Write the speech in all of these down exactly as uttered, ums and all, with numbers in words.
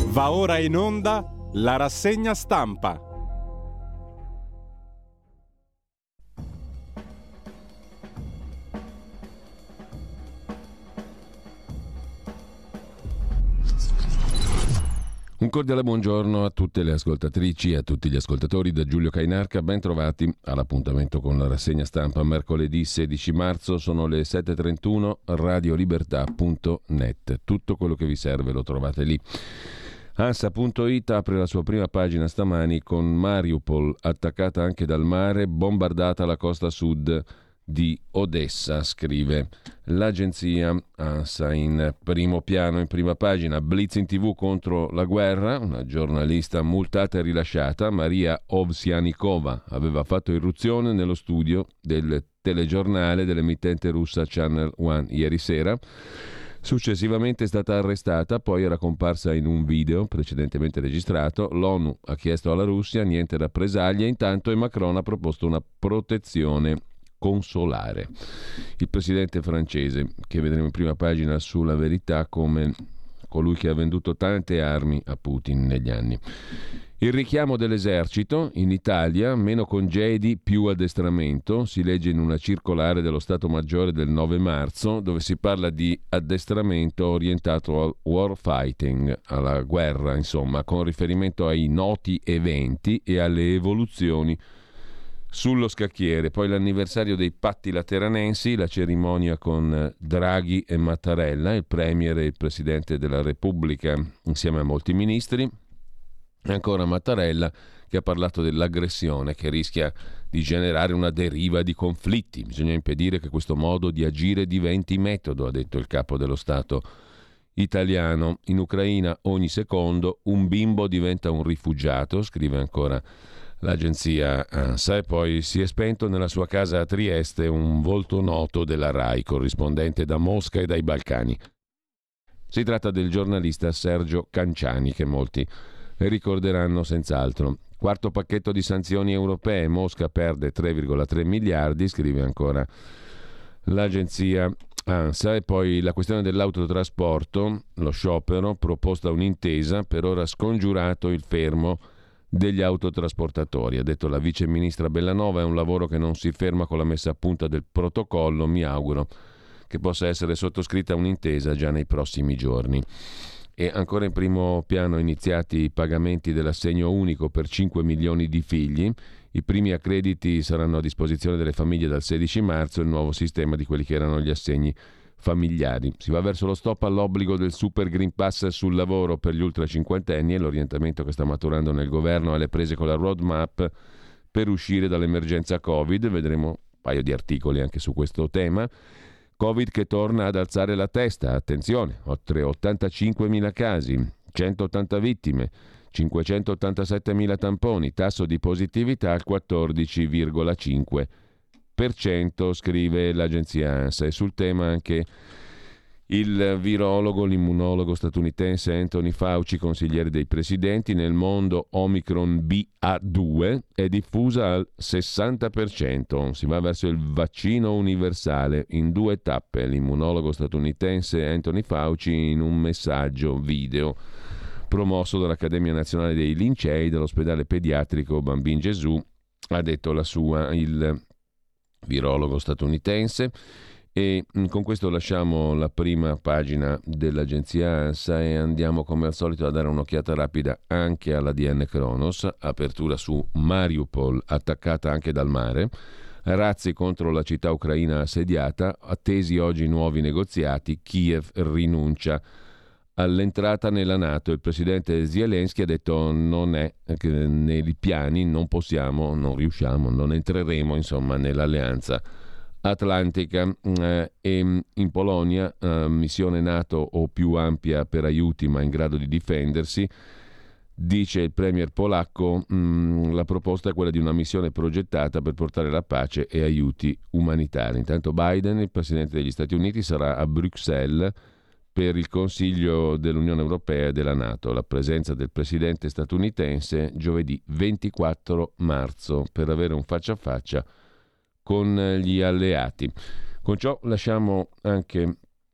Va ora in onda la rassegna stampa. Un cordiale buongiorno a tutte le ascoltatrici e a tutti gli ascoltatori da Giulio Cainarca, ben trovati all'appuntamento con la rassegna stampa mercoledì sedici marzo, sono le sette e trentuno, radiolibertà punto net, tutto quello che vi serve lo trovate lì. Ansa punto it apre la sua prima pagina stamani con Mariupol, attaccata anche dal mare, bombardata la costa sud di Odessa, scrive l'agenzia ANSA in primo piano, in prima pagina. Blitz in tv contro la guerra, una giornalista multata e rilasciata, Maria Ovsianikova, aveva fatto irruzione nello studio del telegiornale dell'emittente russa Channel One ieri sera. Successivamente è stata arrestata, poi era comparsa in un video precedentemente registrato. L'ONU ha chiesto alla Russia niente rappresaglie, intanto e Macron ha proposto una protezione consolare. Il presidente francese, che vedremo in prima pagina sulla Verità come colui che ha venduto tante armi a Putin negli anni. Il richiamo dell'esercito in Italia, meno congedi, più addestramento, si legge in una circolare dello Stato Maggiore del nove marzo, dove si parla di addestramento orientato al warfighting, alla guerra, insomma, con riferimento ai noti eventi e alle evoluzioni sullo scacchiere. Poi l'anniversario dei patti lateranensi, la cerimonia con Draghi e Mattarella, il premier e il presidente della Repubblica insieme a molti ministri, e ancora Mattarella che ha parlato dell'aggressione che rischia di generare una deriva di conflitti. Bisogna impedire che questo modo di agire diventi metodo, ha detto il capo dello Stato italiano. In Ucraina ogni secondo un bimbo diventa un rifugiato, scrive ancora l'agenzia ANSA, e poi si è spento nella sua casa a Trieste un volto noto della RAI, corrispondente da Mosca e dai Balcani. Si tratta del giornalista Sergio Canciani, che molti ricorderanno senz'altro. Quarto pacchetto di sanzioni europee, Mosca perde tre virgola tre miliardi, scrive ancora l'agenzia ANSA. E poi la questione dell'autotrasporto, lo sciopero, proposta un'intesa, per ora scongiurato il fermo degli autotrasportatori. Ha detto la vice ministra Bellanova, è un lavoro che non si ferma con la messa a punta del protocollo, mi auguro che possa essere sottoscritta un'intesa già nei prossimi giorni. E ancora in primo piano iniziati i pagamenti dell'assegno unico per cinque milioni di figli. I primi accrediti saranno a disposizione delle famiglie dal sedici marzo, il nuovo sistema di quelli che erano gli assegni familiari. Si va verso lo stop all'obbligo del Super Green Pass sul lavoro per gli ultracinquantenni e l'orientamento che sta maturando nel governo alle prese con la roadmap per uscire dall'emergenza Covid. Vedremo un paio di articoli anche su questo tema. Covid che torna ad alzare la testa, attenzione, oltre ottantacinquemila casi, centottanta vittime, cinquecentottantasettemila tamponi, tasso di positività al quattordici virgola cinque per cento, scrive l'agenzia ANSA. E sul tema anche il virologo, l'immunologo statunitense Anthony Fauci, consigliere dei presidenti. Nel mondo Omicron B A due è diffusa al sessanta per cento, si va verso il vaccino universale in due tappe. L'immunologo statunitense Anthony Fauci in un messaggio video promosso dall'Accademia Nazionale dei Lincei dell'ospedale pediatrico Bambin Gesù ha detto la sua, il virologo statunitense. E con questo lasciamo la prima pagina dell'agenzia ANSA e andiamo come al solito a dare un'occhiata rapida anche alla D N Kronos. Apertura su Mariupol, attaccata anche dal mare, razzi contro la città ucraina assediata, attesi oggi nuovi negoziati, Kiev rinuncia all'entrata nella NATO. Il presidente Zelensky ha detto non è che nei piani, non possiamo, non riusciamo, non entreremo insomma nell'alleanza atlantica. Eh, e in Polonia eh, missione NATO o più ampia per aiuti ma in grado di difendersi, dice il premier polacco. Mh, la proposta è quella di una missione progettata per portare la pace e aiuti umanitari. Intanto Biden, il presidente degli Stati Uniti, sarà a Bruxelles per il Consiglio dell'Unione Europea e della NATO. La presenza del presidente statunitense giovedì ventiquattro marzo per avere un faccia a faccia con gli alleati. Con ciò lasciamo anche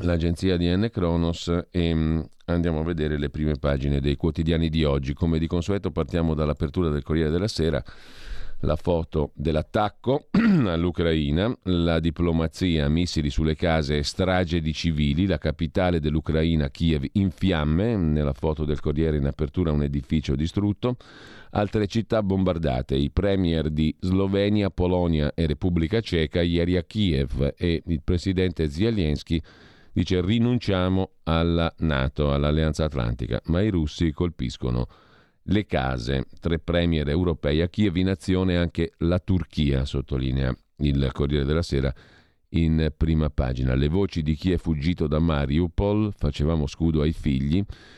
l'agenzia di N Kronos, e andiamo a vedere le prime pagine dei quotidiani di oggi. Come di consueto partiamo dall'apertura del Corriere della Sera, la foto dell'attacco all'Ucraina, la diplomazia, missili sulle case e strage di civili, la capitale dell'Ucraina, Kiev, in fiamme, nella foto del Corriere in apertura un edificio distrutto, altre città bombardate, i premier di Slovenia, Polonia e Repubblica Ceca ieri a Kiev, e il presidente Zelensky dice rinunciamo alla NATO, all'Alleanza Atlantica, ma i russi colpiscono le case. Tre premier europei a Kiev, in azione anche la Turchia, sottolinea il Corriere della Sera in prima pagina. Le voci di chi è fuggito da Mariupol, facevamo scudo ai figli,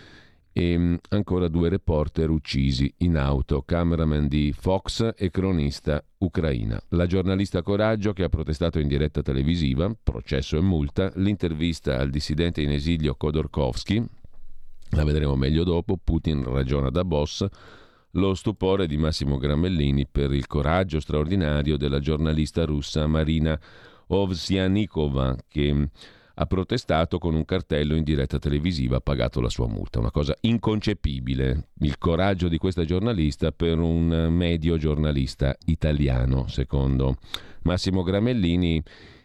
e ancora due reporter uccisi in auto, cameraman di Fox e cronista ucraina. La giornalista Coraggio che ha protestato in diretta televisiva, processo e multa, l'intervista al dissidente in esilio Khodorkovsky, la vedremo meglio dopo, Putin ragiona da boss, lo stupore di Massimo Gramellini per il coraggio straordinario della giornalista russa Marina Ovsyannikova, che ha protestato con un cartello in diretta televisiva, ha pagato la sua multa. Una cosa inconcepibile, il coraggio di questa giornalista per un medio giornalista italiano, secondo Massimo Gramellini,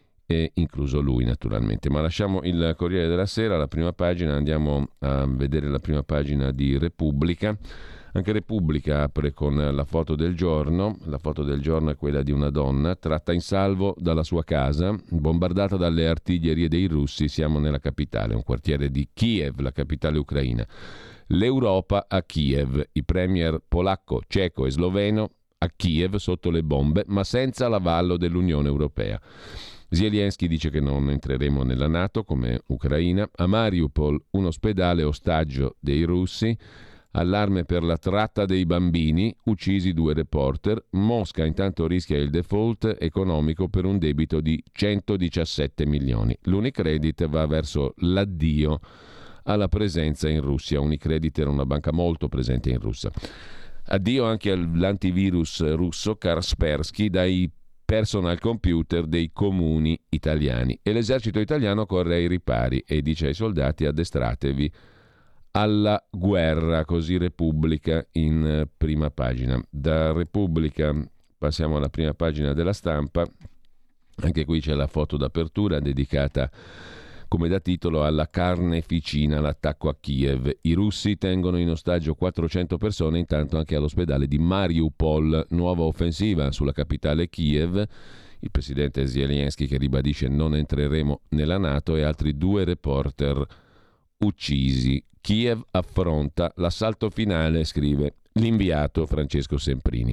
e incluso lui naturalmente. Ma lasciamo il Corriere della Sera, la prima pagina, andiamo a vedere la prima pagina di Repubblica. Anche Repubblica apre con la foto del giorno. La foto del giorno è quella di una donna tratta in salvo dalla sua casa, bombardata dalle artiglierie dei russi. Siamo nella capitale, un quartiere di Kiev, la capitale ucraina. L'Europa a Kiev, i premier polacco, ceco e sloveno a Kiev sotto le bombe, ma senza l'avallo dell'Unione Europea. Zelensky dice che non entreremo nella NATO come Ucraina. A Mariupol un ospedale ostaggio dei russi. Allarme per la tratta dei bambini, uccisi due reporter. Mosca intanto rischia il default economico per un debito di centodiciassette milioni. L'Unicredit va verso l'addio alla presenza in Russia. Unicredit era una banca molto presente in Russia. Addio anche all'antivirus russo Kaspersky dai personal computer dei comuni italiani, e l'esercito italiano corre ai ripari e dice ai soldati addestratevi alla guerra, così Repubblica in prima pagina. Da Repubblica passiamo alla prima pagina della Stampa. Anche qui c'è la foto d'apertura dedicata come da titolo alla carneficina, l'attacco a Kiev. I russi tengono in ostaggio quattrocento persone, intanto anche all'ospedale di Mariupol. Nuova offensiva sulla capitale Kiev. Il presidente Zelensky che ribadisce non entreremo nella NATO, e altri due reporter uccisi. Kiev affronta l'assalto finale, scrive l'inviato Francesco Semprini.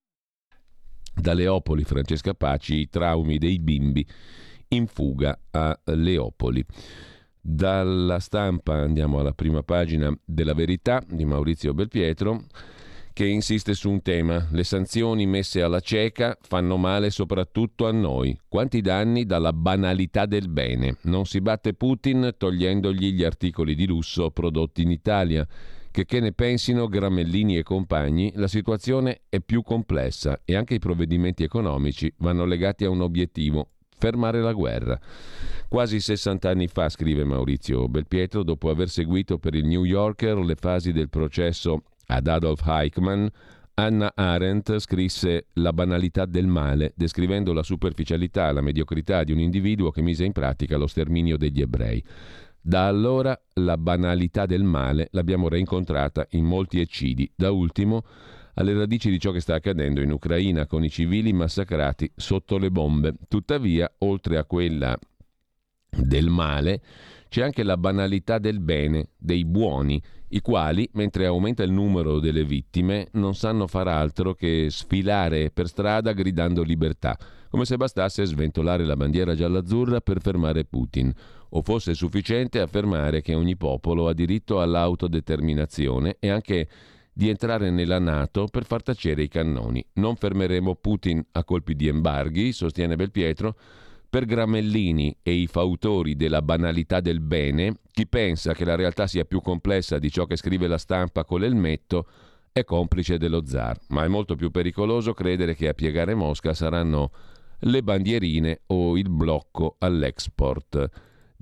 Da Leopoli, Francesca Paci, i traumi dei bimbi in fuga a Leopoli. Dalla Stampa andiamo alla prima pagina della Verità di Maurizio Belpietro, che insiste su un tema: le sanzioni messe alla cieca fanno male soprattutto a noi. Quanti danni dalla banalità del bene. Non si batte Putin togliendogli gli articoli di lusso prodotti in Italia. Che che ne pensino Gramellini e compagni, la situazione è più complessa e anche i provvedimenti economici vanno legati a un obiettivo: fermare la guerra. Quasi sessanta anni fa, scrive Maurizio Belpietro, dopo aver seguito per il New Yorker le fasi del processo ad Adolf Eichmann, Hannah Arendt scrisse La banalità del male, descrivendo la superficialità e la mediocrità di un individuo che mise in pratica lo sterminio degli ebrei. Da allora la banalità del male l'abbiamo reincontrata in molti eccidi, da ultimo alle radici di ciò che sta accadendo in Ucraina con i civili massacrati sotto le bombe. Tuttavia, oltre a quella del male, c'è anche la banalità del bene, dei buoni, i quali, mentre aumenta il numero delle vittime, non sanno far altro che sfilare per strada gridando libertà, come se bastasse sventolare la bandiera gialla-azzurra per fermare Putin, o fosse sufficiente affermare che ogni popolo ha diritto all'autodeterminazione e anche di entrare nella NATO per far tacere i cannoni. Non fermeremo Putin a colpi di embarghi, sostiene Belpietro. Per Gramellini e i fautori della banalità del bene, chi pensa che la realtà sia più complessa di ciò che scrive la Stampa con l'elmetto è complice dello zar, ma è molto più pericoloso credere che a piegare Mosca saranno le bandierine o il blocco all'export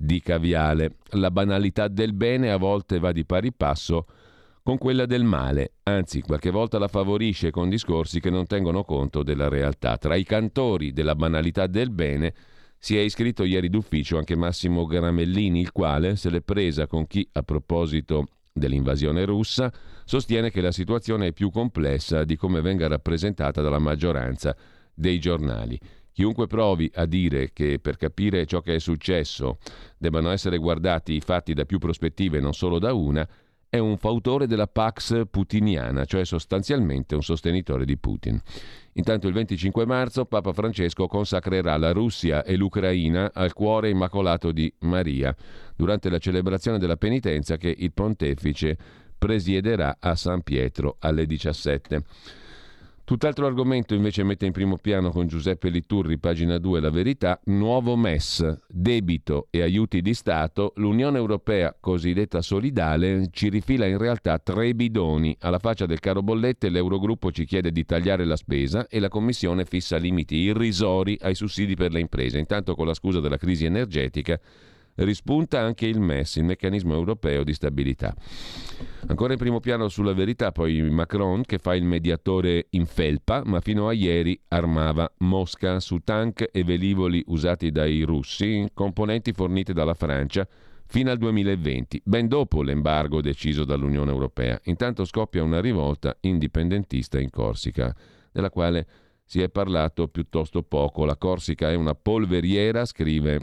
di caviale. La banalità del bene a volte va di pari passo con quella del male, anzi qualche volta la favorisce con discorsi che non tengono conto della realtà. Tra i cantori della banalità del bene si è iscritto ieri d'ufficio anche Massimo Gramellini, il quale se l'è presa con chi, a proposito dell'invasione russa, sostiene che la situazione è più complessa di come venga rappresentata dalla maggioranza dei giornali. Chiunque provi a dire che per capire ciò che è successo debbano essere guardati i fatti da più prospettive e non solo da una, è un fautore della Pax putiniana, cioè sostanzialmente un sostenitore di Putin. Intanto il venticinque marzo Papa Francesco consacrerà la Russia e l'Ucraina al cuore immacolato di Maria, durante la celebrazione della penitenza che il pontefice presiederà a San Pietro alle diciassette. Tutt'altro argomento invece mette in primo piano con Giuseppe Liturri, pagina due, La Verità, nuovo M E S, debito e aiuti di Stato, l'Unione Europea cosiddetta solidale ci rifila in realtà tre bidoni, alla faccia del caro bollette l'Eurogruppo ci chiede di tagliare la spesa e la Commissione fissa limiti irrisori ai sussidi per le imprese, intanto con la scusa della crisi energetica rispunta anche il M E S, il meccanismo europeo di stabilità. Ancora in primo piano sulla Verità, poi Macron che fa il mediatore in felpa, ma fino a ieri armava Mosca su tank e velivoli usati dai russi, componenti fornite dalla Francia fino al duemilaventi, ben dopo l'embargo deciso dall'Unione Europea. Intanto scoppia una rivolta indipendentista in Corsica, della quale si è parlato piuttosto poco. La Corsica è una polveriera, scrive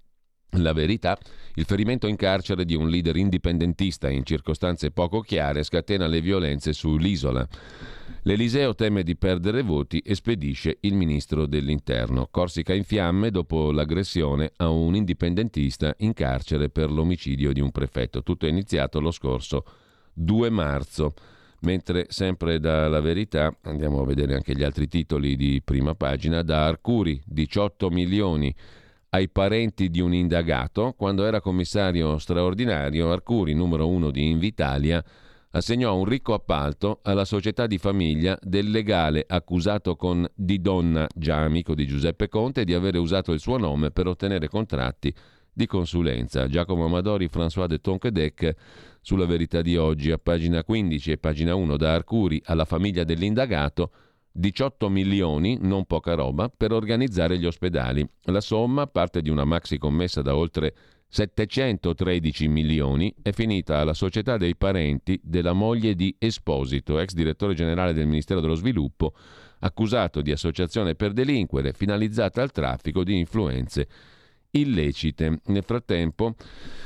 La Verità, il ferimento in carcere di un leader indipendentista in circostanze poco chiare scatena le violenze sull'isola. L'Eliseo teme di perdere voti e spedisce il ministro dell'Interno. Corsica in fiamme dopo l'aggressione a un indipendentista in carcere per l'omicidio di un prefetto. Tutto è iniziato lo scorso due marzo. Mentre sempre dalla Verità andiamo a vedere anche gli altri titoli di prima pagina. Da Arcuri, diciotto milioni ai parenti di un indagato. Quando era commissario straordinario, Arcuri, numero uno di Invitalia, assegnò un ricco appalto alla società di famiglia del legale accusato con Di Donna, già amico di Giuseppe Conte, di avere usato il suo nome per ottenere contratti di consulenza. Giacomo Amadori, François de Tonquedec, sulla Verità di oggi, a pagina quindici e pagina uno. Da Arcuri alla famiglia dell'indagato, diciotto milioni, non poca roba, per organizzare gli ospedali. La somma, parte di una maxi commessa da oltre settecentotredici milioni, è finita alla società dei parenti della moglie di Esposito, ex direttore generale del Ministero dello Sviluppo, accusato di associazione per delinquere finalizzata al traffico di influenze illecite. Nel frattempo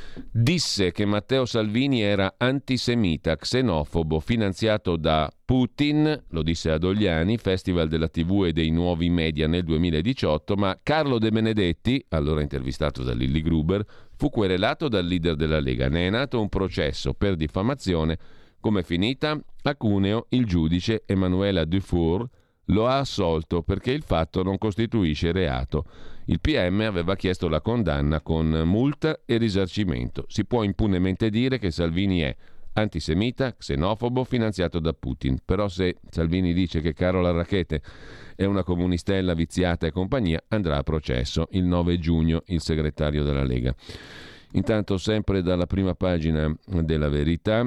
disse che Matteo Salvini era antisemita, xenofobo, finanziato da Putin, lo disse a Dogliani, Festival della tivù e dei nuovi media nel duemiladiciotto, ma Carlo De Benedetti, allora intervistato da Lilli Gruber, fu querelato dal leader della Lega. Ne è nato un processo per diffamazione. Come è finita? A Cuneo il giudice Emanuela Dufour lo ha assolto perché il fatto non costituisce reato. Il P M aveva chiesto la condanna con multa e risarcimento. Si può impunemente dire che Salvini è antisemita, xenofobo, finanziato da Putin. Però se Salvini dice che Carola Rackete è una comunistella viziata e compagnia, andrà a processo il nove giugno il segretario della Lega. Intanto, sempre dalla prima pagina della Verità,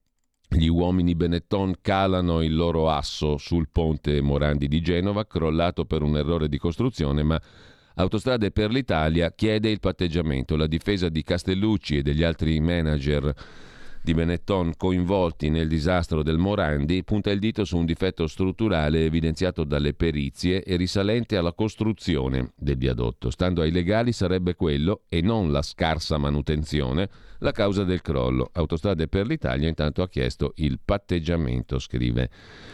gli uomini Benetton calano il loro asso sul ponte Morandi di Genova, crollato per un errore di costruzione, ma Autostrade per l'Italia chiede il patteggiamento. La difesa di Castellucci e degli altri manager di Benetton coinvolti nel disastro del Morandi punta il dito su un difetto strutturale evidenziato dalle perizie e risalente alla costruzione del viadotto. Stando ai legali sarebbe quello, e non la scarsa manutenzione, la causa del crollo. Autostrade per l'Italia intanto ha chiesto il patteggiamento, scrive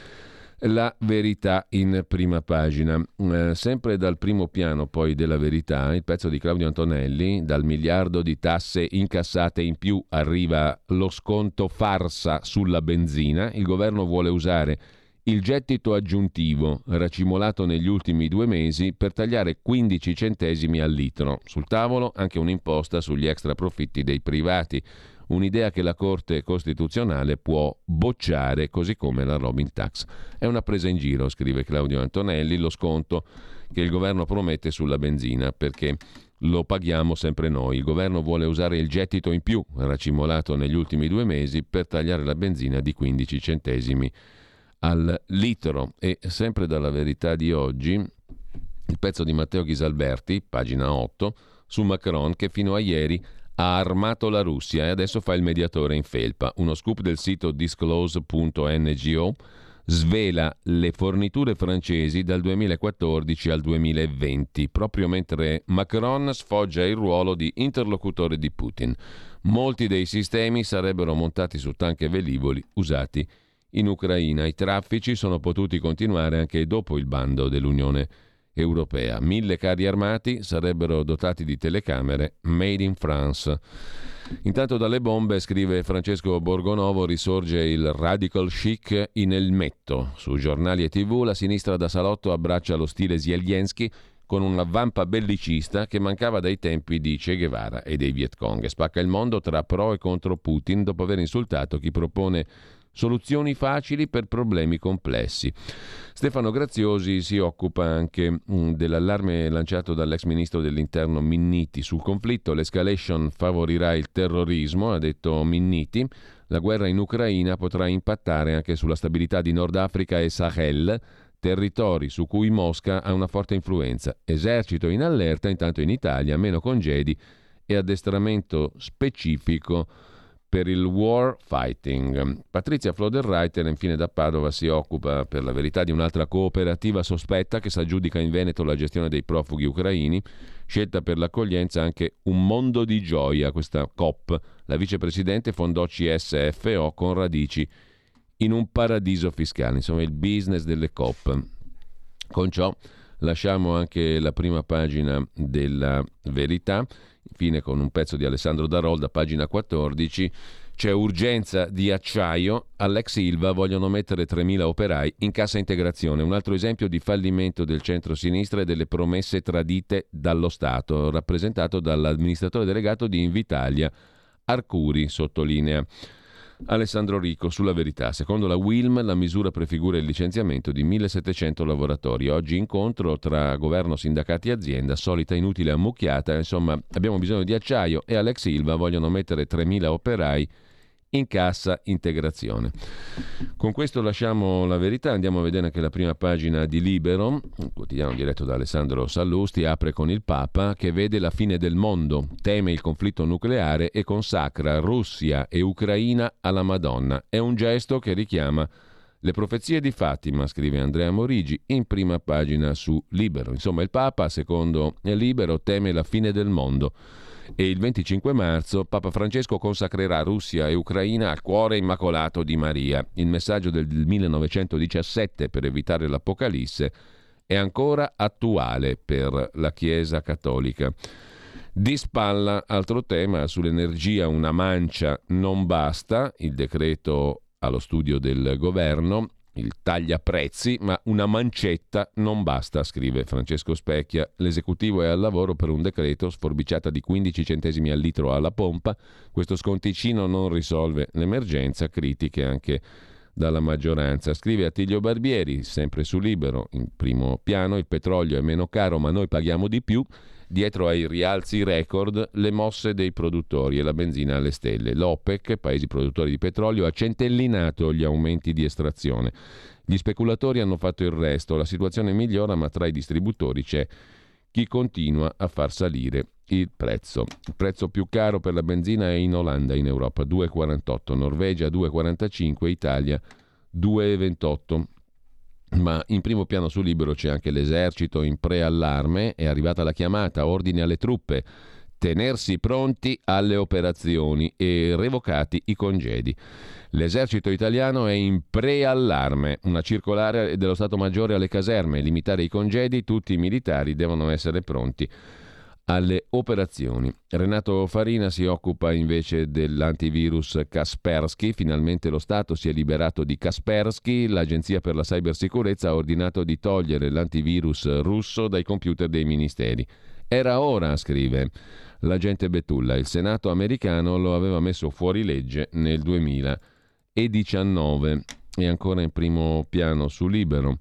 La Verità in prima pagina. Eh, sempre dal primo piano poi della Verità, il pezzo di Claudio Antonelli, dal miliardo di tasse incassate in più arriva lo sconto farsa sulla benzina. Il governo vuole usare il gettito aggiuntivo racimolato negli ultimi due mesi per tagliare quindici centesimi al litro. Sul tavolo anche un'imposta sugli extra profitti dei privati. un'idea che la Corte Costituzionale può bocciare, così come la Robin Tax. È una presa in giro, scrive Claudio Antonelli, lo sconto che il governo promette sulla benzina, perché lo paghiamo sempre noi. Il governo vuole usare il gettito in più racimolato negli ultimi due mesi per tagliare la benzina di quindici centesimi al litro. E sempre dalla Verità di oggi, il pezzo di Matteo Ghisalberti, pagina otto, su Macron che fino a ieri ha armato la Russia e adesso fa il mediatore in felpa. Uno scoop del sito disclose punto ngo svela le forniture francesi dal duemilaquattordici al duemilaventi, proprio mentre Macron sfoggia il ruolo di interlocutore di Putin. Molti dei sistemi sarebbero montati su tank e velivoli usati in Ucraina. I traffici sono potuti continuare anche dopo il bando dell'Unione Europea. Mille carri armati sarebbero dotati di telecamere made in France. Intanto dalle bombe, scrive Francesco Borgonovo, risorge il radical chic in elmetto. Su giornali e tv la sinistra da salotto abbraccia lo stile Zelensky con una vampa bellicista che mancava dai tempi di Che Guevara e dei Viet Cong. Spacca il mondo tra pro e contro Putin dopo aver insultato chi propone soluzioni facili per problemi complessi. Stefano Graziosi si occupa anche mh, dell'allarme lanciato dall'ex ministro dell'interno Minniti sul conflitto. L'escalation favorirà il terrorismo, ha detto Minniti. La guerra in Ucraina potrà impattare anche sulla stabilità di Nord Africa e Sahel, territori su cui Mosca ha una forte influenza. Esercito in allerta, intanto in Italia meno congedi e addestramento specifico per il war fighting. Patrizia Floderreiter, infine da Padova, si occupa per la Verità di un'altra cooperativa sospetta che s'aggiudica in Veneto la gestione dei profughi ucraini, scelta per l'accoglienza anche un mondo di gioia, questa Coop. La vicepresidente fondò C S F O con radici in un paradiso fiscale, insomma il business delle Coop. Con ciò lasciamo anche la prima pagina della Verità. Infine, con un pezzo di Alessandro Darolda, pagina quattordici, c'è urgenza di acciaio, all'ex Ilva vogliono mettere tremila operai in cassa integrazione. Un altro esempio di fallimento del centro-sinistra e delle promesse tradite dallo Stato, rappresentato dall'amministratore delegato di Invitalia, Arcuri, sottolinea Alessandro Rico sulla Verità. Secondo la Wilm la misura prefigura il licenziamento di millesettecento lavoratori. Oggi incontro tra governo, sindacati e azienda, solita inutile ammucchiata. Insomma, abbiamo bisogno di acciaio e all'ex Ilva vogliono mettere tremila operai in cassa integrazione. Con questo lasciamo la Verità, andiamo a vedere anche la prima pagina di Libero, un quotidiano diretto da Alessandro Sallusti. Apre con il Papa che vede la fine del mondo, teme il conflitto nucleare e consacra Russia e Ucraina alla Madonna. È un gesto che richiama le profezie di Fatima, scrive Andrea Morigi in prima pagina su Libero. Insomma, il Papa, secondo Libero, teme la fine del mondo. E il venticinque marzo Papa Francesco consacrerà Russia e Ucraina al cuore immacolato di Maria. Il messaggio del millenovecentodiciassette per evitare l'Apocalisse è ancora attuale per la Chiesa Cattolica. Di spalla, altro tema, sull'energia una mancia non basta, il decreto allo studio del governo, il taglia prezzi, ma una mancetta non basta, scrive Francesco Specchia. L'esecutivo è al lavoro per un decreto, sforbiciata di quindici centesimi al litro alla pompa. Questo sconticino non risolve l'emergenza, critiche anche dalla maggioranza. Scrive Attilio Barbieri, sempre su Libero, in primo piano: il petrolio è meno caro ma noi paghiamo di più. Dietro ai rialzi record le mosse dei produttori e la benzina alle stelle. L'OPEC, paesi produttori di petrolio, ha centellinato gli aumenti di estrazione. Gli speculatori hanno fatto il resto. La situazione migliora, ma tra i distributori c'è chi continua a far salire il prezzo. Il prezzo più caro per la benzina è in Olanda, in Europa, due virgola quarantotto, Norvegia due virgola quarantacinque, Italia due virgola ventotto. Ma in primo piano su Libero c'è anche l'esercito in preallarme. È arrivata la chiamata, ordine alle truppe, tenersi pronti alle operazioni e revocati i congedi. L'esercito italiano è in preallarme, una circolare dello Stato Maggiore alle caserme, limitare i congedi, tutti i militari devono essere pronti alle operazioni. Renato Farina si occupa invece dell'antivirus Kaspersky. Finalmente lo Stato si è liberato di Kaspersky. L'Agenzia per la Cybersicurezza ha ordinato di togliere l'antivirus russo dai computer dei ministeri. Era ora, scrive l'agente Betulla. Il Senato americano lo aveva messo fuori legge nel duemiladiciannove. E ancora in primo piano su Libero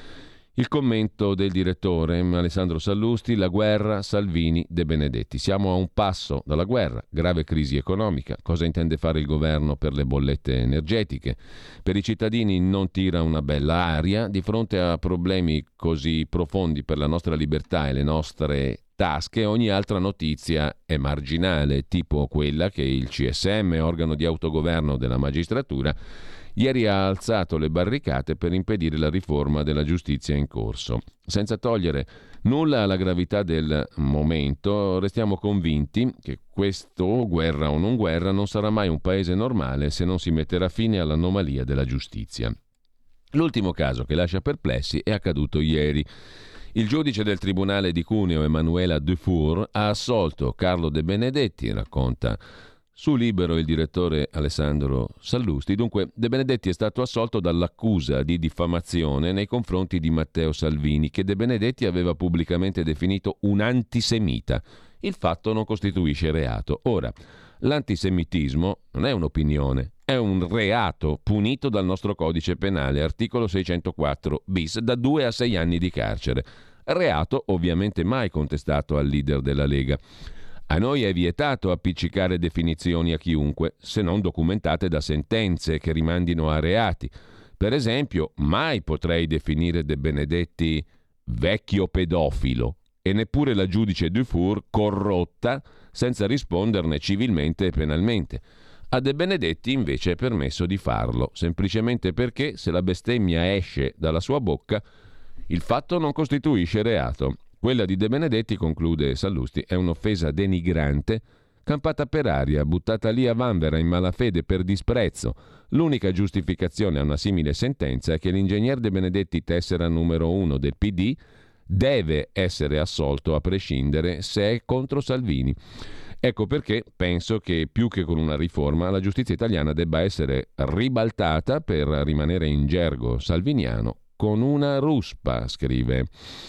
il commento del direttore Alessandro Sallusti: la guerra, Salvini, De Benedetti. Siamo a un passo dalla guerra, grave crisi economica. Cosa intende fare il governo per le bollette energetiche? Per i cittadini non tira una bella aria. Di fronte a problemi così profondi per la nostra libertà e le nostre tasche, ogni altra notizia è marginale, tipo quella che il C S M, organo di autogoverno della magistratura, ieri ha alzato le barricate per impedire la riforma della giustizia in corso. Senza togliere nulla alla gravità del momento, restiamo convinti che questo, guerra o non guerra, non sarà mai un paese normale se non si metterà fine all'anomalia della giustizia. L'ultimo caso che lascia perplessi è accaduto ieri. Il giudice del Tribunale di Cuneo, Emanuela Dufour, ha assolto Carlo De Benedetti, racconta su Libero il direttore Alessandro Sallusti. Dunque, De Benedetti è stato assolto dall'accusa di diffamazione nei confronti di Matteo Salvini, che De Benedetti aveva pubblicamente definito un antisemita. Il fatto non costituisce reato. Ora, l'antisemitismo non è un'opinione, è un reato punito dal nostro codice penale, articolo seicentoquattro bis, da due a sei anni di carcere. Reato ovviamente mai contestato al leader della Lega. A noi è vietato appiccicare definizioni a chiunque, se non documentate da sentenze che rimandino a reati. Per esempio, mai potrei definire De Benedetti vecchio pedofilo e neppure la giudice Dufour corrotta senza risponderne civilmente e penalmente. A De Benedetti invece è permesso di farlo, semplicemente perché se la bestemmia esce dalla sua bocca, il fatto non costituisce reato. Quella di De Benedetti, conclude Sallusti, è un'offesa denigrante, campata per aria, buttata lì a vanvera in malafede per disprezzo. L'unica giustificazione a una simile sentenza è che l'ingegner De Benedetti, tessera numero uno del P D, deve essere assolto a prescindere se è contro Salvini. Ecco perché penso che più che con una riforma la giustizia italiana debba essere ribaltata per rimanere in gergo salviniano con una ruspa, scrive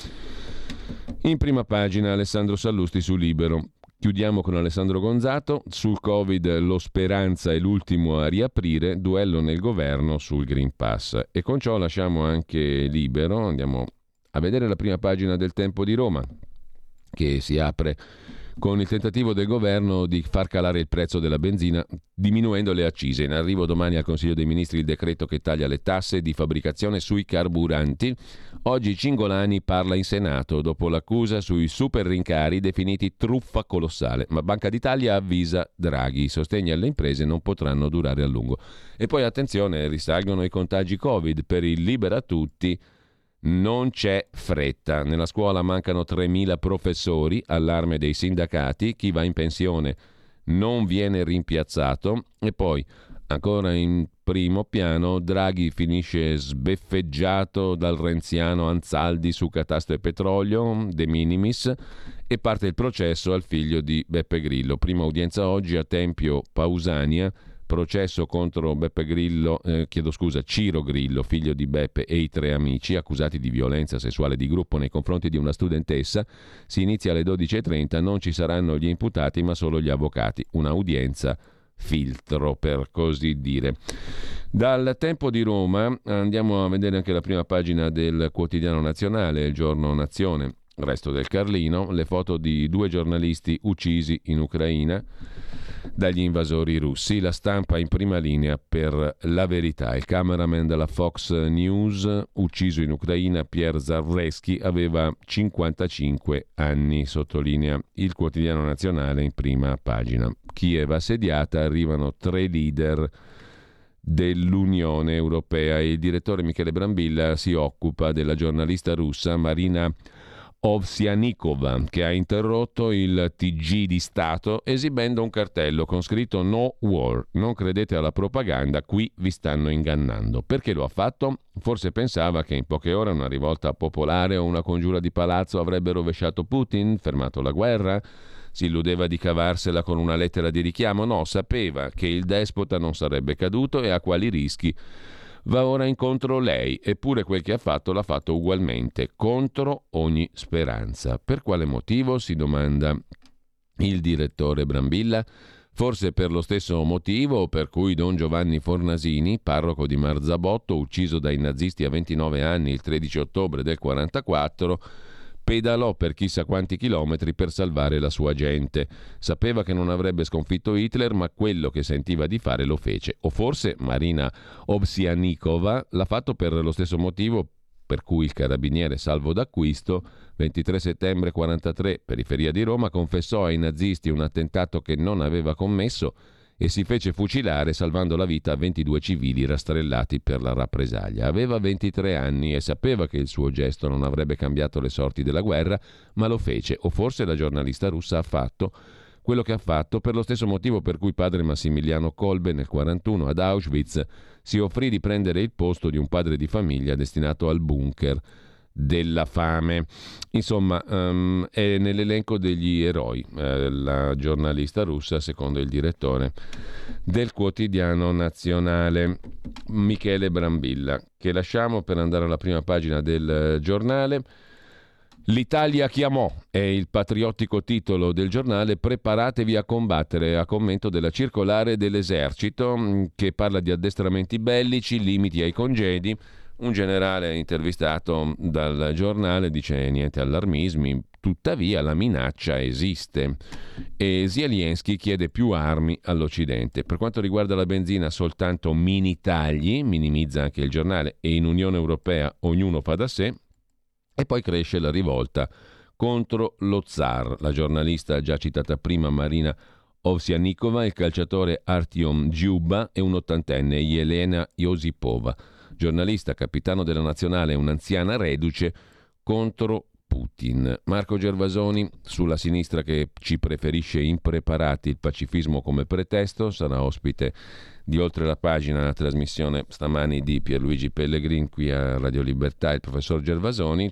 in prima pagina Alessandro Sallusti su Libero. Chiudiamo con Alessandro Gonzato. Sul Covid lo Speranza è l'ultimo a riaprire, duello nel governo sul Green Pass. E con ciò lasciamo anche Libero, andiamo a vedere la prima pagina del Tempo di Roma, che si apre con il tentativo del governo di far calare il prezzo della benzina diminuendo le accise. In arrivo domani al Consiglio dei Ministri il decreto che taglia le tasse di fabbricazione sui carburanti. Oggi Cingolani parla in Senato dopo l'accusa sui super rincari definiti truffa colossale, ma Banca d'Italia avvisa Draghi, i sostegni alle imprese non potranno durare a lungo. E poi attenzione, risalgono i contagi Covid, per il Libera Tutti non c'è fretta. Nella scuola mancano tremila professori, allarme dei sindacati, chi va in pensione non viene rimpiazzato. E poi, ancora in primo piano, Draghi finisce sbeffeggiato dal renziano Anzaldi su catasto e petrolio, de minimis, e parte il processo al figlio di Beppe Grillo. Prima udienza oggi a Tempio Pausania, processo contro Beppe Grillo, eh, chiedo scusa, Ciro Grillo, figlio di Beppe, e i tre amici accusati di violenza sessuale di gruppo nei confronti di una studentessa. Si inizia alle dodici e trenta, non ci saranno gli imputati ma solo gli avvocati. Una udienza filtro, per così dire. Dal Tempo di Roma andiamo a vedere anche la prima pagina del quotidiano nazionale, il Giorno Nazione. Resto del Carlino, le foto di due giornalisti uccisi in Ucraina dagli invasori russi. La Stampa in prima linea per La Verità. Il cameraman della Fox News ucciso in Ucraina, Pierre Zarevsky, aveva cinquantacinque anni, sottolinea il quotidiano nazionale in prima pagina. Kiev assediata, arrivano tre leader dell'Unione Europea e il direttore Michele Brambilla si occupa della giornalista russa Marina Ovsyanikova, che ha interrotto il T G di Stato esibendo un cartello con scritto "No War", non credete alla propaganda, qui vi stanno ingannando. Perché lo ha fatto? Forse pensava che in poche ore una rivolta popolare o una congiura di palazzo avrebbe rovesciato Putin, fermato la guerra? Si illudeva di cavarsela con una lettera di richiamo? No, sapeva che il despota non sarebbe caduto e a quali rischi va ora incontro lei, eppure quel che ha fatto l'ha fatto ugualmente, contro ogni speranza. Per quale motivo, si domanda il direttore Brambilla? Forse per lo stesso motivo per cui don Giovanni Fornasini, parroco di Marzabotto, ucciso dai nazisti a ventinove anni il tredici ottobre del quarantaquattro, pedalò per chissà quanti chilometri per salvare la sua gente. Sapeva che non avrebbe sconfitto Hitler, ma quello che sentiva di fare lo fece. O forse Marina Ovsianikova l'ha fatto per lo stesso motivo per cui il carabiniere Salvo D'Acquisto, ventitré settembre quarantatré, periferia di Roma, confessò ai nazisti un attentato che non aveva commesso e si fece fucilare salvando la vita a ventidue civili rastrellati per la rappresaglia. Aveva ventitré anni e sapeva che il suo gesto non avrebbe cambiato le sorti della guerra, ma lo fece, o forse la giornalista russa ha fatto quello che ha fatto per lo stesso motivo per cui padre Massimiliano Kolbe nel quarantuno ad Auschwitz si offrì di prendere il posto di un padre di famiglia destinato al bunker della fame. Insomma, um, è nell'elenco degli eroi eh, la giornalista russa, secondo il direttore del quotidiano nazionale Michele Brambilla, che lasciamo per andare alla prima pagina del giornale. L'Italia chiamò, è il patriottico titolo del giornale. Preparatevi a combattere, a commento della circolare dell'esercito che parla di addestramenti bellici, limiti ai congedi. Un generale intervistato dal giornale dice niente allarmismi, tuttavia la minaccia esiste e Zelensky chiede più armi all'Occidente. Per quanto riguarda la benzina soltanto mini tagli, minimizza anche il giornale, e in Unione Europea ognuno fa da sé. E poi cresce la rivolta contro lo zar. La giornalista già citata prima Marina Ovsianikova, il calciatore Artyom Dzyuba e un'ottantenne Elena Josipova. Giornalista, capitano della nazionale, un'anziana reduce contro Putin. Marco Gervasoni, sulla sinistra che ci preferisce impreparati, il pacifismo come pretesto, sarà ospite di Oltre la Pagina, la trasmissione stamani di Pierluigi Pellegrin qui a Radio Libertà, il professor Gervasoni.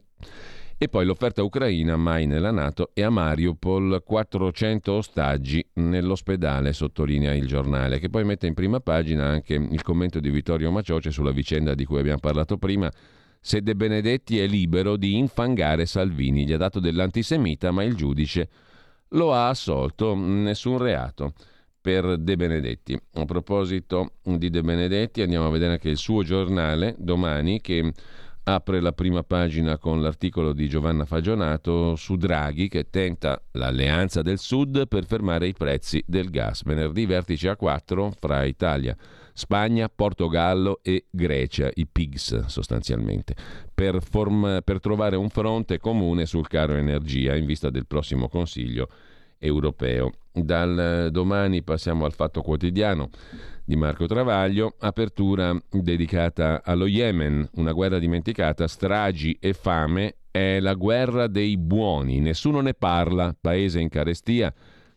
E poi l'offerta ucraina, mai nella NATO, e a Mariupol quattrocento ostaggi nell'ospedale, sottolinea il giornale, che poi mette in prima pagina anche il commento di Vittorio Macioce sulla vicenda di cui abbiamo parlato prima. Se De Benedetti è libero di infangare Salvini, gli ha dato dell'antisemita, ma il giudice lo ha assolto, nessun reato per De Benedetti. A proposito di De Benedetti, andiamo a vedere anche il suo giornale, Domani, che apre la prima pagina con l'articolo di Giovanna Fagionato su Draghi, che tenta l'alleanza del Sud per fermare i prezzi del gas. Venerdì vertice a quattro fra Italia, Spagna, Portogallo e Grecia, i P I G S sostanzialmente, per, form- per trovare un fronte comune sul caro energia in vista del prossimo Consiglio europeo. Dal Domani passiamo al Fatto Quotidiano di Marco Travaglio, apertura dedicata allo Yemen, una guerra dimenticata, stragi e fame, è la guerra dei buoni, nessuno ne parla, paese in carestia,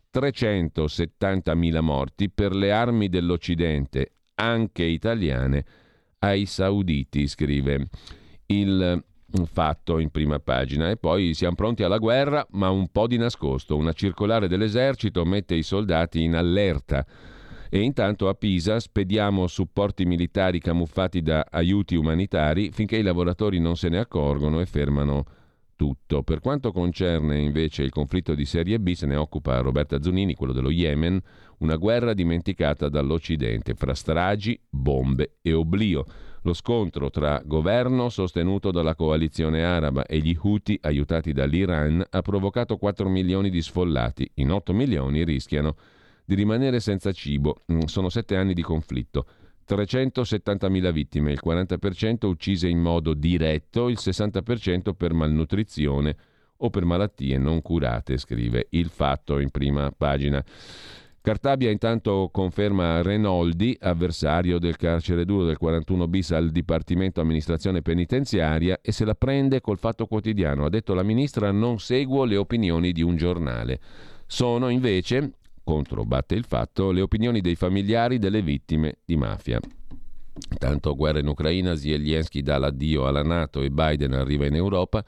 trecentosettantamila morti per le armi dell'Occidente, anche italiane, ai sauditi, scrive il Fatto in prima pagina. E poi siamo pronti alla guerra, ma un po' di nascosto. Una circolare dell'esercito mette i soldati in allerta. E intanto a Pisa spediamo supporti militari camuffati da aiuti umanitari finché i lavoratori non se ne accorgono e fermano tutto. Per quanto concerne invece il conflitto di serie B, se ne occupa Roberta Zunini, quello dello Yemen, una guerra dimenticata dall'Occidente, fra stragi, bombe e oblio. Lo scontro tra governo sostenuto dalla coalizione araba e gli Houthi aiutati dall'Iran ha provocato quattro milioni di sfollati. In otto milioni rischiano di rimanere senza cibo. Sono sette anni di conflitto. trecentosettantamila vittime, il quaranta per cento uccise in modo diretto, il sessanta per cento per malnutrizione o per malattie non curate, scrive il Fatto in prima pagina. Cartabia intanto conferma Renoldi, avversario del carcere duro del quarantuno bis al Dipartimento Amministrazione Penitenziaria, e se la prende col Fatto Quotidiano. Ha detto la ministra: non seguo le opinioni di un giornale. Sono invece, controbatte il Fatto, le opinioni dei familiari delle vittime di mafia. Tanto guerra in Ucraina, Zelensky dà l'addio alla NATO e Biden arriva in Europa.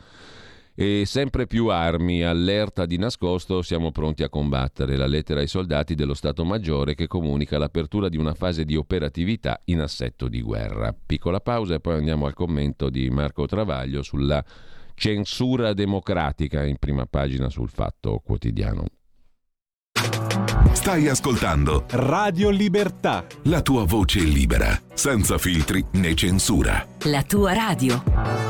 E sempre più armi, allerta di nascosto, siamo pronti a combattere. La lettera ai soldati dello Stato Maggiore che comunica l'apertura di una fase di operatività in assetto di guerra. Piccola pausa e poi andiamo al commento di Marco Travaglio sulla censura democratica in prima pagina sul Fatto Quotidiano. Stai ascoltando Radio Libertà. La tua voce libera, senza filtri né censura. La tua radio.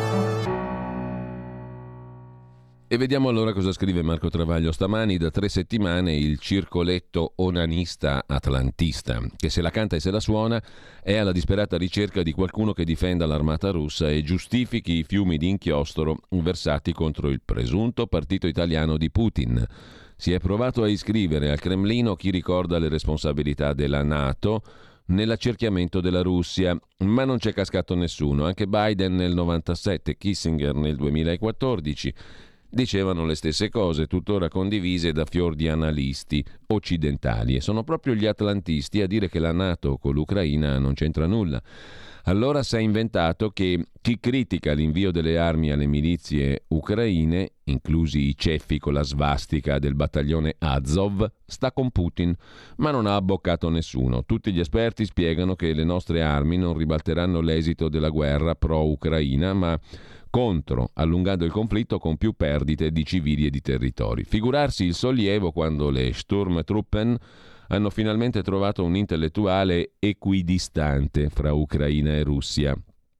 E vediamo allora cosa scrive Marco Travaglio stamani. Da tre settimane il circoletto onanista atlantista, che se la canta e se la suona, è alla disperata ricerca di qualcuno che difenda l'armata russa e giustifichi i fiumi di inchiostro versati contro il presunto partito italiano di Putin. Si è provato a iscrivere al Cremlino chi ricorda le responsabilità della NATO nell'accerchiamento della Russia, ma non c'è cascato nessuno. Anche Biden nel novantasette, Kissinger nel duemilaquattordici dicevano le stesse cose, tuttora condivise da fior di analisti occidentali, e sono proprio gli atlantisti a dire che la NATO con l'Ucraina non c'entra nulla. Allora si è inventato che chi critica l'invio delle armi alle milizie ucraine, inclusi i ceffi con la svastica del battaglione Azov, sta con Putin, ma non ha abboccato nessuno. Tutti gli esperti spiegano che le nostre armi non ribalteranno l'esito della guerra pro-ucraina, ma contro, allungando il conflitto con più perdite di civili e di territori. Figurarsi il sollievo quando le Sturmtruppen hanno finalmente trovato un intellettuale equidistante fra Ucraina e Russia.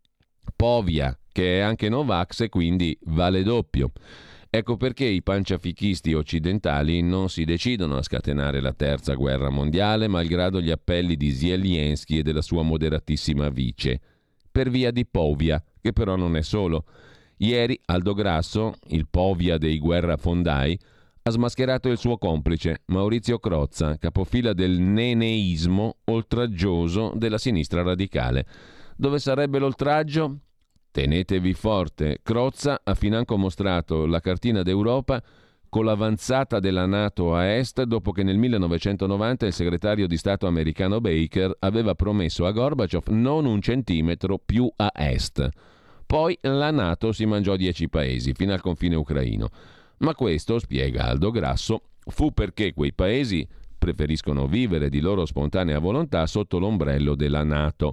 Povia, che è anche Novax e quindi vale doppio. Ecco perché i panciafichisti occidentali non si decidono a scatenare la terza guerra mondiale, malgrado gli appelli di Zelensky e della sua moderatissima vice, per via di Povia, che però non è solo. Ieri Aldo Grasso, il Povia dei guerrafondai, ha smascherato il suo complice, Maurizio Crozza, capofila del neneismo oltraggioso della sinistra radicale. Dove sarebbe l'oltraggio? Tenetevi forte. Crozza ha financo mostrato la cartina d'Europa con l'avanzata della NATO a est, dopo che nel millenovecentonovanta il segretario di Stato americano Baker aveva promesso a Gorbaciov non un centimetro più a est. Poi la NATO si mangiò dieci paesi, fino al confine ucraino. Ma questo, spiega Aldo Grasso, fu perché quei paesi preferiscono vivere di loro spontanea volontà sotto l'ombrello della NATO.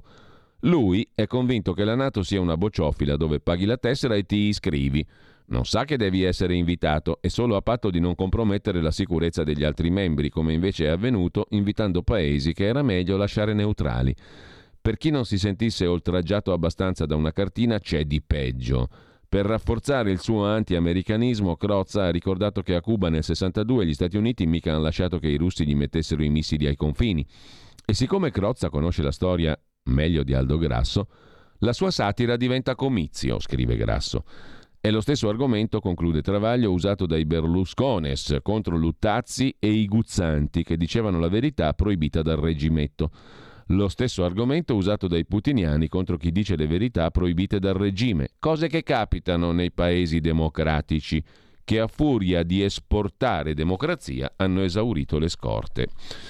Lui è convinto che la NATO sia una bocciofila dove paghi la tessera e ti iscrivi. Non sa che devi essere invitato e solo a patto di non compromettere la sicurezza degli altri membri, come invece è avvenuto invitando paesi che era meglio lasciare neutrali. Per chi non si sentisse oltraggiato abbastanza da una cartina, c'è di peggio. Per rafforzare il suo anti-americanismo, Crozza ha ricordato che a Cuba nel sessantadue gli Stati Uniti mica hanno lasciato che i russi gli mettessero i missili ai confini. E siccome Crozza conosce la storia meglio di Aldo Grasso, la sua satira diventa comizio, scrive Grasso. È lo stesso argomento, conclude Travaglio, usato dai Berluscones contro Luttazzi e i Guzzanti, che dicevano la verità proibita dal regimetto. Lo stesso argomento usato dai putiniani contro chi dice le verità proibite dal regime, cose che capitano nei paesi democratici, che a furia di esportare democrazia hanno esaurito le scorte.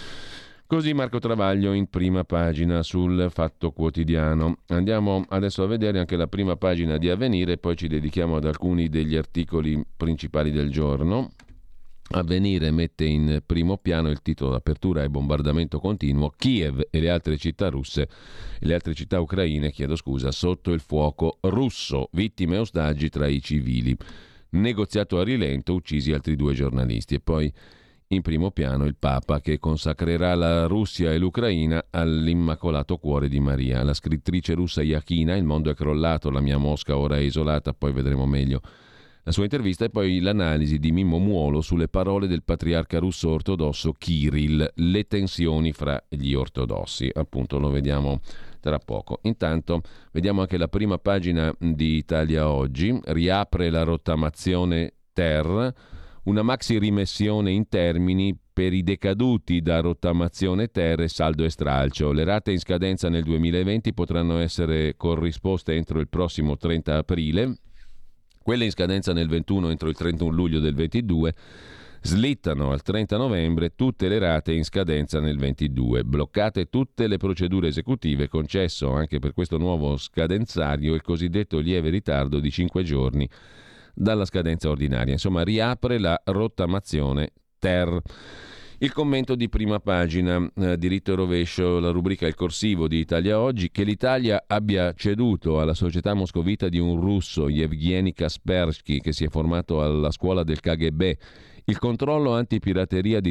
Così Marco Travaglio in prima pagina sul Fatto Quotidiano. Andiamo adesso a vedere anche la prima pagina di Avvenire e poi ci dedichiamo ad alcuni degli articoli principali del giorno. Avvenire mette in primo piano il titolo d'apertura e bombardamento continuo, Kiev e le altre città russe e le altre città ucraine, chiedo scusa, sotto il fuoco russo, vittime e ostaggi tra i civili, negoziato a rilento, uccisi altri due giornalisti. E poi in primo piano il Papa che consacrerà la Russia e l'Ucraina all'Immacolato Cuore di Maria. La scrittrice russa Yakhina, il mondo è crollato, la mia Mosca ora è isolata, poi vedremo meglio la sua intervista, e poi l'analisi di Mimmo Muolo sulle parole del patriarca russo ortodosso Kirill, le tensioni fra gli ortodossi. Appunto lo vediamo tra poco. Intanto vediamo anche la prima pagina di Italia Oggi. Riapre la rottamazione Ter, una maxi rimessione in termini per i decaduti da rottamazione Ter e saldo e stralcio. Le rate in scadenza nel duemilaventi potranno essere corrisposte entro il prossimo trenta aprile. Quelle in scadenza nel ventuno entro il trentuno luglio del ventidue slittano al trenta novembre tutte le rate in scadenza nel ventidue. Bloccate tutte le procedure esecutive, concesso anche per questo nuovo scadenzario il cosiddetto lieve ritardo di cinque giorni dalla scadenza ordinaria. Insomma, riapre la rottamazione Ter. Il commento di prima pagina, eh, diritto e rovescio, la rubrica Il Corsivo di Italia Oggi, che l'Italia abbia ceduto alla società moscovita di un russo, Yevgeny Kaspersky, che si è formato alla scuola del K G B, il controllo antipirateria di tutti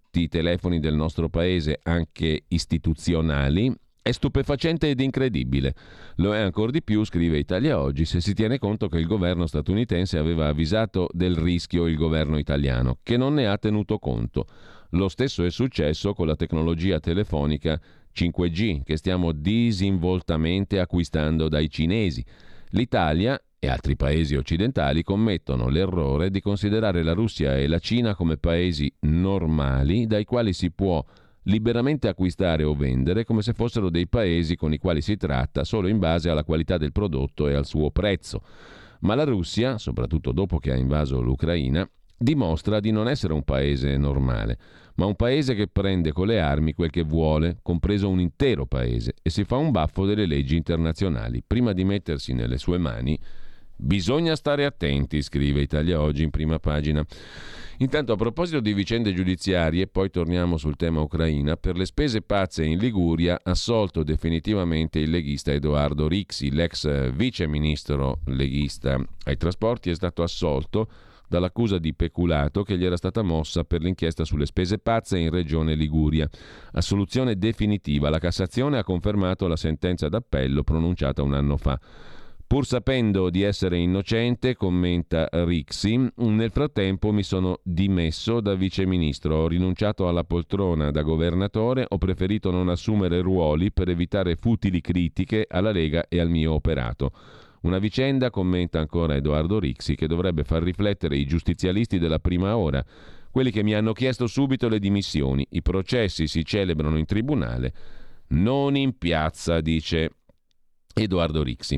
tutti i telefoni del nostro paese, anche istituzionali, è stupefacente ed incredibile. Lo è ancora di più, scrive Italia Oggi, se si tiene conto che il governo statunitense aveva avvisato del rischio il governo italiano, che non ne ha tenuto conto. Lo stesso è successo con la tecnologia telefonica cinque G, che stiamo disinvoltamente acquistando dai cinesi. L'Italia e altri paesi occidentali commettono l'errore di considerare la Russia e la Cina come paesi normali dai quali si può liberamente acquistare o vendere, come se fossero dei paesi con i quali si tratta solo in base alla qualità del prodotto e al suo prezzo. Ma la Russia, soprattutto dopo che ha invaso l'Ucraina, dimostra di non essere un paese normale, ma un paese che prende con le armi quel che vuole, compreso un intero paese, e si fa un baffo delle leggi internazionali. Prima di mettersi nelle sue mani bisogna stare attenti, scrive Italia Oggi in prima pagina. Intanto, a proposito di vicende giudiziarie, poi torniamo sul tema Ucraina, per le spese pazze in Liguria, assolto definitivamente il leghista Edoardo Rixi, l'ex vice ministro leghista ai trasporti, è stato assolto dall'accusa di peculato che gli era stata mossa per l'inchiesta sulle spese pazze in regione Liguria. Assoluzione definitiva, la Cassazione ha confermato la sentenza d'appello pronunciata un anno fa. Pur sapendo di essere innocente, commenta Rixi, nel frattempo mi sono dimesso da viceministro, ho rinunciato alla poltrona da governatore, ho preferito non assumere ruoli per evitare futili critiche alla Lega e al mio operato. Una vicenda, commenta ancora Edoardo Rixi, che dovrebbe far riflettere i giustizialisti della prima ora, quelli che mi hanno chiesto subito le dimissioni. I processi si celebrano in tribunale, non in piazza, dice Edoardo Rixi.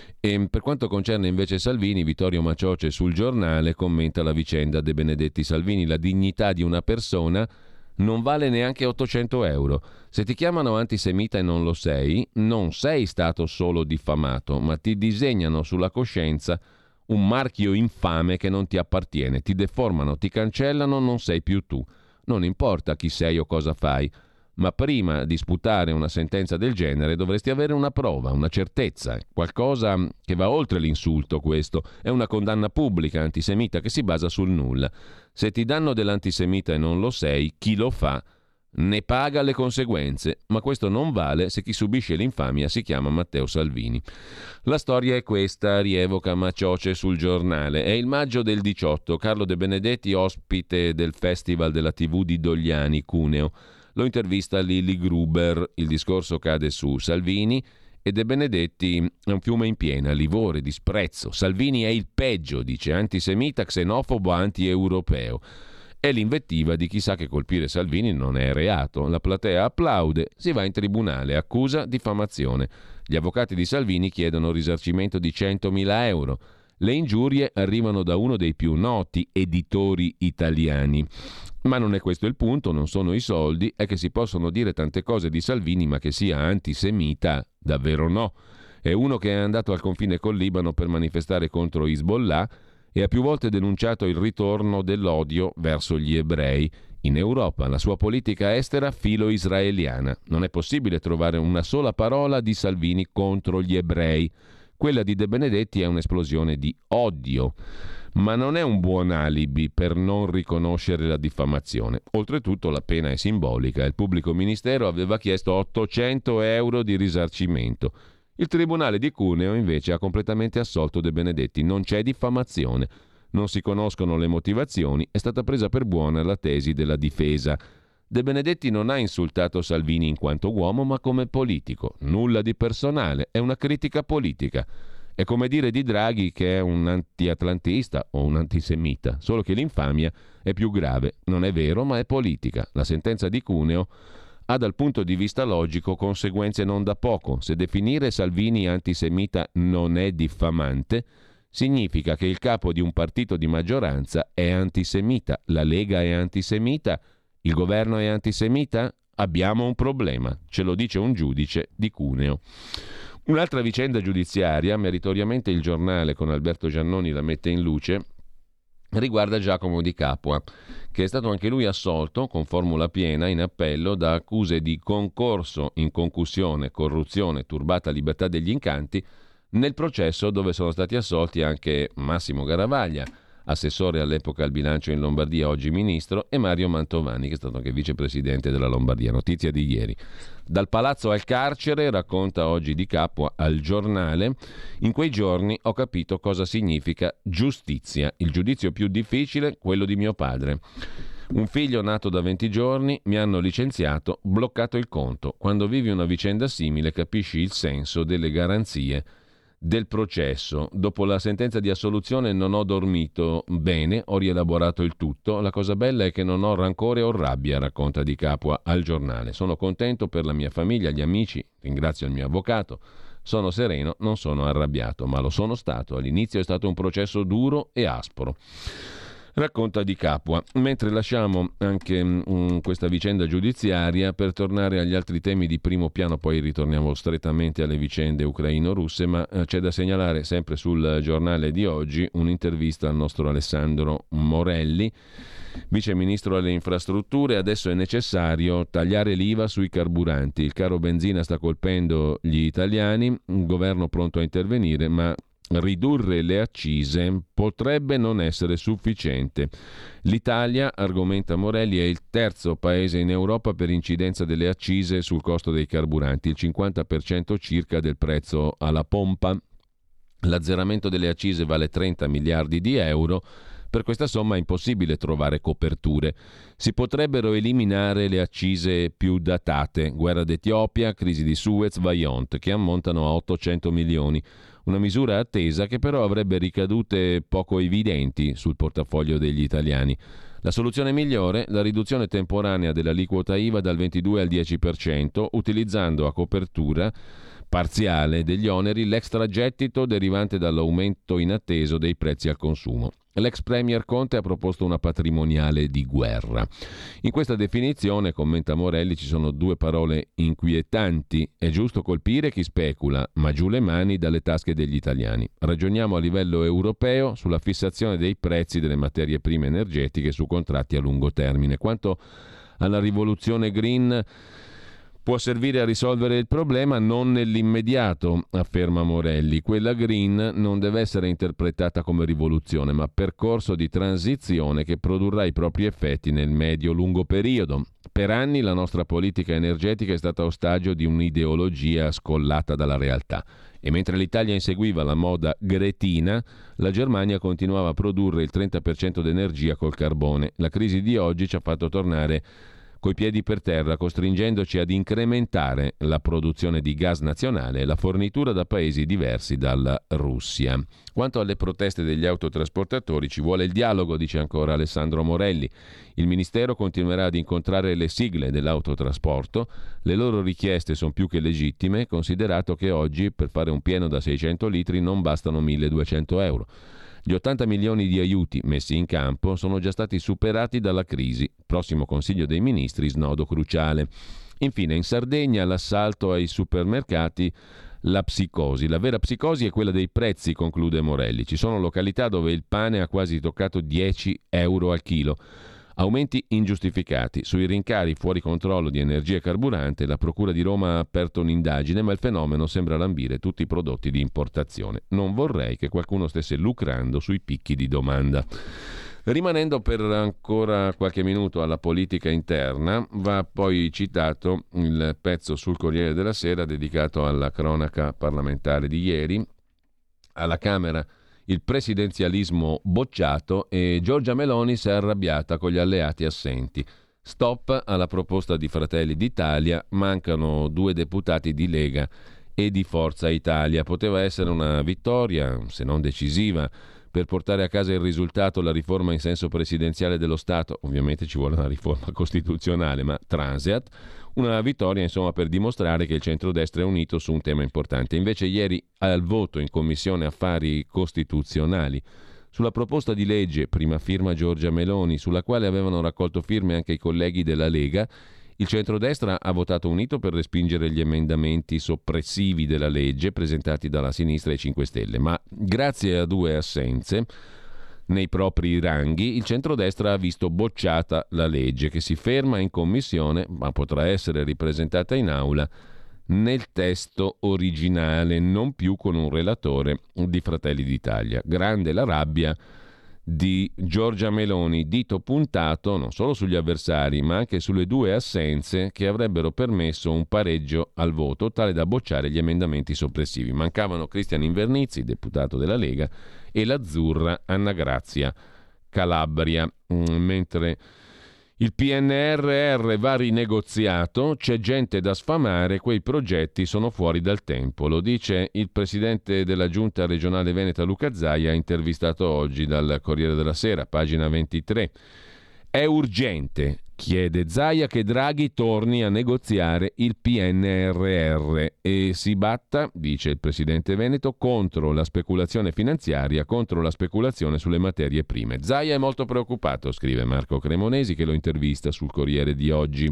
E per quanto concerne invece Salvini, Vittorio Macioce sul Giornale commenta la vicenda De Benedetti Salvini. La dignità di una persona non vale neanche ottocento euro. Se ti chiamano antisemita e non lo sei, non sei stato solo diffamato, ma ti disegnano sulla coscienza un marchio infame che non ti appartiene. Ti deformano, ti cancellano, non sei più tu. Non importa chi sei o cosa fai, ma prima di sputare una sentenza del genere dovresti avere una prova, una certezza, qualcosa che va oltre l'insulto. Questo è una condanna pubblica antisemita che si basa sul nulla. Se ti danno dell'antisemita e non lo sei, chi lo fa ne paga le conseguenze, ma questo non vale se chi subisce l'infamia si chiama Matteo Salvini. La storia è questa, rievoca Macioce sul Giornale. È il maggio del diciotto, Carlo De Benedetti ospite del Festival della tivù di Dogliani, Cuneo. Lo intervista Lili Gruber, il discorso cade su Salvini e De Benedetti è un fiume in piena, livore, disprezzo. Salvini è il peggio, dice, antisemita, xenofobo, anti-europeo. È l'invettiva di chi sa che colpire Salvini non è reato. La platea applaude, si va in tribunale, accusa diffamazione. Gli avvocati di Salvini chiedono risarcimento di centomila euro. Le ingiurie arrivano da uno dei più noti editori italiani. Ma non è questo il punto, non sono i soldi, è che si possono dire tante cose di Salvini, ma che sia antisemita, davvero no. È uno che è andato al confine col Libano per manifestare contro Hezbollah e ha più volte denunciato il ritorno dell'odio verso gli ebrei. In Europa la sua politica estera filo-israeliana. Non è possibile trovare una sola parola di Salvini contro gli ebrei. Quella di De Benedetti è un'esplosione di odio, ma non è un buon alibi per non riconoscere la diffamazione. Oltretutto la pena è simbolica. Il pubblico ministero aveva chiesto ottocento euro di risarcimento. Il Tribunale di Cuneo invece ha completamente assolto De Benedetti. Non c'è diffamazione, non si conoscono le motivazioni, è stata presa per buona la tesi della difesa. De Benedetti non ha insultato Salvini in quanto uomo, ma come politico. Nulla di personale, è una critica politica. È come dire di Draghi che è un anti-atlantista o un antisemita, solo che l'infamia è più grave. Non è vero, ma è politica. La sentenza di Cuneo ha dal punto di vista logico conseguenze non da poco. Se definire Salvini antisemita non è diffamante, significa che il capo di un partito di maggioranza è antisemita. La Lega è antisemita? Il governo è antisemita? Abbiamo un problema, ce lo dice un giudice di Cuneo. Un'altra vicenda giudiziaria, meritoriamente il Giornale con Alberto Giannoni la mette in luce, riguarda Giacomo Di Capua, che è stato anche lui assolto con formula piena in appello da accuse di concorso in concussione, corruzione, turbata libertà degli incanti nel processo dove sono stati assolti anche Massimo Garavaglia, assessore all'epoca al bilancio in Lombardia, oggi ministro, e Mario Mantovani, che è stato anche vicepresidente della Lombardia. Notizia di ieri. Dal palazzo al carcere, racconta oggi Di Capua al Giornale, in quei giorni ho capito cosa significa giustizia, il giudizio più difficile, quello di mio padre. Un figlio nato da venti giorni, mi hanno licenziato, bloccato il conto. Quando vivi una vicenda simile capisci il senso delle garanzie del processo. Dopo la sentenza di assoluzione non ho dormito bene, ho rielaborato il tutto. La cosa bella è che non ho rancore o rabbia, racconta Di Capua al Giornale. Sono contento per la mia famiglia, gli amici, ringrazio il mio avvocato. Sono sereno, non sono arrabbiato, ma lo sono stato. All'inizio è stato un processo duro e aspro. Racconta Di Capua. Mentre lasciamo anche um, questa vicenda giudiziaria per tornare agli altri temi di primo piano, poi ritorniamo strettamente alle vicende ucraino-russe, ma eh, c'è da segnalare sempre sul Giornale di oggi un'intervista al nostro Alessandro Morelli, vice ministro alle infrastrutture. Adesso è necessario tagliare l'I V A sui carburanti. Il caro benzina sta colpendo gli italiani, un governo pronto a intervenire, ma ridurre le accise potrebbe non essere sufficiente. L'Italia, argomenta Morelli, è il terzo paese in Europa per incidenza delle accise sul costo dei carburanti, il cinquanta per cento circa del prezzo alla pompa. L'azzeramento delle accise vale trenta miliardi di euro. Per questa somma è impossibile trovare coperture. Si potrebbero eliminare le accise più datate, guerra d'Etiopia, crisi di Suez, Vajont, che ammontano a ottocento milioni. Una misura attesa che però avrebbe ricadute poco evidenti sul portafoglio degli italiani. La soluzione migliore? La riduzione temporanea dell'aliquota I V A dal ventidue al dieci per cento, utilizzando a copertura parziale degli oneri l'extragettito derivante dall'aumento inatteso dei prezzi al consumo. L'ex premier Conte ha proposto una patrimoniale di guerra. In questa definizione, commenta Morelli, ci sono due parole inquietanti. È giusto colpire chi specula, ma giù le mani dalle tasche degli italiani. Ragioniamo a livello europeo sulla fissazione dei prezzi delle materie prime energetiche su contratti a lungo termine. Quanto alla rivoluzione green, può servire a risolvere il problema, non nell'immediato, afferma Morelli. Quella green non deve essere interpretata come rivoluzione, ma percorso di transizione che produrrà i propri effetti nel medio-lungo periodo. Per anni la nostra politica energetica è stata ostaggio di un'ideologia scollata dalla realtà. E mentre l'Italia inseguiva la moda gretina, la Germania continuava a produrre il trenta per cento d'energia col carbone. La crisi di oggi ci ha fatto tornare coi piedi per terra, costringendoci ad incrementare la produzione di gas nazionale e la fornitura da paesi diversi dalla Russia. Quanto alle proteste degli autotrasportatori, ci vuole il dialogo, dice ancora Alessandro Morelli. Il Ministero continuerà ad incontrare le sigle dell'autotrasporto. Le loro richieste sono più che legittime, considerato che oggi per fare un pieno da seicento litri non bastano milleduecento euro. Gli ottanta milioni di aiuti messi in campo sono già stati superati dalla crisi. Prossimo Consiglio dei Ministri, snodo cruciale. Infine, in Sardegna l'assalto ai supermercati, la psicosi. La vera psicosi è quella dei prezzi, conclude Morelli. Ci sono località dove il pane ha quasi toccato dieci euro al chilo. Aumenti ingiustificati. Sui rincari fuori controllo di energia e carburante, la Procura di Roma ha aperto un'indagine, ma il fenomeno sembra lambire tutti i prodotti di importazione. Non vorrei che qualcuno stesse lucrando sui picchi di domanda. Rimanendo per ancora qualche minuto alla politica interna, va poi citato il pezzo sul Corriere della Sera dedicato alla cronaca parlamentare di ieri. Alla Camera il presidenzialismo bocciato e Giorgia Meloni si è arrabbiata con gli alleati assenti. Stop alla proposta di Fratelli d'Italia, mancano due deputati di Lega e di Forza Italia. Poteva essere una vittoria, se non decisiva, per portare a casa il risultato, la riforma in senso presidenziale dello Stato. Ovviamente ci vuole una riforma costituzionale, ma transeat. Una vittoria, insomma, per dimostrare che il centrodestra è unito su un tema importante. Invece ieri al voto in Commissione Affari Costituzionali sulla proposta di legge, prima firma Giorgia Meloni, sulla quale avevano raccolto firme anche i colleghi della Lega, il centrodestra ha votato unito per respingere gli emendamenti soppressivi della legge presentati dalla sinistra e cinque Stelle, ma grazie a due assenze nei propri ranghi, il centrodestra ha visto bocciata la legge che si ferma in commissione, ma potrà essere ripresentata in aula nel testo originale, non più con un relatore di Fratelli d'Italia. Grande la rabbia di Giorgia Meloni, dito puntato non solo sugli avversari ma anche sulle due assenze che avrebbero permesso un pareggio al voto tale da bocciare gli emendamenti soppressivi. Mancavano Cristian Invernizzi, deputato della Lega, e l'azzurra Anna Grazia Calabria, mentre il P N R R va rinegoziato, c'è gente da sfamare, quei progetti sono fuori dal tempo. Lo dice il presidente della Giunta regionale veneta Luca Zaia, intervistato oggi dal Corriere della Sera, pagina ventitré. È urgente, chiede Zaia, che Draghi torni a negoziare il P N R R e si batta, dice il presidente veneto, contro la speculazione finanziaria, contro la speculazione sulle materie prime. Zaia è molto preoccupato, scrive Marco Cremonesi, che lo intervista sul Corriere di oggi.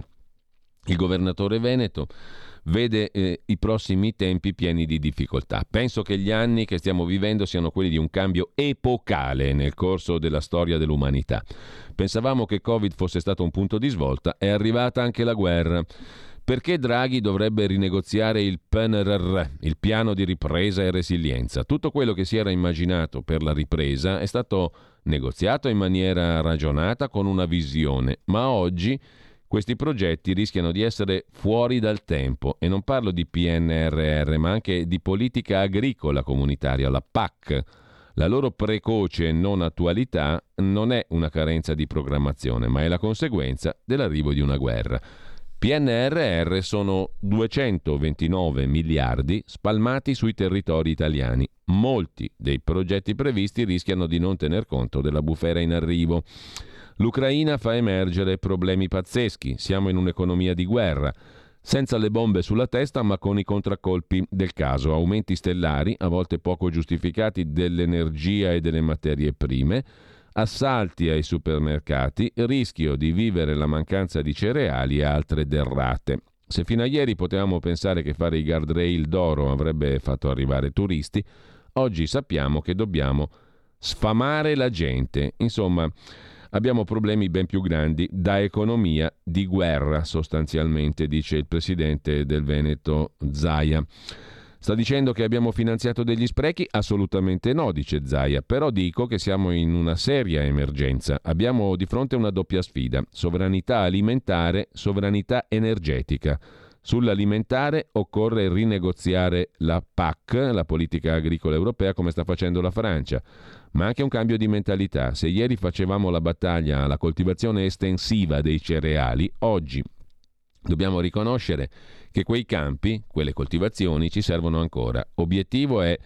Il governatore veneto vede eh, i prossimi tempi pieni di difficoltà. Penso che gli anni che stiamo vivendo siano quelli di un cambio epocale nel corso della storia dell'umanità. Pensavamo che Covid fosse stato un punto di svolta, è arrivata anche la guerra. Perché Draghi dovrebbe rinegoziare il P N R R, il piano di ripresa e resilienza? Tutto quello che si era immaginato per la ripresa è stato negoziato in maniera ragionata con una visione, ma oggi questi progetti rischiano di essere fuori dal tempo e non parlo di P N R R ma anche di politica agricola comunitaria, la P A C. La loro precoce non attualità non è una carenza di programmazione ma è la conseguenza dell'arrivo di una guerra. P N R R sono duecentoventinove miliardi spalmati sui territori italiani. Molti dei progetti previsti rischiano di non tener conto della bufera in arrivo. L'Ucraina fa emergere problemi pazzeschi, siamo in un'economia di guerra, senza le bombe sulla testa ma con i contraccolpi del caso, aumenti stellari, a volte poco giustificati, dell'energia e delle materie prime, assalti ai supermercati, rischio di vivere la mancanza di cereali e altre derrate. Se fino a ieri potevamo pensare che fare i guardrail d'oro avrebbe fatto arrivare turisti, oggi sappiamo che dobbiamo sfamare la gente. Insomma, abbiamo problemi ben più grandi da economia di guerra, sostanzialmente, dice il presidente del Veneto Zaia. Sta dicendo che abbiamo finanziato degli sprechi? Assolutamente no, dice Zaia, però dico che siamo in una seria emergenza. Abbiamo di fronte una doppia sfida, sovranità alimentare, sovranità energetica. Sull'alimentare occorre rinegoziare la P A C, la politica agricola europea, come sta facendo la Francia, ma anche un cambio di mentalità. Se ieri facevamo la battaglia alla coltivazione estensiva dei cereali, oggi dobbiamo riconoscere che quei campi, quelle coltivazioni ci servono ancora. Obiettivo è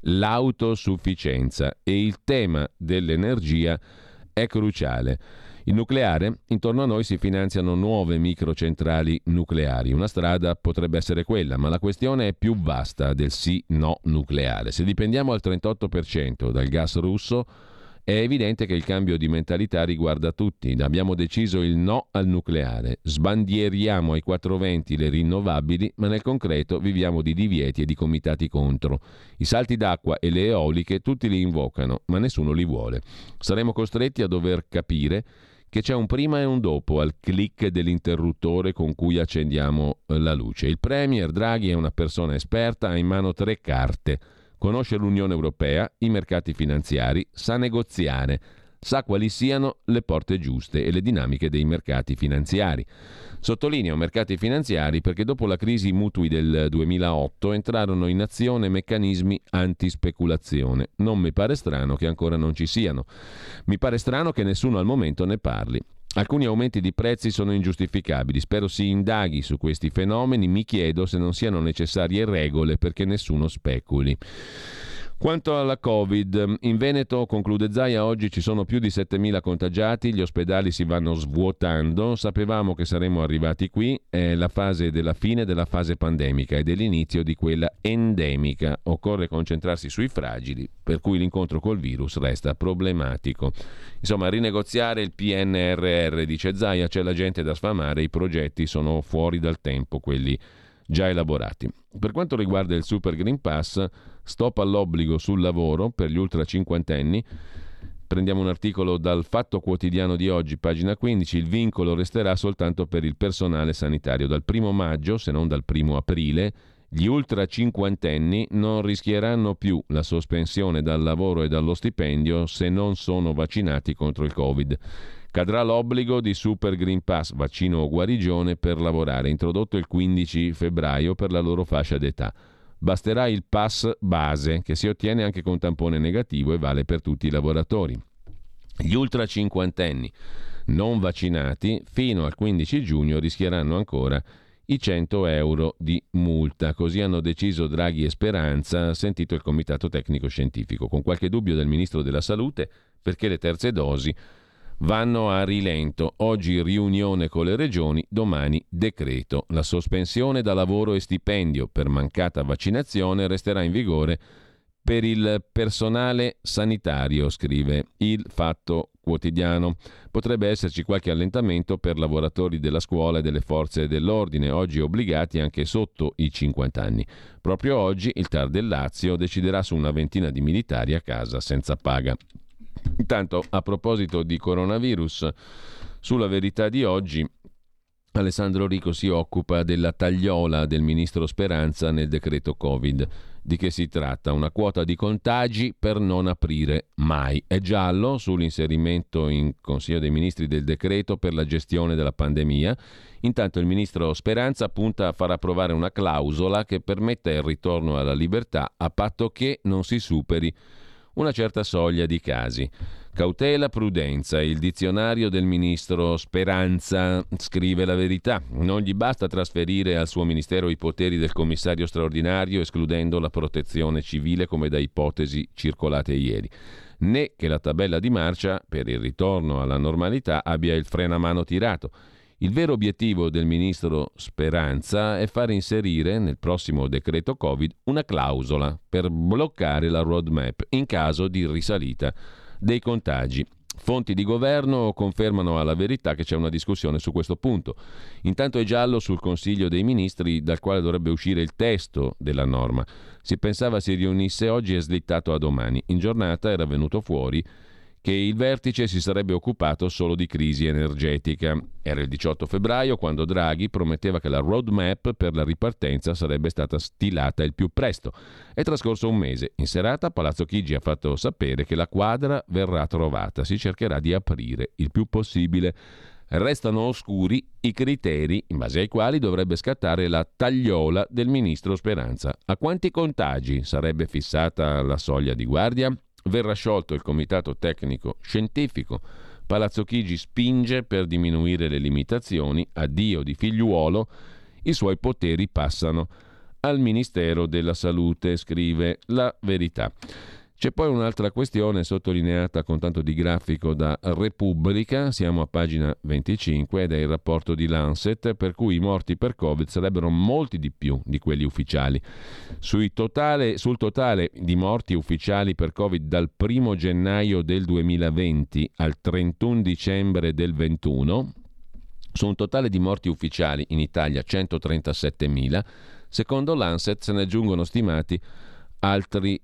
l'autosufficienza e il tema dell'energia è cruciale. Il nucleare, intorno a noi si finanziano nuove microcentrali nucleari. Una strada potrebbe essere quella, ma la questione è più vasta del sì-no nucleare. Se dipendiamo al trentotto per cento dal gas russo, è evidente che il cambio di mentalità riguarda tutti. Abbiamo deciso il no al nucleare, sbandieriamo ai quattrocentoventi le rinnovabili, ma nel concreto viviamo di divieti e di comitati contro. I salti d'acqua e le eoliche tutti li invocano, ma nessuno li vuole. Saremo costretti a dover capire che c'è un prima e un dopo al click dell'interruttore con cui accendiamo la luce. Il premier Draghi è una persona esperta, ha in mano tre carte. Conosce l'Unione Europea, i mercati finanziari, sa negoziare, sa quali siano le porte giuste e le dinamiche dei mercati finanziari. Sottolineo mercati finanziari perché dopo la crisi mutui del duemilaotto entrarono in azione meccanismi antispeculazione. Non mi pare strano che ancora non ci siano. Mi pare strano che nessuno al momento ne parli. Alcuni aumenti di prezzi sono ingiustificabili, spero si indaghi su questi fenomeni, mi chiedo se non siano necessarie regole perché nessuno speculi. Quanto alla Covid, in Veneto, conclude Zaia, oggi ci sono più di settemila contagiati, gli ospedali si vanno svuotando, sapevamo che saremmo arrivati qui, è la fase della fine della fase pandemica e dell'inizio di quella endemica, occorre concentrarsi sui fragili, per cui l'incontro col virus resta problematico. Insomma, rinegoziare il P N R R, dice Zaia, c'è la gente da sfamare, i progetti sono fuori dal tempo, quelli già elaborati. Per quanto riguarda il Super Green Pass, stop all'obbligo sul lavoro per gli ultra cinquantenni. Prendiamo un articolo dal Fatto Quotidiano di oggi, pagina quindici. Il vincolo resterà soltanto per il personale sanitario. Dal primo maggio, se non dal primo aprile, Gli ultra cinquantenni non rischieranno più la sospensione dal lavoro e dallo stipendio se non sono vaccinati contro il Covid. Cadrà l'obbligo di Super Green Pass, vaccino o guarigione, per lavorare, introdotto il quindici febbraio per la loro fascia d'età. Basterà il pass base, che si ottiene anche con tampone negativo e vale per tutti i lavoratori. Gli ultra cinquantenni non vaccinati fino al quindici giugno rischieranno ancora i cento euro di multa. Così hanno deciso Draghi e Speranza, sentito il Comitato Tecnico Scientifico, con qualche dubbio del Ministro della Salute perché le terze dosi vanno a rilento. Oggi riunione con le regioni, domani decreto. La sospensione da lavoro e stipendio per mancata vaccinazione resterà in vigore per il personale sanitario, scrive il Fatto Quotidiano. Potrebbe esserci qualche allentamento per lavoratori della scuola e delle forze dell'ordine, oggi obbligati anche sotto i cinquanta anni. Proprio oggi il T A R del Lazio deciderà su una ventina di militari a casa senza paga. Intanto, a proposito di coronavirus, sulla Verità di oggi Alessandro Rico si occupa della tagliola del ministro Speranza nel decreto Covid. Di che si tratta? Una quota di contagi per non aprire mai. È giallo sull'inserimento in Consiglio dei Ministri del decreto per la gestione della pandemia. Intanto il ministro Speranza punta a far approvare una clausola che permetta il ritorno alla libertà a patto che non si superi una certa soglia di casi. Cautela, prudenza, il dizionario del ministro Speranza, scrive La Verità. Non gli basta trasferire al suo ministero i poteri del commissario straordinario, escludendo la protezione civile come da ipotesi circolate ieri, né che la tabella di marcia per il ritorno alla normalità abbia il freno a mano tirato. Il vero obiettivo del ministro Speranza è far inserire nel prossimo decreto Covid una clausola per bloccare la roadmap in caso di risalita dei contagi. Fonti di governo confermano alla Verità che c'è una discussione su questo punto. Intanto è giallo sul Consiglio dei Ministri, dal quale dovrebbe uscire il testo della norma. Si pensava si riunisse oggi e slittato a domani. In giornata era venuto fuori che il vertice si sarebbe occupato solo di crisi energetica. Era il diciotto febbraio quando Draghi prometteva che la roadmap per la ripartenza sarebbe stata stilata il più presto. È trascorso un mese. In serata Palazzo Chigi ha fatto sapere che la quadra verrà trovata. Si cercherà di aprire il più possibile. Restano oscuri i criteri in base ai quali dovrebbe scattare la tagliola del ministro Speranza. A quanti contagi sarebbe fissata la soglia di guardia? Verrà sciolto il comitato tecnico scientifico. Palazzo Chigi spinge per diminuire le limitazioni. Addio di figliuolo. I suoi poteri passano al Ministero della Salute, scrive La Verità. C'è poi un'altra questione sottolineata con tanto di grafico da Repubblica, siamo a pagina venticinque, ed è il rapporto di Lancet per cui i morti per Covid sarebbero molti di più di quelli ufficiali. Sui totale, sul totale di morti ufficiali per Covid dal primo gennaio del duemilaventi al trentuno dicembre del ventuno, su un totale di morti ufficiali in Italia centotrentasettemila, secondo Lancet se ne aggiungono stimati altri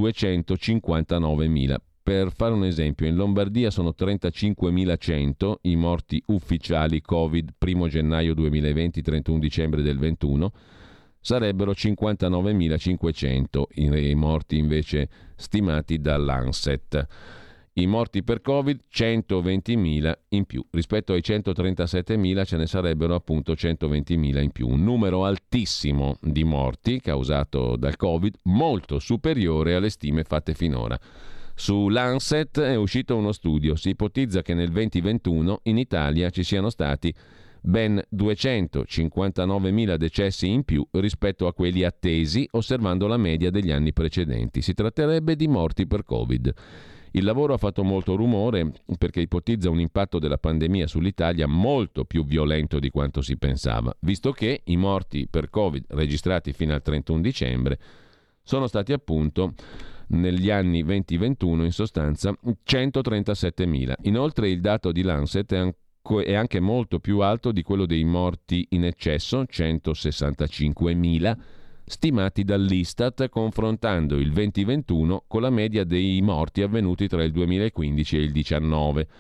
duecentocinquantanovemila. Per fare un esempio, in Lombardia sono trentacinquemilacento i morti ufficiali Covid primo gennaio duemilaventi trentuno dicembre del ventuno, sarebbero cinquantanovemilacinquecento i morti invece stimati dall'Lancet. I morti per Covid centoventimila in più. Rispetto ai centotrentasettemila ce ne sarebbero appunto centoventimila in più. Un numero altissimo di morti causato dal Covid, molto superiore alle stime fatte finora. Su Lancet è uscito uno studio. Si ipotizza che nel duemilaventuno in Italia ci siano stati ben duecentocinquantanovemila decessi in più rispetto a quelli attesi, osservando la media degli anni precedenti. Si tratterebbe di morti per Covid. Il lavoro ha fatto molto rumore perché ipotizza un impatto della pandemia sull'Italia molto più violento di quanto si pensava, visto che i morti per Covid registrati fino al trentuno dicembre sono stati appunto negli anni venti ventuno in sostanza centotrentasettemila. Inoltre il dato di Lancet è è anche molto più alto di quello dei morti in eccesso, centosessantacinquemila, stimati dall'Istat, confrontando il venti ventuno con la media dei morti avvenuti tra il duemilaquindici e il diciannove.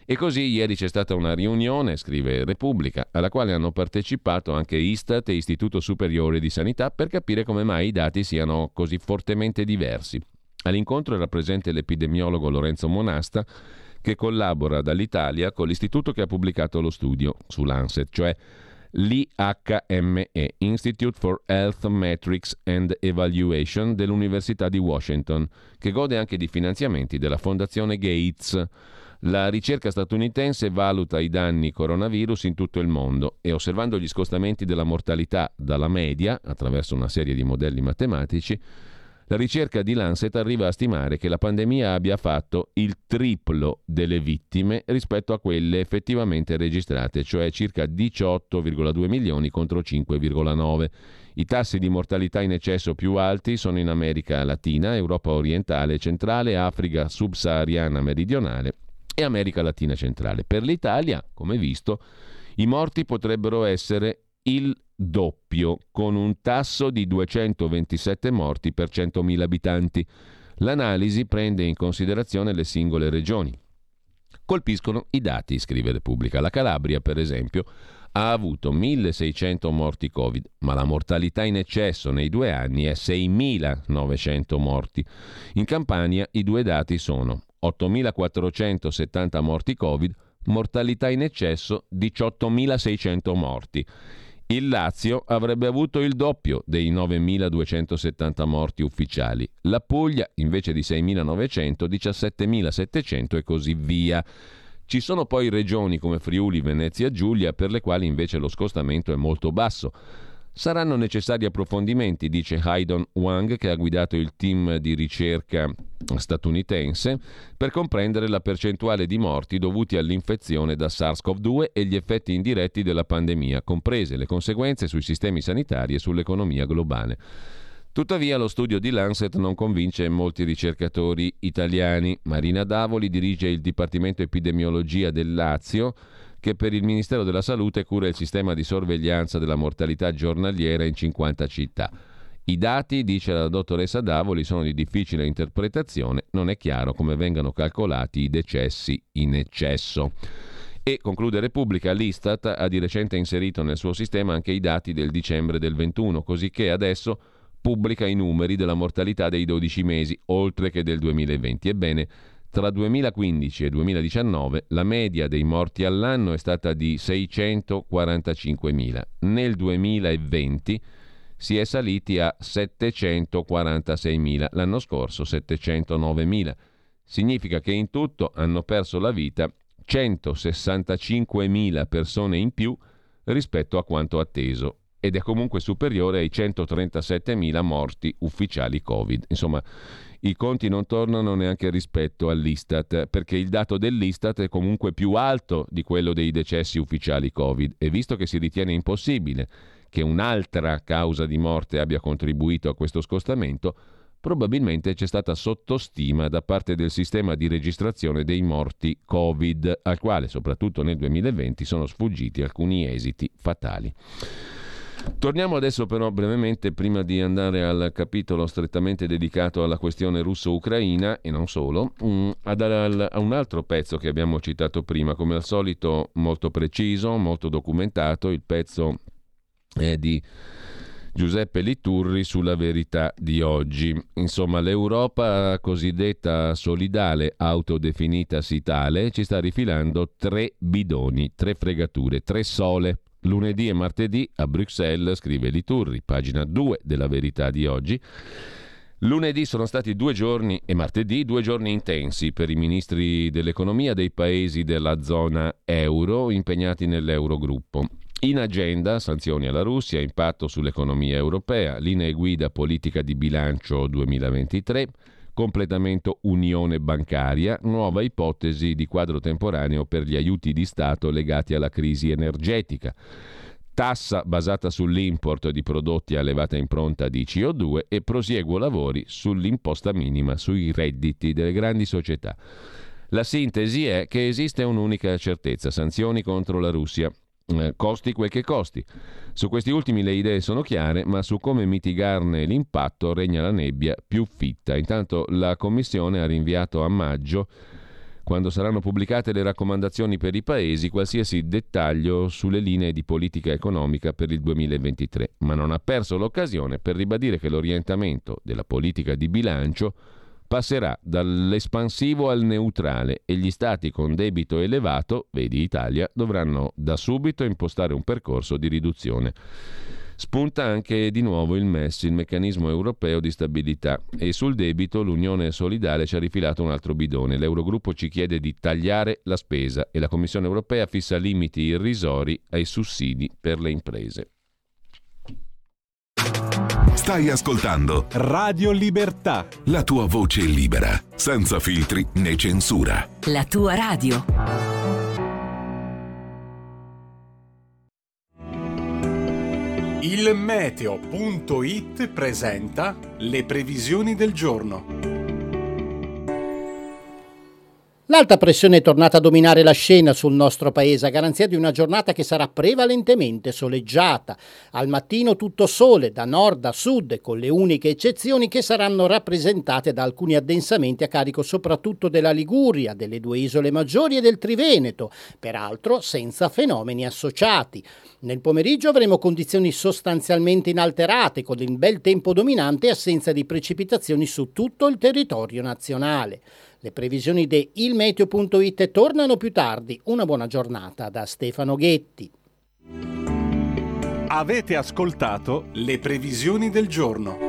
E così ieri c'è stata una riunione, scrive Repubblica, alla quale hanno partecipato anche Istat e Istituto Superiore di Sanità per capire come mai i dati siano così fortemente diversi. All'incontro era presente l'epidemiologo Lorenzo Monasta, che collabora dall'Italia con l'istituto che ha pubblicato lo studio su Lancet, cioè l'I H M E, Institute for Health Metrics and Evaluation dell'Università di Washington, che gode anche di finanziamenti della Fondazione Gates. La ricerca statunitense valuta i danni coronavirus in tutto il mondo e, osservando gli scostamenti della mortalità dalla media attraverso una serie di modelli matematici, la ricerca di Lancet arriva a stimare che la pandemia abbia fatto il triplo delle vittime rispetto a quelle effettivamente registrate, cioè circa diciotto virgola due milioni contro cinque virgola nove. I tassi di mortalità in eccesso più alti sono in America Latina, Europa orientale e centrale, Africa subsahariana meridionale e America Latina centrale. Per l'Italia, come visto, i morti potrebbero essere il doppio, con un tasso di duecentoventisette morti per centomila abitanti. L'analisi prende in considerazione le singole regioni. Colpiscono i dati, scrive Repubblica. La Calabria, per esempio, ha avuto milleseicento morti Covid, ma la mortalità in eccesso nei due anni è seimilanovecento morti. In Campania i due dati sono ottomilaquattrocentosettanta morti Covid, mortalità in eccesso diciottomilaseicento morti. Il Lazio avrebbe avuto il doppio dei novemiladuecentosettanta morti ufficiali. La Puglia, invece di seimilanovecento, diciassettemilasettecento e così via. Ci sono poi regioni come Friuli, Venezia Giulia, per le quali invece lo scostamento è molto basso. Saranno necessari approfondimenti, dice Haydon Wang, che ha guidato il team di ricerca statunitense, per comprendere la percentuale di morti dovuti all'infezione da SARS-CoV due e gli effetti indiretti della pandemia, comprese le conseguenze sui sistemi sanitari e sull'economia globale. Tuttavia lo studio di Lancet non convince molti ricercatori italiani. Marina Davoli dirige il Dipartimento Epidemiologia del Lazio, che per il Ministero della Salute cura il sistema di sorveglianza della mortalità giornaliera in cinquanta città. I dati, dice la dottoressa Davoli, sono di difficile interpretazione, non è chiaro come vengano calcolati i decessi in eccesso. E, conclude Repubblica, l'Istat ha di recente inserito nel suo sistema anche i dati del dicembre del ventuno, così che adesso pubblica i numeri della mortalità dei dodici mesi, oltre che del duemilaventi. Ebbene, tra duemilaquindici e duemiladiciannove la media dei morti all'anno è stata di seicentoquarantacinquemila. Nel duemilaventi si è saliti a settecentoquarantaseimila, l'anno scorso settecentonovemila. Significa che in tutto hanno perso la vita centosessantacinquemila persone in più rispetto a quanto atteso, ed è comunque superiore ai centotrentasettemila morti ufficiali Covid. Insomma, i conti non tornano neanche rispetto all'Istat, perché il dato dell'Istat è comunque più alto di quello dei decessi ufficiali Covid, e visto che si ritiene impossibile che un'altra causa di morte abbia contribuito a questo scostamento, probabilmente c'è stata sottostima da parte del sistema di registrazione dei morti Covid, al quale soprattutto nel duemilaventi sono sfuggiti alcuni esiti fatali. Torniamo adesso però brevemente, prima di andare al capitolo strettamente dedicato alla questione russo-ucraina e non solo, mh, ad, al, a un altro pezzo che abbiamo citato prima, come al solito molto preciso, molto documentato. Il pezzo è di Giuseppe Liturri sulla Verità di oggi. Insomma, l'Europa cosiddetta solidale, autodefinitasi tale, ci sta rifilando tre bidoni, tre fregature, tre sole. Lunedì e martedì a Bruxelles, scrive Liturri, pagina due della Verità di oggi. Lunedì sono stati due giorni e martedì due giorni intensi per i ministri dell'economia dei paesi della zona euro impegnati nell'Eurogruppo. In agenda sanzioni alla Russia, impatto sull'economia europea, linee guida politica di bilancio duemilaventitré, completamento unione bancaria, nuova ipotesi di quadro temporaneo per gli aiuti di Stato legati alla crisi energetica, tassa basata sull'import di prodotti a elevata impronta di C O due e prosieguo lavori sull'imposta minima sui redditi delle grandi società. La sintesi è che esiste un'unica certezza: sanzioni contro la Russia. Eh, costi quel che costi. Su questi ultimi le idee sono chiare, ma su come mitigarne l'impatto regna la nebbia più fitta. Intanto la Commissione ha rinviato a maggio quando saranno pubblicate le raccomandazioni per i paesi, qualsiasi dettaglio sulle linee di politica economica per il duemilaventitré, ma non ha perso l'occasione per ribadire che l'orientamento della politica di bilancio passerà dall'espansivo al neutrale e gli stati con debito elevato, vedi Italia, dovranno da subito impostare un percorso di riduzione. Spunta anche di nuovo il M E S, il meccanismo europeo di stabilità, e sul debito l'Unione Solidale ci ha rifilato un altro bidone. L'Eurogruppo ci chiede di tagliare la spesa e la Commissione europea fissa limiti irrisori ai sussidi per le imprese. Stai ascoltando Radio Libertà, la tua voce libera, senza filtri né censura. La tua radio. il meteo punto it presenta le previsioni del giorno. L'alta pressione è tornata a dominare la scena sul nostro paese, a garanzia di una giornata che sarà prevalentemente soleggiata. Al mattino tutto sole, da nord a sud, con le uniche eccezioni che saranno rappresentate da alcuni addensamenti a carico soprattutto della Liguria, delle due isole maggiori e del Triveneto, peraltro senza fenomeni associati. Nel pomeriggio avremo condizioni sostanzialmente inalterate, con il bel tempo dominante e assenza di precipitazioni su tutto il territorio nazionale. Le previsioni di il meteo punto it tornano più tardi. Una buona giornata da Stefano Ghetti. Avete ascoltato le previsioni del giorno.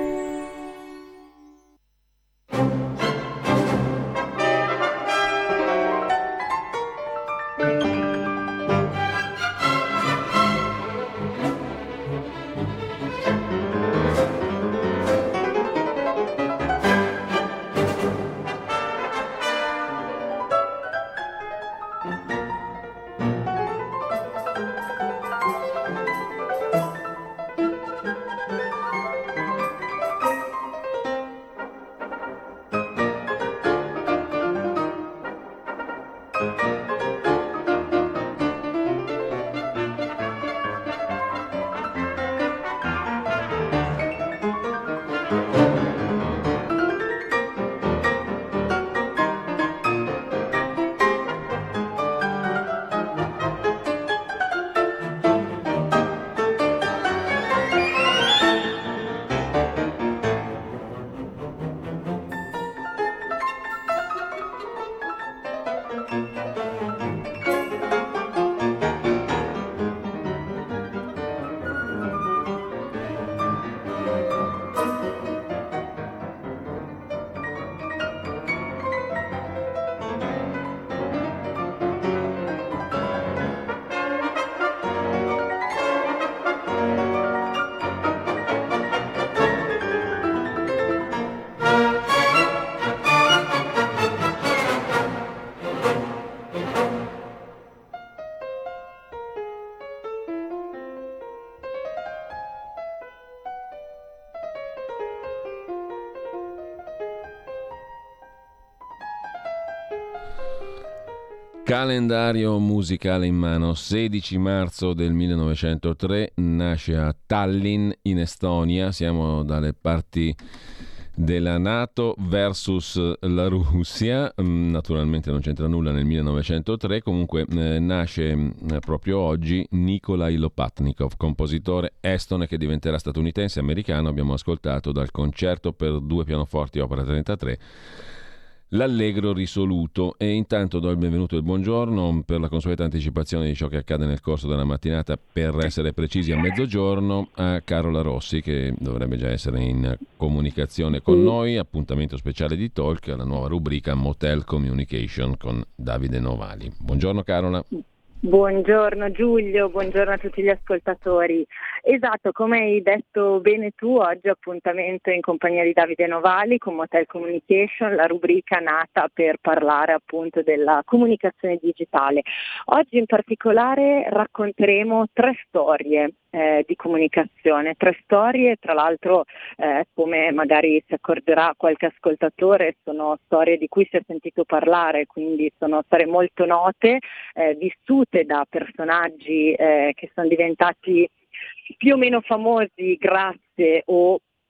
Calendario musicale in mano. Sedici marzo del millenovecentotre nasce a Tallinn in Estonia, siamo dalle parti della NATO versus la Russia, naturalmente non c'entra nulla nel millenovecentotre, comunque eh, nasce eh, proprio oggi Nikolai Lopatnikov, compositore estone che diventerà statunitense americano. Abbiamo ascoltato dal concerto per due pianoforti opera trentatré l'Allegro risoluto, e intanto do il benvenuto e il buongiorno per la consueta anticipazione di ciò che accade nel corso della mattinata, per essere precisi a mezzogiorno, a Carola Rossi, che dovrebbe già essere in comunicazione con noi. Appuntamento speciale di Talk, la nuova rubrica Motel Communication con Davide Novali. Buongiorno Carola. Buongiorno Giulio, buongiorno a tutti gli ascoltatori. Esatto, come hai detto bene tu, oggi appuntamento in compagnia di Davide Novali con Motel Communication, la rubrica nata per parlare appunto della comunicazione digitale. Oggi in particolare racconteremo tre storie eh, di comunicazione, tre storie, tra l'altro eh, come magari si accorgerà qualche ascoltatore, sono storie di cui si è sentito parlare, quindi sono storie molto note, eh, vissute da personaggi eh, che sono diventati più o meno famosi grazie o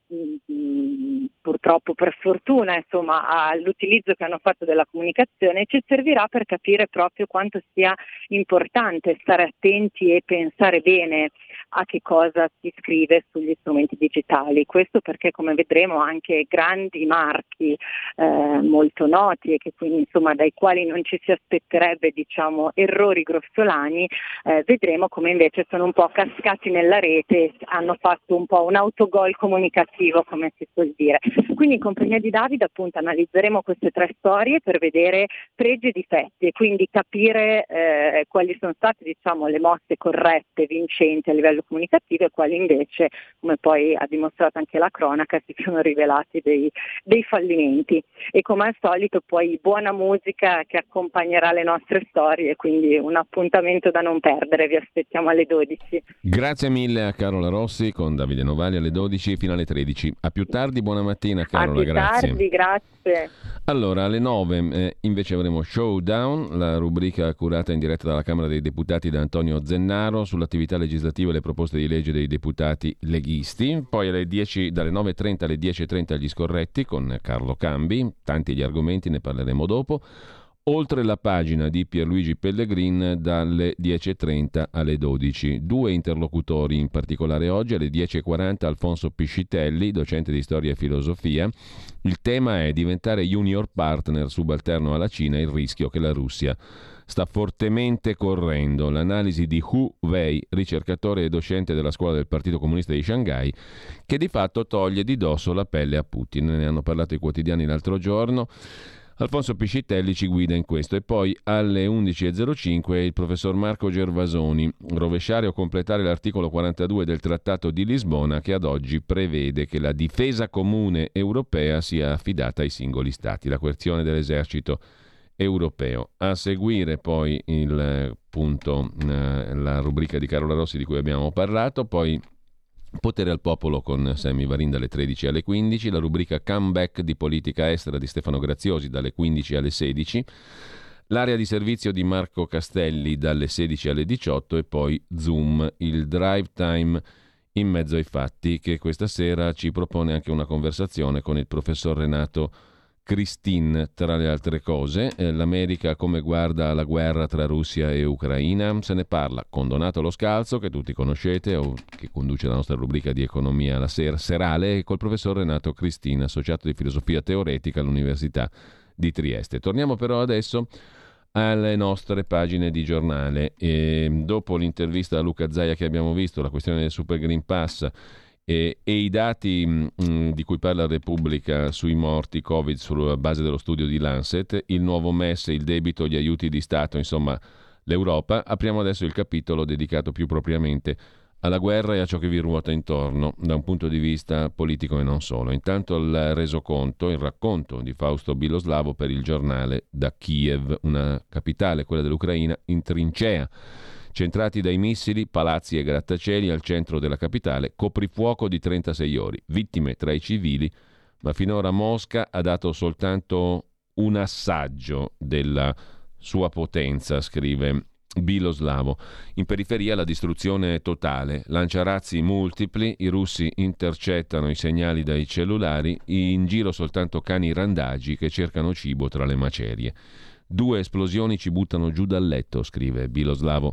mh, purtroppo per fortuna insomma all'utilizzo che hanno fatto della comunicazione, ci servirà per capire proprio quanto sia importante stare attenti e pensare bene a che cosa si scrive sugli strumenti digitali. Questo perché, come vedremo, anche grandi marchi eh, molto noti e che quindi insomma dai quali non ci si aspetterebbe diciamo errori grossolani, eh, vedremo come invece sono un po' cascati nella rete, hanno fatto un po' un autogol comunicativo, come si suol dire. Quindi in compagnia di Davide appunto analizzeremo queste tre storie per vedere pregi e difetti e quindi capire eh, quali sono state diciamo le mosse corrette, vincenti a livello comunicativo e quali invece, come poi ha dimostrato anche la cronaca, si sono rivelati dei, dei fallimenti. E come al solito poi buona musica che accompagnerà le nostre storie, quindi un appuntamento da non perdere, vi aspettiamo alle dodici. Grazie mille a Carola Rossi con Davide Novali alle dodici fino alle tredici. A più tardi, buona mattina Carola, a più grazie. tardi, grazie. Allora, alle nove eh, invece avremo Showdown, la rubrica curata in diretta dalla Camera dei Deputati da Antonio Zennaro sull'attività legislativa e le proposte di legge dei deputati leghisti. Poi alle dieci, dalle nove e trenta alle dieci e trenta gli scorretti con Carlo Cambi, tanti gli argomenti, ne parleremo dopo. Oltre la pagina di Pierluigi Pellegrin dalle dieci e trenta alle dodici. Due interlocutori in particolare oggi, alle dieci e quaranta Alfonso Piscitelli, docente di storia e filosofia. Il tema è diventare junior partner subalterno alla Cina, il rischio che la Russia sta fortemente correndo. L'analisi di Hu Wei, ricercatore e docente della scuola del Partito Comunista di Shanghai, che di fatto toglie di dosso la pelle a Putin. Ne hanno parlato i quotidiani l'altro giorno. Alfonso Piscitelli ci guida in questo. E poi alle undici e zero cinque il professor Marco Gervasoni, rovesciare o completare l'articolo quarantadue del Trattato di Lisbona, che ad oggi prevede che la difesa comune europea sia affidata ai singoli stati, la coerzione dell'esercito europeo. A seguire poi il punto, eh, la rubrica di Carola Rossi di cui abbiamo parlato, poi Potere al popolo con Sammy Varin dalle tredici alle quindici, la rubrica Comeback di politica estera di Stefano Graziosi dalle quindici alle sedici, l'area di servizio di Marco Castelli dalle sedici alle diciotto e poi Zoom, il drive time in mezzo ai fatti, che questa sera ci propone anche una conversazione con il professor Renato Cristin, tra le altre cose. Eh, l'America come guarda alla guerra tra Russia e Ucraina, se ne parla con Donato Lo Scalzo, che tutti conoscete, o che conduce la nostra rubrica di economia la sera serale, e col professor Renato Cristin, associato di filosofia teoretica all'Università di Trieste. Torniamo però adesso alle nostre pagine di giornale. E dopo l'intervista a Luca Zaia che abbiamo visto, la questione del Super Green Pass E, e i dati mh, di cui parla Repubblica sui morti Covid sulla base dello studio di Lancet, il nuovo M E S, il debito, gli aiuti di Stato, insomma l'Europa, apriamo adesso il capitolo dedicato più propriamente alla guerra e a ciò che vi ruota intorno da un punto di vista politico e non solo. Intanto il resoconto, il racconto di Fausto Biloslavo per il giornale da Kiev, una capitale, quella dell'Ucraina, in trincea. Centrati dai missili, palazzi e grattacieli al centro della capitale, coprifuoco di trentasei ore, vittime tra i civili, ma finora Mosca ha dato soltanto un assaggio della sua potenza, scrive Biloslavo. In periferia la distruzione totale, lanciarazzi multipli, i russi intercettano i segnali dai cellulari, in giro soltanto cani randagi che cercano cibo tra le macerie. Due esplosioni ci buttano giù dal letto, scrive Biloslavo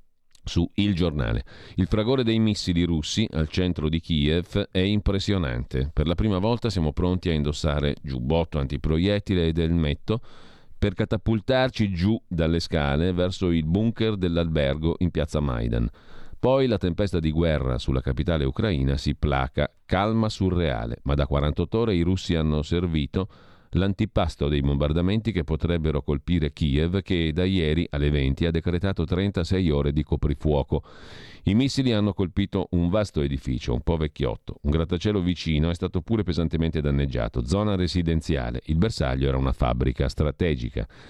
su Il Giornale. Il fragore dei missili russi al centro di Kiev è impressionante. Per la prima volta siamo pronti a indossare giubbotto antiproiettile ed elmetto per catapultarci giù dalle scale verso il bunker dell'albergo in piazza Maidan. Poi la tempesta di guerra sulla capitale ucraina si placa, calma surreale, ma da quarantotto ore i russi hanno servito l'antipasto dei bombardamenti che potrebbero colpire Kiev, che da ieri alle venti ha decretato trentasei ore di coprifuoco. I missili hanno colpito un vasto edificio, un po' vecchiotto. Un grattacielo vicino è stato pure pesantemente danneggiato. Zona residenziale. Il bersaglio era una fabbrica strategica.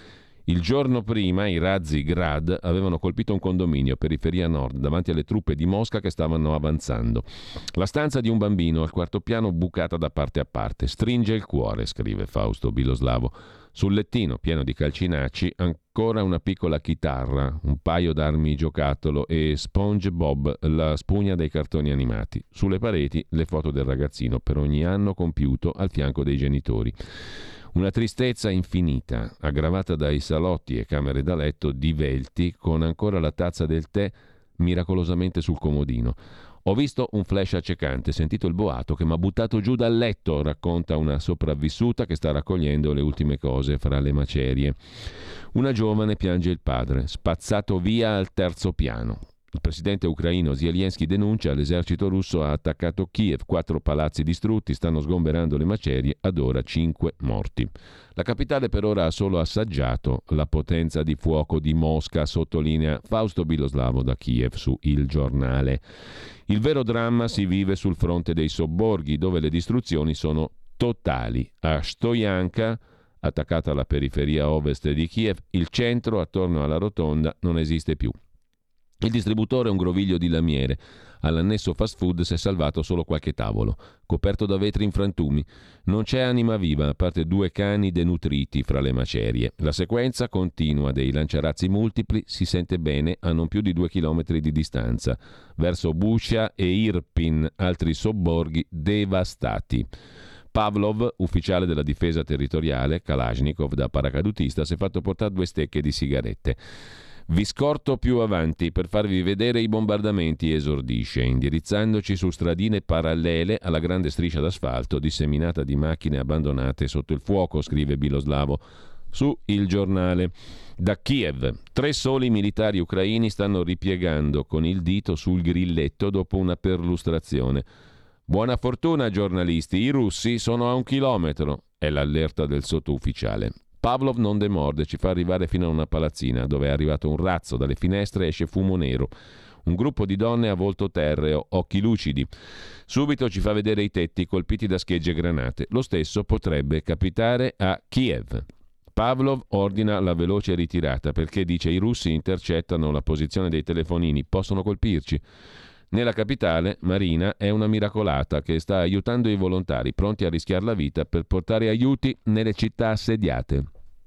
Il giorno prima i razzi Grad avevano colpito un condominio, periferia nord, davanti alle truppe di Mosca che stavano avanzando. La stanza di un bambino al quarto piano bucata da parte a parte. Stringe il cuore, scrive Fausto Biloslavo. Sul lettino, pieno di calcinacci, ancora una piccola chitarra, un paio d'armi giocattolo e SpongeBob, la spugna dei cartoni animati. Sulle pareti le foto del ragazzino per ogni anno compiuto al fianco dei genitori. Una tristezza infinita, aggravata dai salotti e camere da letto divelti, con ancora la tazza del tè miracolosamente sul comodino. Ho visto un flash accecante, sentito il boato che m'ha buttato giù dal letto, racconta una sopravvissuta che sta raccogliendo le ultime cose fra le macerie. Una giovane piange il padre, spazzato via al terzo piano. Il presidente ucraino Zelensky denuncia: l'esercito russo ha attaccato Kiev, quattro palazzi distrutti, stanno sgomberando le macerie, ad ora cinque morti. La capitale per ora ha solo assaggiato la potenza di fuoco di Mosca, sottolinea Fausto Biloslavo da Kiev su Il Giornale. Il vero dramma si vive sul fronte dei sobborghi, dove le distruzioni sono totali. A Stojanka, attaccata alla periferia ovest di Kiev, il centro attorno alla rotonda non esiste più. Il distributore è un groviglio di lamiere. All'annesso fast food si è salvato solo qualche tavolo, coperto da vetri in frantumi. Non c'è anima viva, a parte due cani denutriti fra le macerie. La sequenza continua dei lanciarazzi multipli si sente bene a non più di due chilometri di distanza, verso Bucha e Irpin, altri sobborghi devastati. Pavlov, ufficiale della difesa territoriale, Kalashnikov da paracadutista, si è fatto portare due stecche di sigarette. Vi scorto più avanti per farvi vedere i bombardamenti, esordisce, indirizzandoci su stradine parallele alla grande striscia d'asfalto disseminata di macchine abbandonate sotto il fuoco, scrive Biloslavo su Il Giornale. Da Kiev, tre soli militari ucraini stanno ripiegando con il dito sul grilletto dopo una perlustrazione. Buona fortuna, giornalisti, i russi sono a un chilometro, è l'allerta del sottufficiale. Pavlov non demorde, ci fa arrivare fino a una palazzina dove è arrivato un razzo, dalle finestre esce fumo nero. Un gruppo di donne a volto terreo, occhi lucidi. Subito ci fa vedere i tetti colpiti da schegge granate. Lo stesso potrebbe capitare a Kiev. Pavlov ordina la veloce ritirata perché, dice, i russi intercettano la posizione dei telefonini, possono colpirci. Nella capitale, Marina è una miracolata che sta aiutando i volontari pronti a rischiare la vita per portare aiuti nelle città assediate.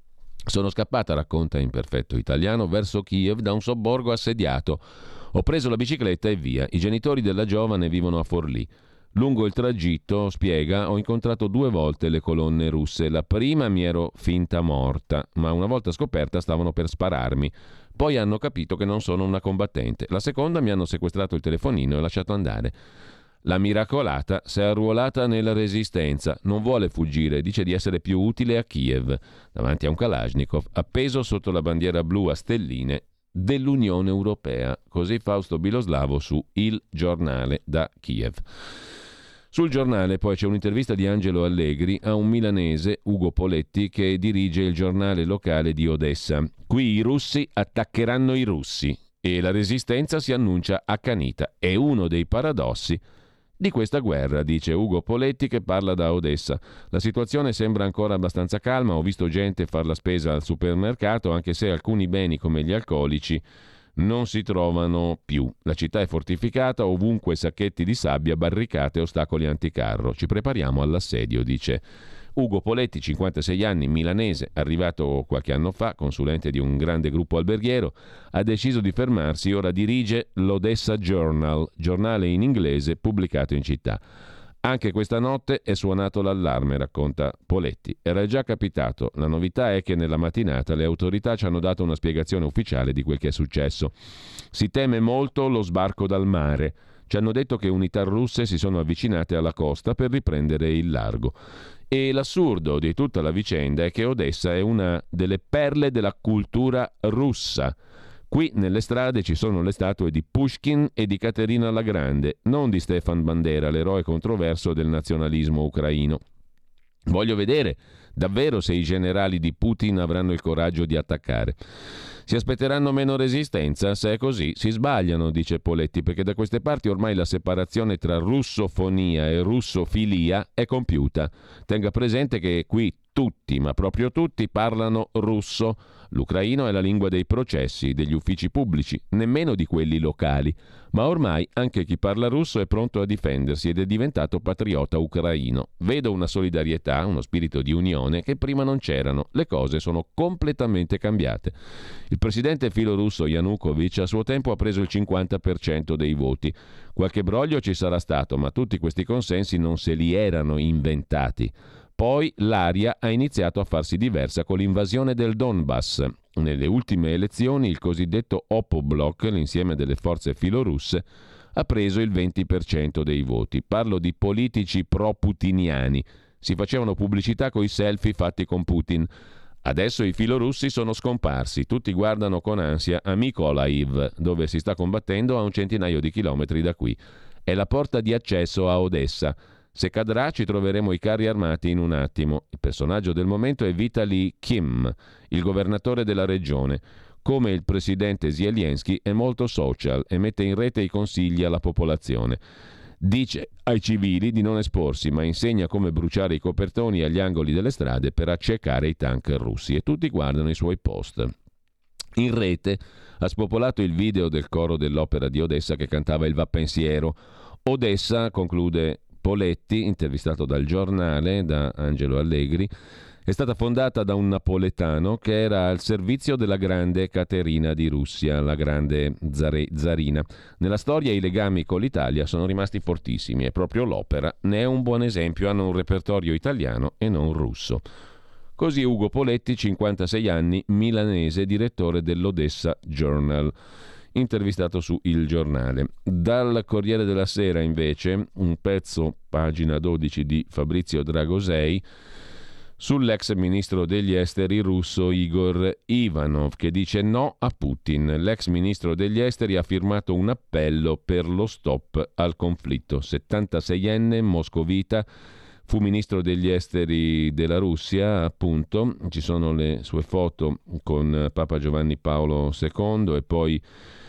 Sono scappata, racconta in perfetto italiano, verso Kiev da un sobborgo assediato. Ho preso la bicicletta e via. I genitori della giovane vivono a Forlì. Lungo il tragitto, spiega, ho incontrato due volte le colonne russe. La prima mi ero finta morta, ma una volta scoperta stavano per spararmi. Poi hanno capito che non sono una combattente. La seconda mi hanno sequestrato il telefonino e lasciato andare. La miracolata si è arruolata nella resistenza, non vuole fuggire, dice di essere più utile a Kiev, davanti a un Kalashnikov appeso sotto la bandiera blu a stelline dell'Unione Europea. Così Fausto Biloslavo su Il Giornale da Kiev. Sul Giornale poi c'è un'intervista di Angelo Allegri a un milanese, Ugo Poletti, che dirige il giornale locale di Odessa. Qui i russi attaccheranno i russi e la resistenza si annuncia accanita. È uno dei paradossi di questa guerra, dice Ugo Poletti che parla da Odessa. La situazione sembra ancora abbastanza calma, ho visto gente far la spesa al supermercato, anche se alcuni beni come gli alcolici non si trovano più. La città è fortificata, ovunque sacchetti di sabbia, barricate, ostacoli anticarro. Ci prepariamo all'assedio, dice Ugo Poletti, cinquantasei anni, milanese, arrivato qualche anno fa, consulente di un grande gruppo alberghiero, ha deciso di fermarsi, ora dirige l'Odessa Journal, giornale in inglese pubblicato in città. Anche questa notte è suonato l'allarme, racconta Poletti. Era già capitato. La novità è che nella mattinata le autorità ci hanno dato una spiegazione ufficiale di quel che è successo. Si teme molto lo sbarco dal mare. Ci hanno detto che unità russe si sono avvicinate alla costa per riprendere il largo. E l'assurdo di tutta la vicenda è che Odessa è una delle perle della cultura russa. Qui nelle strade ci sono le statue di Pushkin e di Caterina la Grande, non di Stefan Bandera, l'eroe controverso del nazionalismo ucraino. Voglio vedere davvero se i generali di Putin avranno il coraggio di attaccare. Si aspetteranno meno resistenza? Se è così si sbagliano, dice Poletti, perché da queste parti ormai la separazione tra russofonia e russofilia è compiuta. Tenga presente che qui tutti, ma proprio tutti, parlano russo. L'ucraino è la lingua dei processi, degli uffici pubblici, nemmeno di quelli locali. Ma ormai anche chi parla russo è pronto a difendersi ed è diventato patriota ucraino. Vedo una solidarietà, uno spirito di unione che prima non c'erano. Le cose sono completamente cambiate. Il presidente filorusso Yanukovych a suo tempo ha preso il cinquanta per cento dei voti. Qualche broglio ci sarà stato, ma tutti questi consensi non se li erano inventati. Poi l'aria ha iniziato a farsi diversa con l'invasione del Donbass. Nelle ultime elezioni il cosiddetto Opobloc, l'insieme delle forze filorusse, ha preso il venti per cento dei voti. Parlo di politici pro-putiniani. Si facevano pubblicità coi selfie fatti con Putin. Adesso i filorussi sono scomparsi. Tutti guardano con ansia a Mykolaiv, dove si sta combattendo a un centinaio di chilometri da qui. È la porta di accesso a Odessa. Se cadrà ci troveremo i carri armati in un attimo. Il personaggio del momento è Vitaly Kim, il governatore della regione. Come il presidente Zelensky è molto social e mette in rete i consigli alla popolazione. Dice ai civili di non esporsi, ma insegna come bruciare i copertoni agli angoli delle strade per accecare i tank russi e tutti guardano i suoi post. In rete ha spopolato il video del coro dell'opera di Odessa che cantava il Va Pensiero. Odessa, conclude Poletti, intervistato dal Giornale, da Angelo Allegri, è stata fondata da un napoletano che era al servizio della grande Caterina di Russia, la grande zare- zarina. Nella storia i legami con l'Italia sono rimasti fortissimi e proprio l'opera ne è un buon esempio, hanno un repertorio italiano e non russo. Così Ugo Poletti, cinquantasei anni, milanese, direttore dell'Odessa Journal, intervistato su Il Giornale. Dal Corriere della Sera invece un pezzo, pagina dodici, di Fabrizio Dragosei sull'ex ministro degli esteri russo Igor Ivanov, che dice no a Putin. L'ex ministro degli esteri ha firmato un appello per lo stop al conflitto. settantaseienne moscovita, fu ministro degli esteri della Russia, appunto. Ci sono le sue foto con Papa Giovanni Paolo secondo e poi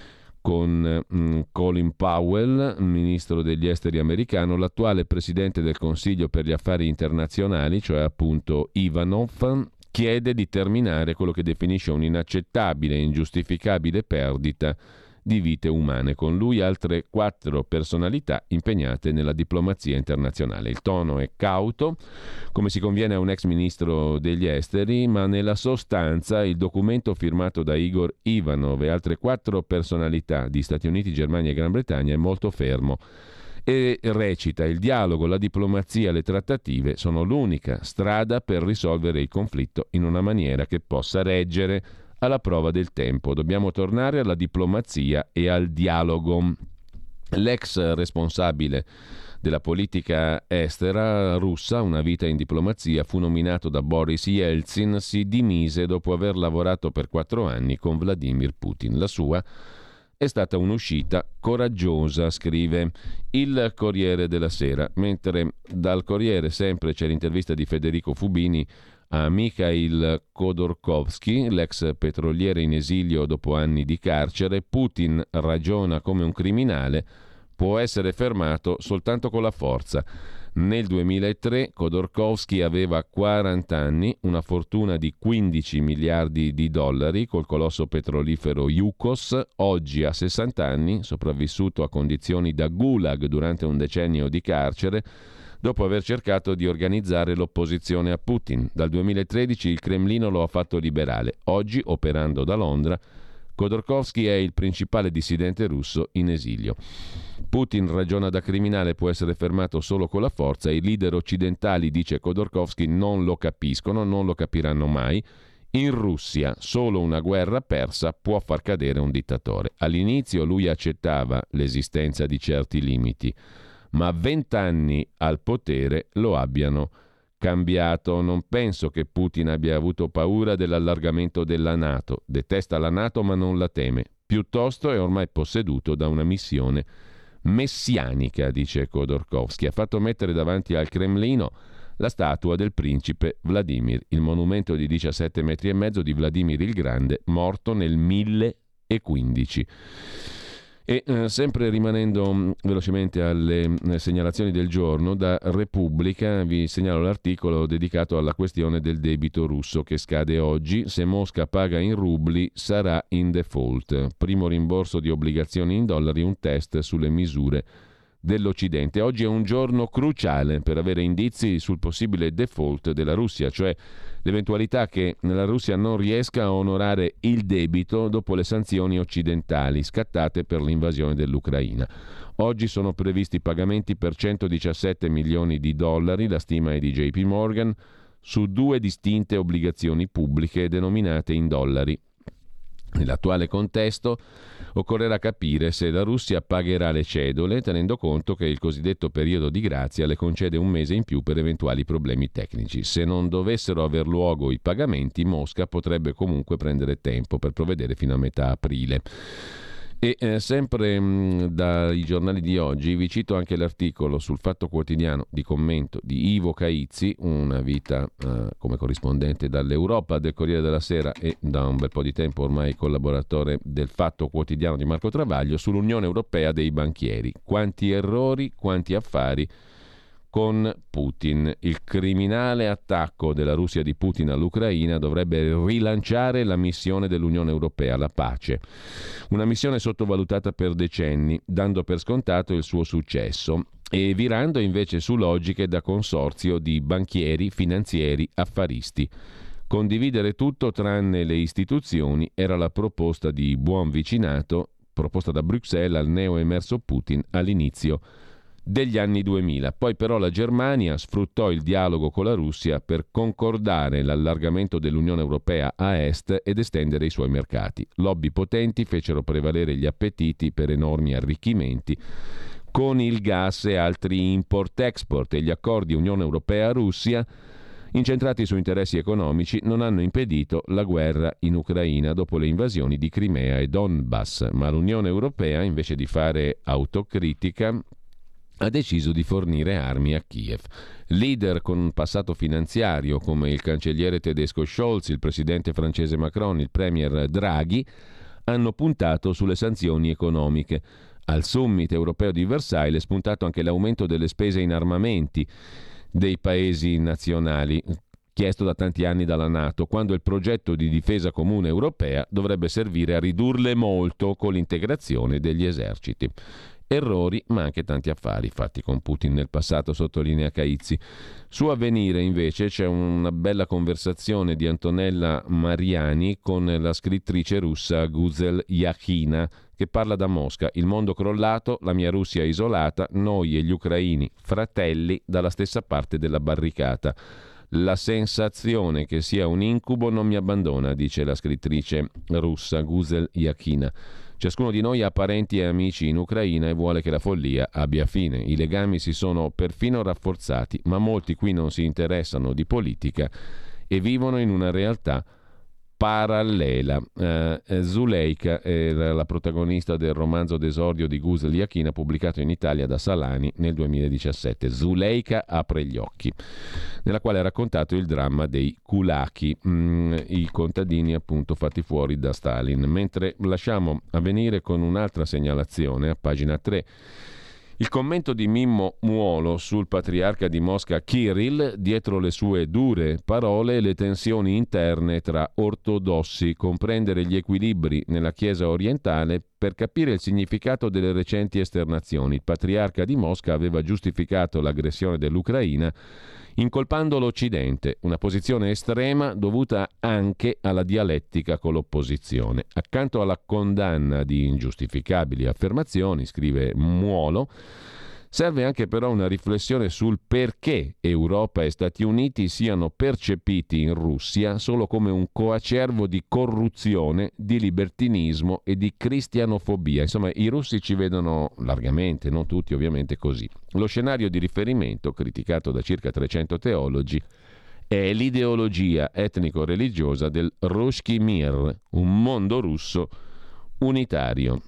con mm, Colin Powell, ministro degli esteri americano. L'attuale presidente del Consiglio per gli affari internazionali, cioè appunto Ivanov, chiede di terminare quello che definisce un'inaccettabile e ingiustificabile perdita di vite umane. Con lui altre quattro personalità impegnate nella diplomazia internazionale. Il tono è cauto, come si conviene a un ex ministro degli esteri, ma nella sostanza il documento firmato da Igor Ivanov e altre quattro personalità di Stati Uniti, Germania e Gran Bretagna è molto fermo e recita: il dialogo, la diplomazia, le trattative sono l'unica strada per risolvere il conflitto in una maniera che possa reggere alla prova del tempo. Dobbiamo tornare alla diplomazia e al dialogo. L'ex responsabile della politica estera russa, una vita in diplomazia, fu nominato da Boris Yeltsin, si dimise dopo aver lavorato per quattro anni con Vladimir Putin. La sua è stata un'uscita coraggiosa, scrive il Corriere della Sera, mentre dal Corriere sempre c'è l'intervista di Federico Fubini a Mikhail Khodorkovsky, l'ex petroliere in esilio dopo anni di carcere. Putin ragiona come un criminale, può essere fermato soltanto con la forza. Nel duemilatré Khodorkovsky aveva quaranta anni, una fortuna di quindici miliardi di dollari col colosso petrolifero Yukos. Oggi ha sessanta anni, sopravvissuto a condizioni da gulag durante un decennio di carcere, dopo aver cercato di organizzare l'opposizione a Putin. Dal duemilatredici il Cremlino lo ha fatto liberale. Oggi, operando da Londra, Khodorkovsky è il principale dissidente russo in esilio. Putin ragiona da criminale, può essere fermato solo con la forza. I leader occidentali, dice Khodorkovsky, non lo capiscono, non lo capiranno mai. In Russia solo una guerra persa può far cadere un dittatore. All'inizio lui accettava l'esistenza di certi limiti, ma vent'anni al potere lo abbiano cambiato. Non penso che Putin abbia avuto paura dell'allargamento della NATO. Detesta la NATO ma non la teme. Piuttosto è ormai posseduto da una missione messianica, dice Khodorkovsky. Ha fatto mettere davanti al Cremlino la statua del principe Vladimir, il monumento di diciassette metri e mezzo di Vladimir il Grande, morto nel millequindici. E eh, sempre rimanendo mh, velocemente alle mh, segnalazioni del giorno, da Repubblica vi segnalo l'articolo dedicato alla questione del debito russo che scade oggi. Se Mosca paga in rubli sarà in default. Primo rimborso di obbligazioni in dollari, un test sulle misure dell'Occidente. Oggi è un giorno cruciale per avere indizi sul possibile default della Russia, cioè l'eventualità che la Russia non riesca a onorare il debito dopo le sanzioni occidentali scattate per l'invasione dell'Ucraina. Oggi sono previsti pagamenti per centodiciassette milioni di dollari, la stima è di J P Morgan, su due distinte obbligazioni pubbliche denominate in dollari. Nell'attuale contesto occorrerà capire se la Russia pagherà le cedole, tenendo conto che il cosiddetto periodo di grazia le concede un mese in più per eventuali problemi tecnici. Se non dovessero aver luogo i pagamenti, Mosca potrebbe comunque prendere tempo per provvedere fino a metà aprile. E eh, sempre mh, dai giornali di oggi vi cito anche l'articolo sul Fatto Quotidiano di commento di Ivo Caizzi, una vita eh, come corrispondente dall'Europa del Corriere della Sera e da un bel po' di tempo ormai collaboratore del Fatto Quotidiano di Marco Travaglio, sull'Unione Europea dei banchieri. Quanti errori, quanti affari con Putin. Il criminale attacco della Russia di Putin all'Ucraina dovrebbe rilanciare la missione dell'Unione Europea, la pace. Una missione sottovalutata per decenni, dando per scontato il suo successo e virando invece su logiche da consorzio di banchieri, finanzieri, affaristi. Condividere tutto tranne le istituzioni era la proposta di buon vicinato proposta da Bruxelles al neo-emerso Putin all'inizio degli anni duemila. Poi però la Germania sfruttò il dialogo con la Russia per concordare l'allargamento dell'Unione Europea a est ed estendere i suoi mercati. Lobby potenti fecero prevalere gli appetiti per enormi arricchimenti con il gas e altri import-export, e gli accordi Unione Europea-Russia incentrati su interessi economici non hanno impedito la guerra in Ucraina dopo le invasioni di Crimea e Donbass, ma l'Unione Europea, invece di fare autocritica, ha deciso di fornire armi a Kiev. Leader con un passato finanziario come il cancelliere tedesco Scholz, il presidente francese Macron, il premier Draghi hanno puntato sulle sanzioni economiche. Al summit europeo di Versailles è spuntato anche l'aumento delle spese in armamenti dei paesi nazionali, chiesto da tanti anni dalla NATO, quando il progetto di difesa comune europea dovrebbe servire a ridurle molto con l'integrazione degli eserciti. Errori, ma anche tanti affari fatti con Putin nel passato, sottolinea Caizzi. Su Avvenire, invece, c'è una bella conversazione di Antonella Mariani con la scrittrice russa Guzel Yakhina, che parla da Mosca. Il mondo crollato, la mia Russia isolata, noi e gli ucraini fratelli dalla stessa parte della barricata. La sensazione che sia un incubo non mi abbandona, dice la scrittrice russa Guzel Yakhina. Ciascuno di noi ha parenti e amici in Ucraina e vuole che la follia abbia fine. I legami si sono perfino rafforzati, ma molti qui non si interessano di politica e vivono in una realtà parallela. Uh, Zuleika era la protagonista del romanzo d'esordio di Guzel Yakhina pubblicato in Italia da Salani nel duemiladiciassette. Zuleika apre gli occhi, nella quale ha raccontato il dramma dei kulaki, mm, i contadini appunto fatti fuori da Stalin. Mentre lasciamo Avvenire con un'altra segnalazione a pagina tre. Il commento di Mimmo Muolo sul patriarca di Mosca Kirill, dietro le sue dure parole le tensioni interne tra ortodossi, comprendere gli equilibri nella Chiesa orientale per capire il significato delle recenti esternazioni. Il patriarca di Mosca aveva giustificato l'aggressione dell'Ucraina incolpando l'Occidente, una posizione estrema dovuta anche alla dialettica con l'opposizione. Accanto alla condanna di ingiustificabili affermazioni, scrive Muolo, serve anche però una riflessione sul perché Europa e Stati Uniti siano percepiti in Russia solo come un coacervo di corruzione, di libertinismo e di cristianofobia. Insomma, i russi ci vedono largamente, non tutti ovviamente così. Lo scenario di riferimento, criticato da circa trecento teologi, è l'ideologia etnico-religiosa del Ruski Mir, un mondo russo unitario.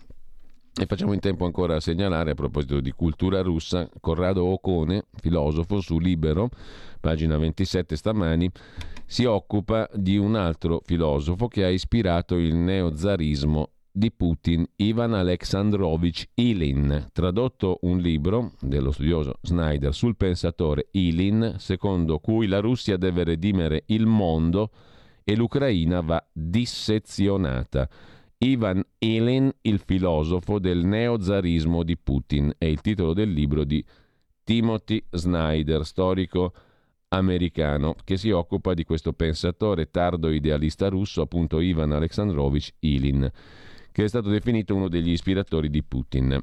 E facciamo in tempo ancora a segnalare, a proposito di cultura russa, Corrado Ocone, filosofo, su Libero, pagina ventisette stamani, si occupa di un altro filosofo che ha ispirato il neozarismo di Putin, Ivan Alexandrovich Ilin. Tradotto un libro dello studioso Snyder sul pensatore Ilin, secondo cui la Russia deve redimere il mondo e l'Ucraina va dissezionata. Ivan Ilin, il filosofo del neozarismo di Putin, è il titolo del libro di Timothy Snyder, storico americano, che si occupa di questo pensatore tardo idealista russo, appunto Ivan Alexandrovich Ilin, che è stato definito uno degli ispiratori di Putin.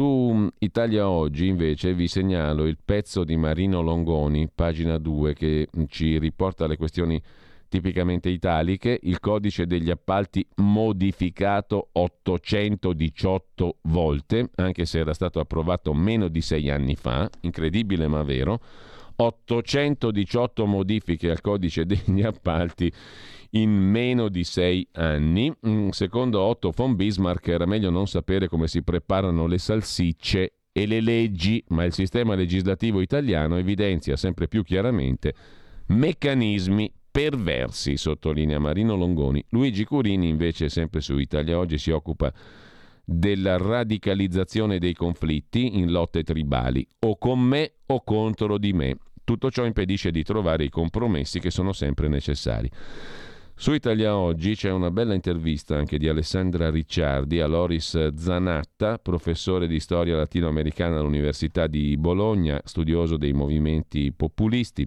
Su Italia Oggi, invece, vi segnalo il pezzo di Marino Longoni, pagina due, che ci riporta le questioni tipicamente italiche. Il codice degli appalti modificato ottocentodiciotto volte, anche se era stato approvato meno di sei anni fa, incredibile ma vero. ottocentodiciotto modifiche al codice degli appalti in meno di sei anni. Secondo Otto von Bismarck era meglio non sapere come si preparano le salsicce e le leggi, ma il sistema legislativo italiano evidenzia sempre più chiaramente meccanismi perversi, sottolinea Marino Longoni. Luigi Curini, invece, sempre su Italia Oggi, si occupa della radicalizzazione dei conflitti in lotte tribali, o con me o contro di me. Tutto ciò impedisce di trovare i compromessi che sono sempre necessari. Su Italia Oggi c'è una bella intervista anche di Alessandra Ricciardi a Loris Zanatta, professore di storia latinoamericana all'Università di Bologna, studioso dei movimenti populisti.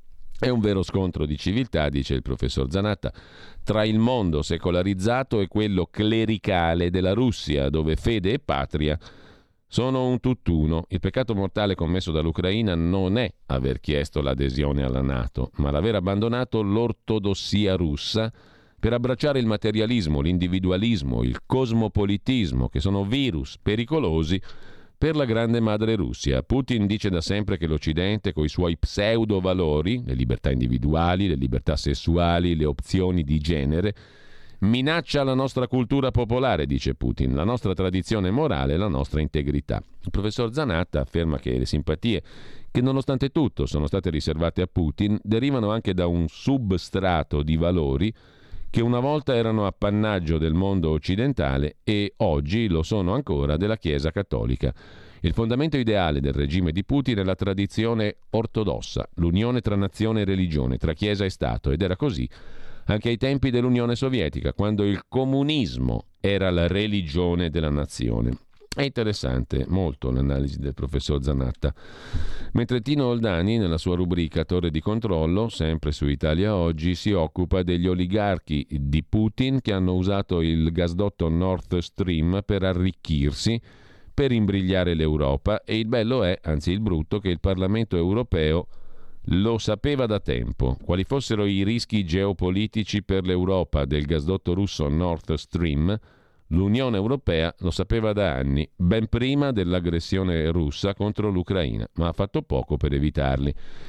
È un vero scontro di civiltà, dice il professor Zanatta, tra il mondo secolarizzato e quello clericale della Russia, dove fede e patria sono un tutt'uno. Il peccato mortale commesso dall'Ucraina non è aver chiesto l'adesione alla NATO, ma l'aver abbandonato l'ortodossia russa per abbracciare il materialismo, l'individualismo, il cosmopolitismo, che sono virus pericolosi per la grande madre Russia. Putin dice da sempre che l'Occidente, coi suoi pseudo valori, le libertà individuali, le libertà sessuali, le opzioni di genere, minaccia la nostra cultura popolare, dice Putin, la nostra tradizione morale e la nostra integrità. Il professor Zanatta afferma che le simpatie, che nonostante tutto sono state riservate a Putin, derivano anche da un substrato di valori che una volta erano appannaggio del mondo occidentale e oggi lo sono ancora della Chiesa cattolica. Il fondamento ideale del regime di Putin è la tradizione ortodossa, l'unione tra nazione e religione, tra Chiesa e Stato, ed era così anche ai tempi dell'Unione Sovietica, quando il comunismo era la religione della nazione. È interessante molto l'analisi del professor Zanatta. Mentre Tino Oldani, nella sua rubrica Torre di controllo, sempre su Italia Oggi, si occupa degli oligarchi di Putin che hanno usato il gasdotto Nord Stream per arricchirsi, per imbrigliare l'Europa, e il bello è, anzi il brutto, che il Parlamento europeo lo sapeva da tempo, quali fossero i rischi geopolitici per l'Europa del gasdotto russo Nord Stream. L'Unione Europea lo sapeva da anni, ben prima dell'aggressione russa contro l'Ucraina, ma ha fatto poco per evitarli.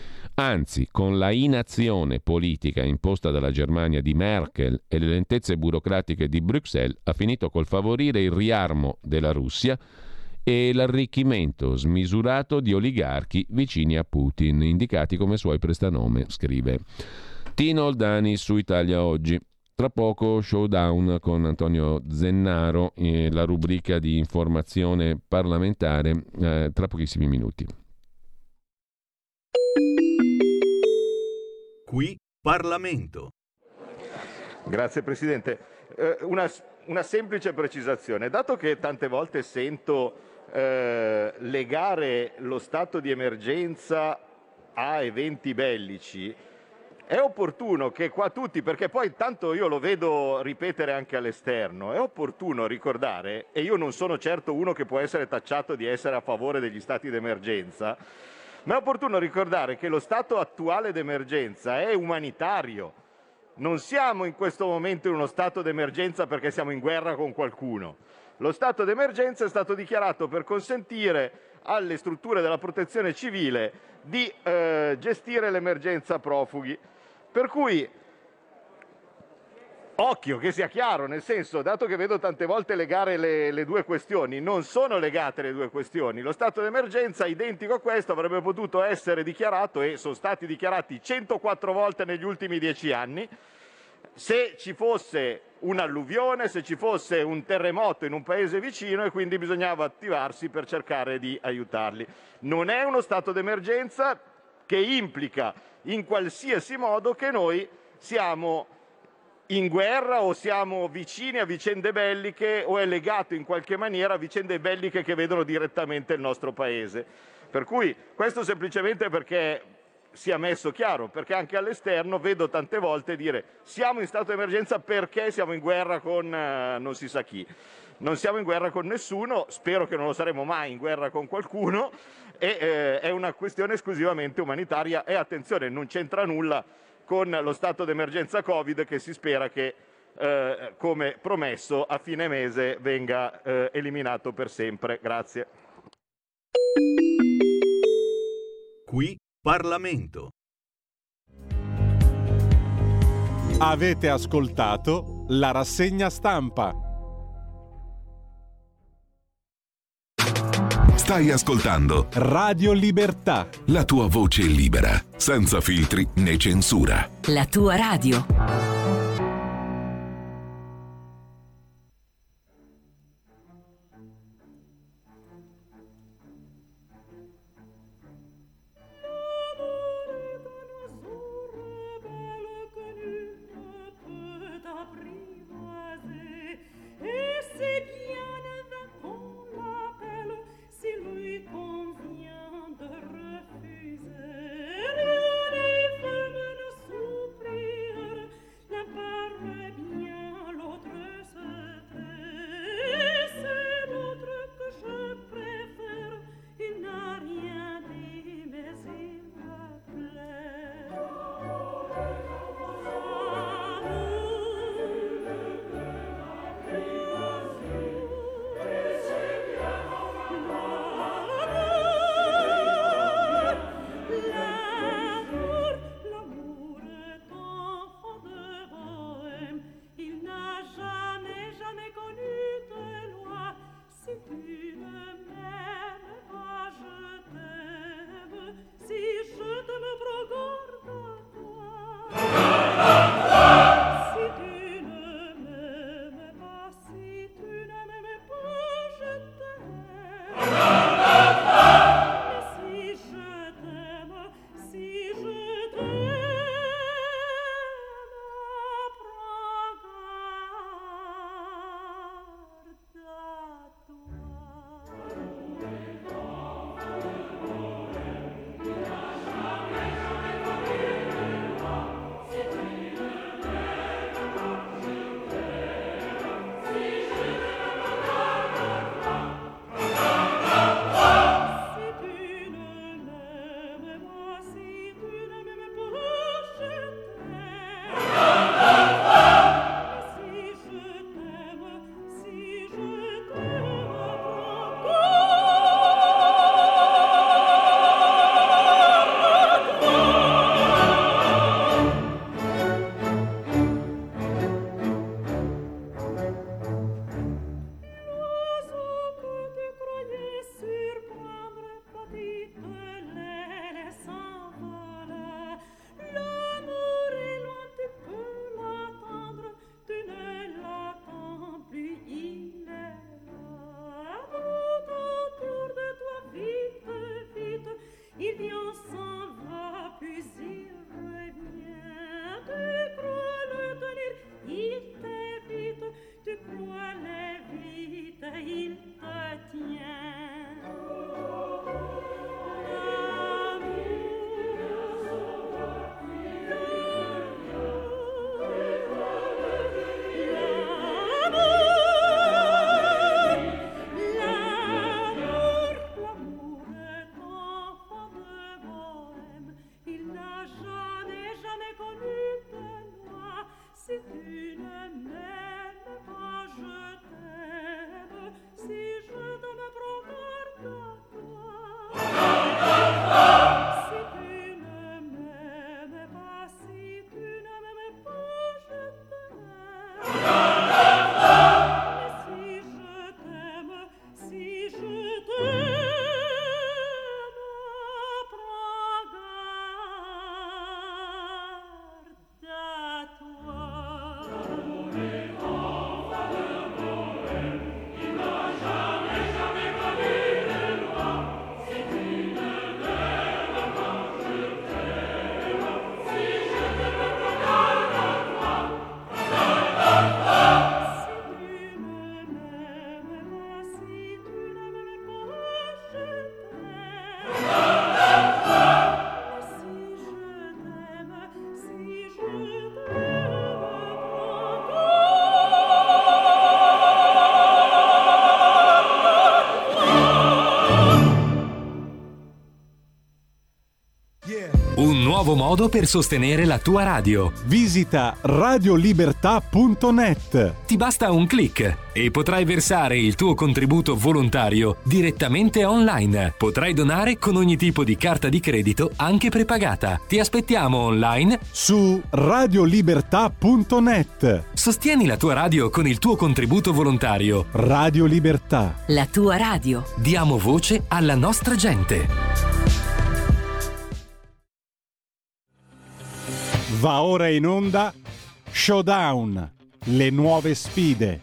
Anzi, con la inazione politica imposta dalla Germania di Merkel e le lentezze burocratiche di Bruxelles, ha finito col favorire il riarmo della Russia e l'arricchimento smisurato di oligarchi vicini a Putin, indicati come suoi prestanome, scrive Tino Oldani su Italia Oggi. Tra poco showdown con Antonio Zennaro, eh, la rubrica di informazione parlamentare, eh, tra pochissimi minuti. Qui Parlamento. Grazie Presidente. Eh, una, una semplice precisazione. Dato che tante volte sento eh, legare lo stato di emergenza a eventi bellici, è opportuno che qua tutti, perché poi tanto io lo vedo ripetere anche all'esterno, è opportuno ricordare, e io non sono certo uno che può essere tacciato di essere a favore degli stati d'emergenza, ma è opportuno ricordare che lo stato attuale d'emergenza è umanitario. Non siamo in questo momento in uno stato d'emergenza perché siamo in guerra con qualcuno. Lo stato d'emergenza è stato dichiarato per consentire alle strutture della protezione civile di eh, gestire l'emergenza profughi. Per cui, occhio che sia chiaro, nel senso, dato che vedo tante volte legare le, le due questioni, non sono legate le due questioni. Lo stato d'emergenza, identico a questo, avrebbe potuto essere dichiarato, e sono stati dichiarati centoquattro volte negli ultimi dieci anni, se ci fosse un'alluvione, se ci fosse un terremoto in un paese vicino, e quindi bisognava attivarsi per cercare di aiutarli. Non è uno stato d'emergenza che implica in qualsiasi modo che noi siamo in guerra o siamo vicini a vicende belliche o è legato in qualche maniera a vicende belliche che vedono direttamente il nostro paese. Per cui questo semplicemente perché sia messo chiaro, perché anche all'esterno vedo tante volte dire siamo in stato di emergenza perché siamo in guerra con eh, non si sa chi. Non siamo in guerra con nessuno, spero che non lo saremo mai in guerra con qualcuno, e eh, è una questione esclusivamente umanitaria e attenzione, non c'entra nulla con lo stato d'emergenza Covid che si spera che, eh, come promesso, a fine mese venga eh, eliminato per sempre. Grazie. Qui Parlamento. Avete ascoltato la rassegna stampa. Stai ascoltando Radio Libertà. la tua voce libera, senza filtri né censura. La tua radio. nuovo modo per sostenere la tua radio. Visita radiolibertà punto net. Ti basta un click e potrai versare il tuo contributo volontario direttamente online. Potrai donare con ogni tipo di carta di credito, anche prepagata. Ti aspettiamo online su radiolibertà punto net. Sostieni la tua radio con il tuo contributo volontario. Radio Libertà. La tua radio. Diamo voce alla nostra gente. Va ora in onda Showdown, le nuove sfide.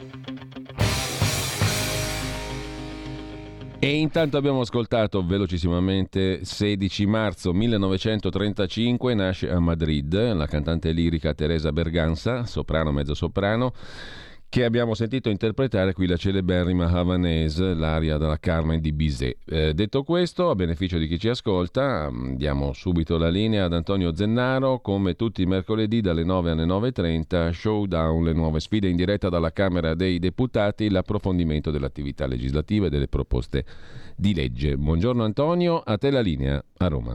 E intanto abbiamo ascoltato velocissimamente sedici marzo millenovecentotrentacinque, nasce a Madrid la cantante lirica Teresa Berganza, soprano mezzosoprano, che abbiamo sentito interpretare qui la celeberrima Havanaise, l'aria della Carmen di Bizet. Eh, detto questo, a beneficio di chi ci ascolta, diamo subito la linea ad Antonio Zennaro, come tutti i mercoledì dalle nove alle nove e trenta, Showdown, le nuove sfide in diretta dalla Camera dei Deputati, l'approfondimento dell'attività legislativa e delle proposte di legge. Buongiorno Antonio, a te la linea a Roma.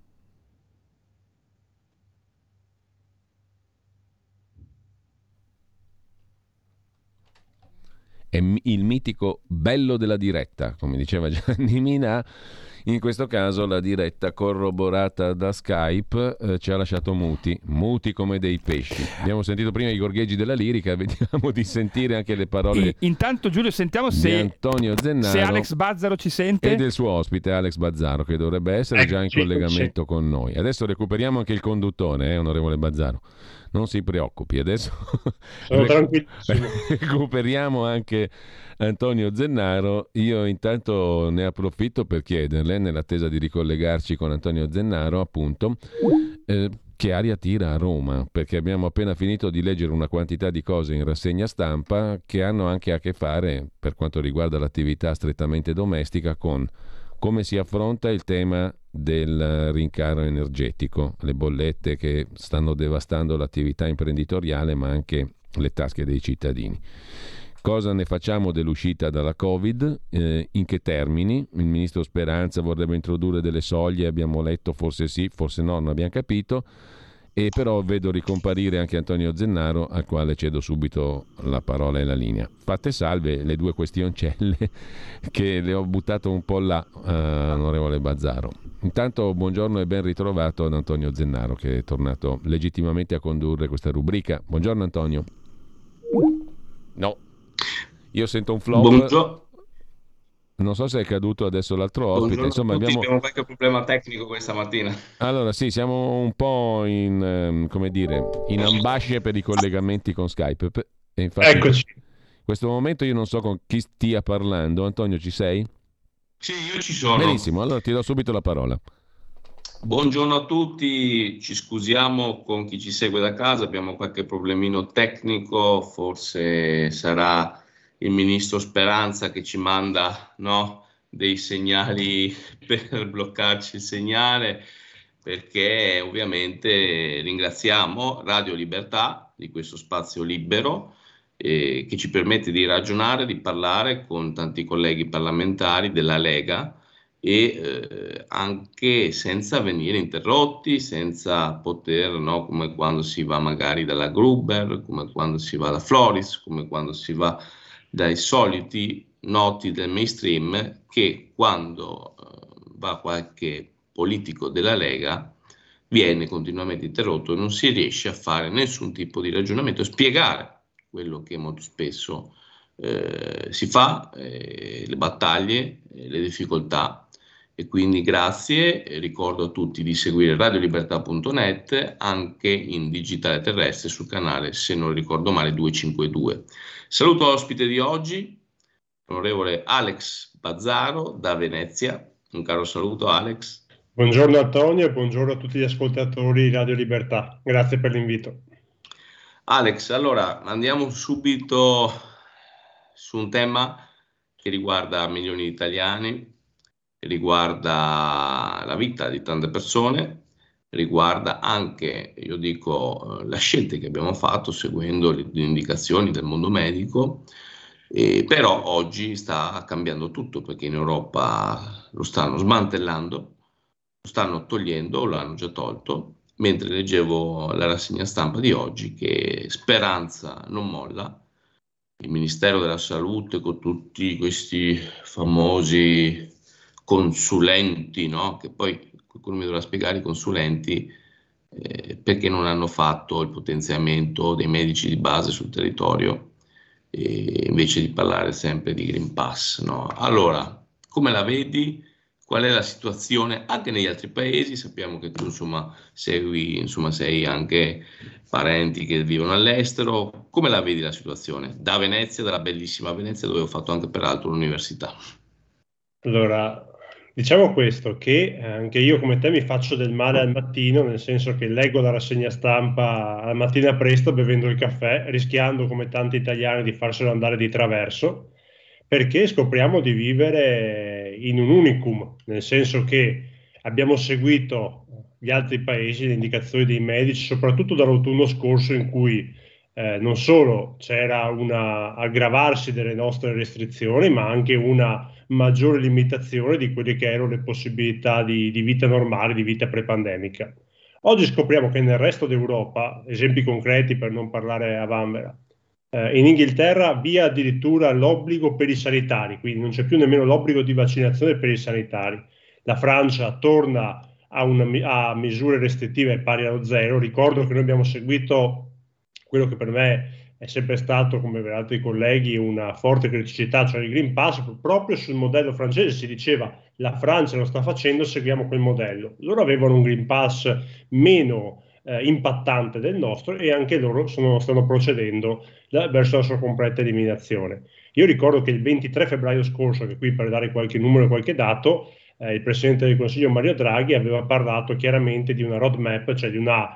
È il mitico bello della diretta, come diceva Gianni Minà. In questo caso la diretta corroborata da Skype eh, ci ha lasciato muti, muti come dei pesci. Abbiamo sentito prima i gorgheggi della lirica, vediamo di sentire anche le parole. I, intanto Giulio sentiamo di se Antonio Zennaro, se Alex Bazzaro ci sente, e del suo ospite Alex Bazzaro, che dovrebbe essere già in collegamento con noi. Adesso recuperiamo anche il conduttore, eh, onorevole Bazzaro. Non si preoccupi, adesso sono tranquillissimo. Recuperiamo anche Antonio Zennaro. Io intanto ne approfitto per chiederle, nell'attesa di ricollegarci con Antonio Zennaro, appunto, eh, che aria tira a Roma, perché abbiamo appena finito di leggere una quantità di cose in rassegna stampa che hanno anche a che fare, per quanto riguarda l'attività strettamente domestica, con come si affronta il tema del rincaro energetico, le bollette che stanno devastando l'attività imprenditoriale ma anche le tasche dei cittadini. Cosa ne facciamo dell'uscita dalla Covid? Eh, in che termini? Il ministro Speranza vorrebbe introdurre delle soglie, abbiamo letto forse sì, forse no, non abbiamo capito. E però vedo ricomparire anche Antonio Zennaro, al quale cedo subito la parola e la linea. Fatte salve le due questioncelle che le ho buttato un po' là, uh, onorevole Bazzaro. Intanto buongiorno e ben ritrovato ad Antonio Zennaro, che è tornato legittimamente a condurre questa rubrica. Buongiorno Antonio. No, io sento un flop. Buongiorno. Non so se è caduto adesso l'altro ospite. Insomma, tutti, abbiamo... abbiamo qualche problema tecnico questa mattina. Allora sì, siamo un po' in, um, come dire, in ambasce per i collegamenti con Skype. E infatti, Eccoci. In questo momento io non so con chi stia parlando. Antonio, ci sei? Sì, io ci sono. Benissimo, allora ti do subito la parola. Buongiorno a tutti, ci scusiamo con chi ci segue da casa, abbiamo qualche problemino tecnico, forse sarà il ministro Speranza che ci manda, no, dei segnali per bloccarci il segnale, perché ovviamente ringraziamo Radio Libertà di questo spazio libero eh, che ci permette di ragionare, di parlare con tanti colleghi parlamentari della Lega e eh, anche senza venire interrotti, senza poter, no, come quando si va magari dalla Gruber, come quando si va da Floris, come quando si va dai soliti noti del mainstream, che quando eh, va qualche politico della Lega viene continuamente interrotto e non si riesce a fare nessun tipo di ragionamento, spiegare quello che molto spesso eh, si fa, eh, le battaglie, eh, le difficoltà. E quindi grazie, e ricordo a tutti di seguire radiolibertà punto net anche in digitale terrestre sul canale, se non ricordo male, duecentocinquantadue. Saluto l'ospite di oggi, l'onorevole Alex Bazzaro da Venezia. Un caro saluto Alex. Buongiorno Antonio e buongiorno a tutti gli ascoltatori di Radio Libertà. Grazie per l'invito. Alex, allora andiamo subito su un tema che riguarda milioni di italiani, riguarda la vita di tante persone, riguarda anche, io dico, la scelta che abbiamo fatto seguendo le indicazioni del mondo medico, eh, però oggi sta cambiando tutto, perché in Europa lo stanno smantellando, lo stanno togliendo, lo hanno già tolto, mentre leggevo la rassegna stampa di oggi che Speranza non molla, il Ministero della Salute con tutti questi famosi consulenti, no? Che poi qualcuno mi dovrà spiegare i consulenti eh, perché non hanno fatto il potenziamento dei medici di base sul territorio eh, invece di parlare sempre di Green Pass, no? Allora, come la vedi? Qual è la situazione anche negli altri paesi? Sappiamo che tu insomma segui, insomma sei anche parenti che vivono all'estero. Come la vedi la situazione? Da Venezia, dalla bellissima Venezia, dove ho fatto anche peraltro l'università. Allora, diciamo questo, che anche io come te mi faccio del male al mattino, nel senso che leggo la rassegna stampa alla mattina presto bevendo il caffè, rischiando come tanti italiani di farselo andare di traverso, perché scopriamo di vivere in un unicum, nel senso che abbiamo seguito gli altri paesi, le indicazioni dei medici, soprattutto dall'autunno scorso in cui eh, non solo c'era un aggravarsi delle nostre restrizioni, ma anche una maggiore limitazione di quelle che erano le possibilità di, di vita normale, di vita prepandemica. Oggi scopriamo che nel resto d'Europa, esempi concreti per non parlare a vanvera, eh, in Inghilterra via addirittura l'obbligo per i sanitari, quindi non c'è più nemmeno l'obbligo di vaccinazione per i sanitari. La Francia torna a, una, a misure restrittive pari allo zero. Ricordo che noi abbiamo seguito quello che per me è sempre stato, come per altri colleghi, una forte criticità, cioè il Green Pass, proprio sul modello francese. Si diceva la Francia lo sta facendo, seguiamo quel modello. Loro avevano un Green Pass meno eh, impattante del nostro e anche loro sono, stanno procedendo da, verso la sua completa eliminazione. Io ricordo che il ventitré febbraio scorso, che qui per dare qualche numero e qualche dato, eh, il Presidente del Consiglio Mario Draghi aveva parlato chiaramente di una roadmap, cioè di una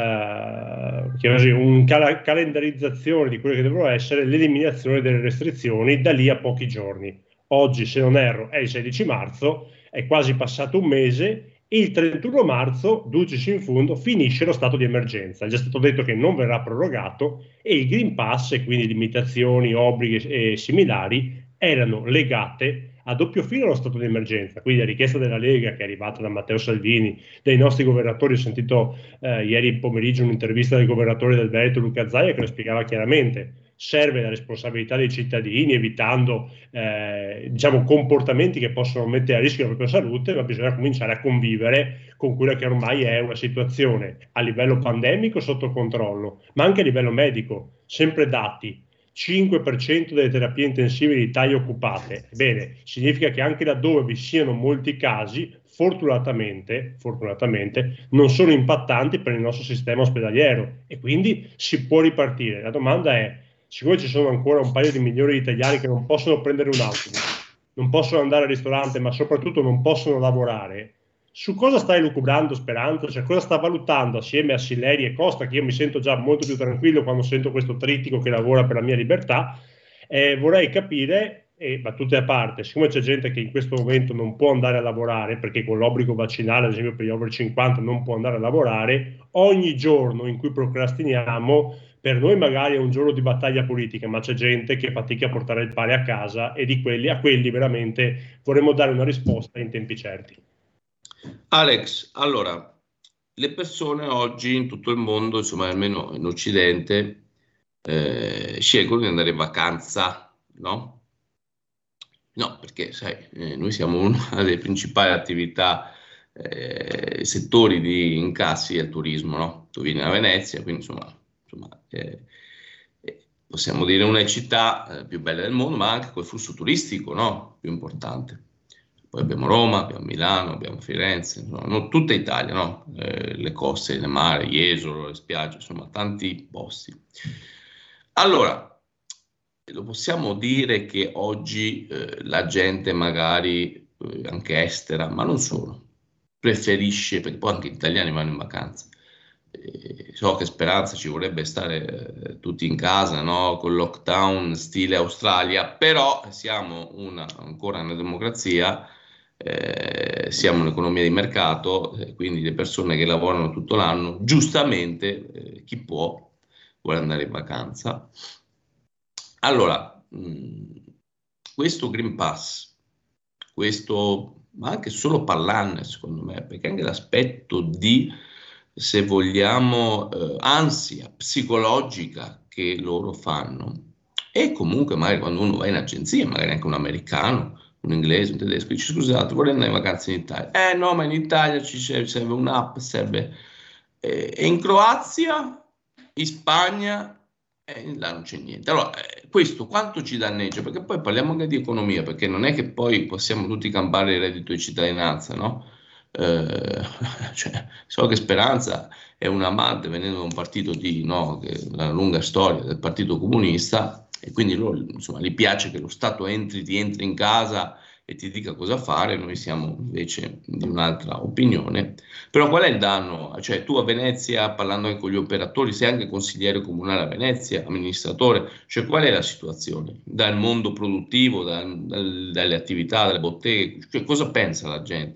Uh, così, un cal- calendarizzazione di quelle che devono essere l'eliminazione delle restrizioni da lì a pochi giorni. Oggi, se non erro, è il sedici marzo, è quasi passato un mese e il trentuno marzo, dulcis in fundo, finisce lo stato di emergenza. È già stato detto che non verrà prorogato e il Green Pass, e quindi limitazioni, obblighi e similari, erano legate a doppio filo allo stato di emergenza. Quindi la richiesta della Lega, che è arrivata da Matteo Salvini, dei nostri governatori, ho sentito eh, ieri pomeriggio un'intervista del governatore del Veneto Luca Zaia che lo spiegava chiaramente: serve la responsabilità dei cittadini, evitando eh, diciamo comportamenti che possono mettere a rischio la propria salute, ma bisogna cominciare a convivere con quella che ormai è una situazione a livello pandemico sotto controllo, ma anche a livello medico. Sempre dati: cinque per cento delle terapie intensive in Italia occupate. Bene, significa che anche laddove vi siano molti casi, fortunatamente, fortunatamente non sono impattanti per il nostro sistema ospedaliero e quindi si può ripartire. La domanda è: siccome ci sono ancora un paio di milioni di italiani che non possono prendere un autobus, non possono andare al ristorante, ma soprattutto non possono lavorare, su cosa stai lucubrando Speranza? Cioè, cosa sta valutando assieme a Sileri e Costa, che io mi sento già molto più tranquillo quando sento questo trittico che lavora per la mia libertà? Eh, vorrei capire, e battute a parte, siccome c'è gente che in questo momento non può andare a lavorare perché con l'obbligo vaccinale, ad esempio per gli over cinquanta, non può andare a lavorare, ogni giorno in cui procrastiniamo per noi magari è un giorno di battaglia politica, ma c'è gente che fatica a portare il pane a casa e di quelli, a quelli veramente vorremmo dare una risposta in tempi certi. Alex, allora, le persone oggi in tutto il mondo, insomma almeno in Occidente, eh, scelgono di andare in vacanza, no? No, perché sai, eh, noi siamo una delle principali attività, eh, settori di incassi è il turismo, no? Tu vieni a Venezia, quindi insomma, insomma eh, eh, possiamo dire una città eh, più bella del mondo, ma anche col flusso turistico, no? Più importante. Poi abbiamo Roma, abbiamo Milano, abbiamo Firenze, insomma, no, tutta Italia, no? Eh, le coste, le mare, Jesolo, le spiagge, insomma, tanti posti. Allora, lo possiamo dire che oggi eh, la gente magari, eh, anche estera, ma non solo, preferisce, perché poi anche gli italiani vanno in vacanza. Eh, so che Speranza ci vorrebbe stare eh, tutti in casa, no? Con lockdown stile Australia, però siamo una, ancora una democrazia. Eh, siamo un'economia di mercato, eh, quindi le persone che lavorano tutto l'anno, giustamente eh, chi può vuole andare in vacanza. Allora, mh, questo Green Pass, questo, ma anche solo parlarne secondo me, perché anche l'aspetto di se vogliamo, eh, ansia psicologica che loro fanno. E comunque magari quando uno va in agenzia, magari anche un americano, un inglese, un tedesco, dice scusate, vorrei andare in vacanza in Italia. Eh no, ma in Italia ci serve, serve un'app, serve... Eh, e in Croazia, in Spagna, eh, là non c'è niente. Allora, eh, questo quanto ci danneggia? Perché poi parliamo anche di economia, perché non è che poi possiamo tutti campare il reddito di cittadinanza, no? Eh, cioè, so che Speranza è un amante, venendo da un partito di, no, che la lunga storia del Partito Comunista, e quindi loro, insomma, gli piace che lo Stato entri, ti entri in casa e ti dica cosa fare. Noi siamo invece di un'altra opinione. Però qual è il danno? Cioè, tu a Venezia, parlando anche con gli operatori, sei anche consigliere comunale a Venezia, amministratore, cioè qual è la situazione? Dal mondo produttivo, dal, dal, dalle attività, dalle botteghe, cioè, cosa pensa la gente?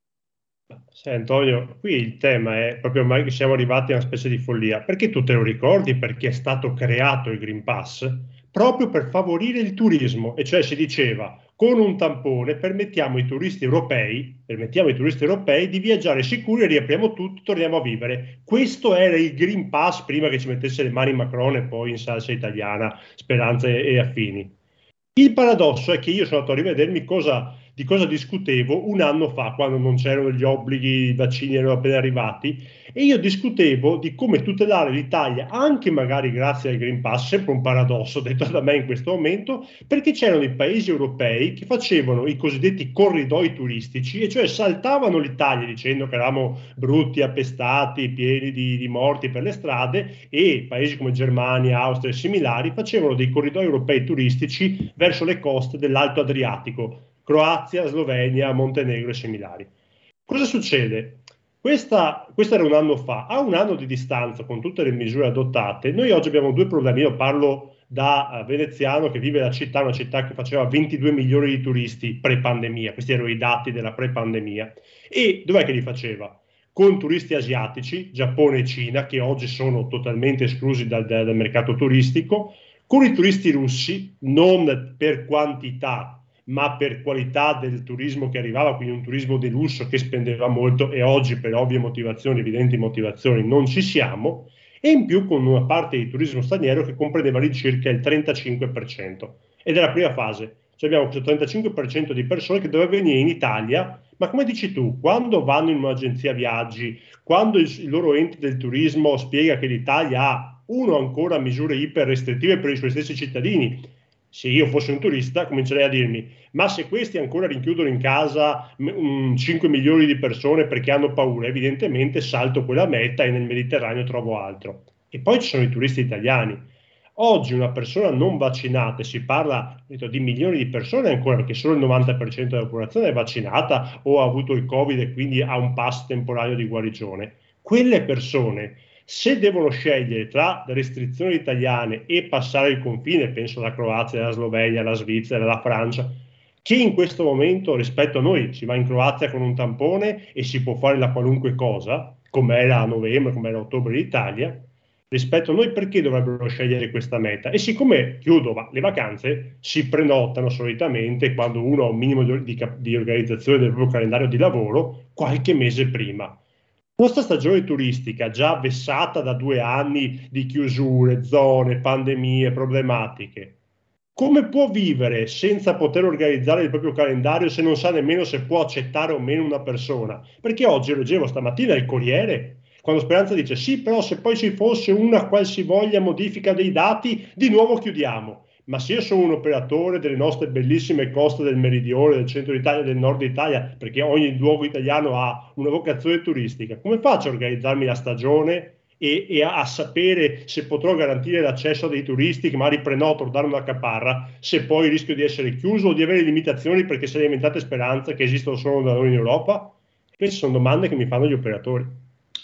Sì, Antonio, qui il tema è proprio ormai che siamo arrivati a una specie di follia, perché tu te lo ricordi perché è stato creato il Green Pass? Proprio per favorire il turismo, e cioè si diceva con un tampone permettiamo ai turisti europei, permettiamo ai turisti europei di viaggiare sicuri e riapriamo tutto, torniamo a vivere. Questo era il Green Pass prima che ci mettesse le mani Macron e poi in salsa italiana, Speranza e, e affini. Il paradosso è che io sono andato a rivedermi cosa, di cosa discutevo un anno fa, quando non c'erano gli obblighi, i vaccini erano appena arrivati, e io discutevo di come tutelare l'Italia, anche magari grazie al Green Pass, sempre un paradosso detto da me in questo momento, perché c'erano i paesi europei che facevano i cosiddetti corridoi turistici, e cioè saltavano l'Italia dicendo che eravamo brutti, appestati, pieni di, di morti per le strade, e paesi come Germania, Austria e similari facevano dei corridoi europei turistici verso le coste dell'Alto Adriatico, Croazia, Slovenia, Montenegro e similari. Cosa succede? Questa, questo era un anno fa. A un anno di distanza, con tutte le misure adottate, noi oggi abbiamo due problemi. Io parlo da uh, veneziano che vive la città, una città che faceva ventidue milioni di turisti pre-pandemia. Questi erano i dati della pre-pandemia. E dov'è che li faceva? Con turisti asiatici, Giappone e Cina, che oggi sono totalmente esclusi dal, dal mercato turistico, con i turisti russi, non per quantità, ma per qualità del turismo che arrivava, quindi un turismo di lusso che spendeva molto, e oggi per ovvie motivazioni, evidenti motivazioni, non ci siamo, e in più con una parte di turismo straniero che comprendeva all'incirca il trentacinque per cento. Ed è la prima fase. Cioè abbiamo questo trentacinque per cento di persone che doveva venire in Italia, ma come dici tu, quando vanno in un'agenzia viaggi, quando il, il loro ente del turismo spiega che l'Italia ha, uno, ancora misure iper restrittive per i suoi stessi cittadini, se io fossi un turista comincerei a dirmi, ma se questi ancora rinchiudono in casa um, cinque milioni di persone perché hanno paura, evidentemente salto quella meta e nel Mediterraneo trovo altro. E poi ci sono i turisti italiani. Oggi una persona non vaccinata, e si parla detto, di milioni di persone ancora, perché solo il novanta per cento della popolazione è vaccinata o ha avuto il Covid e quindi ha un pass temporaneo di guarigione. Quelle persone, se devono scegliere tra le restrizioni italiane e passare il confine, penso alla Croazia, alla Slovenia, alla Svizzera, alla Francia, che in questo momento rispetto a noi si va in Croazia con un tampone e si può fare la qualunque cosa, come era a novembre, come era a ottobre in Italia, rispetto a noi perché dovrebbero scegliere questa meta? E siccome, chiudo, ma le vacanze si prenotano solitamente quando uno ha un minimo di, di organizzazione del proprio calendario di lavoro qualche mese prima. La nostra stagione turistica, già vessata da due anni di chiusure, zone, pandemie, problematiche, come può vivere senza poter organizzare il proprio calendario se non sa nemmeno se può accettare o meno una persona? Perché oggi leggevo stamattina il Corriere, quando Speranza dice sì, però se poi ci fosse una qualsivoglia modifica dei dati, di nuovo chiudiamo. Ma se io sono un operatore delle nostre bellissime coste del meridione, del centro d'Italia e del nord Italia, perché ogni luogo italiano ha una vocazione turistica, come faccio a organizzarmi la stagione e, e a, a sapere se potrò garantire l'accesso a dei turisti che magari prenoto o dare una caparra, se poi rischio di essere chiuso o di avere limitazioni perché se le inventate Speranza che esistono solo da noi in Europa? Queste sono domande che mi fanno gli operatori.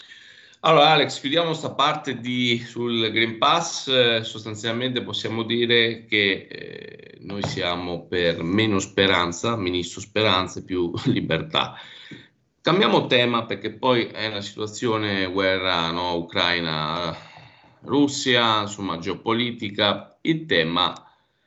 Allora Alex, chiudiamo questa parte di, sul Green Pass. Eh, sostanzialmente possiamo dire che eh, noi siamo per meno Speranza, ministro Speranza, e più libertà. Cambiamo tema perché poi è una situazione guerra, no? Ucraina, Russia, insomma geopolitica, il tema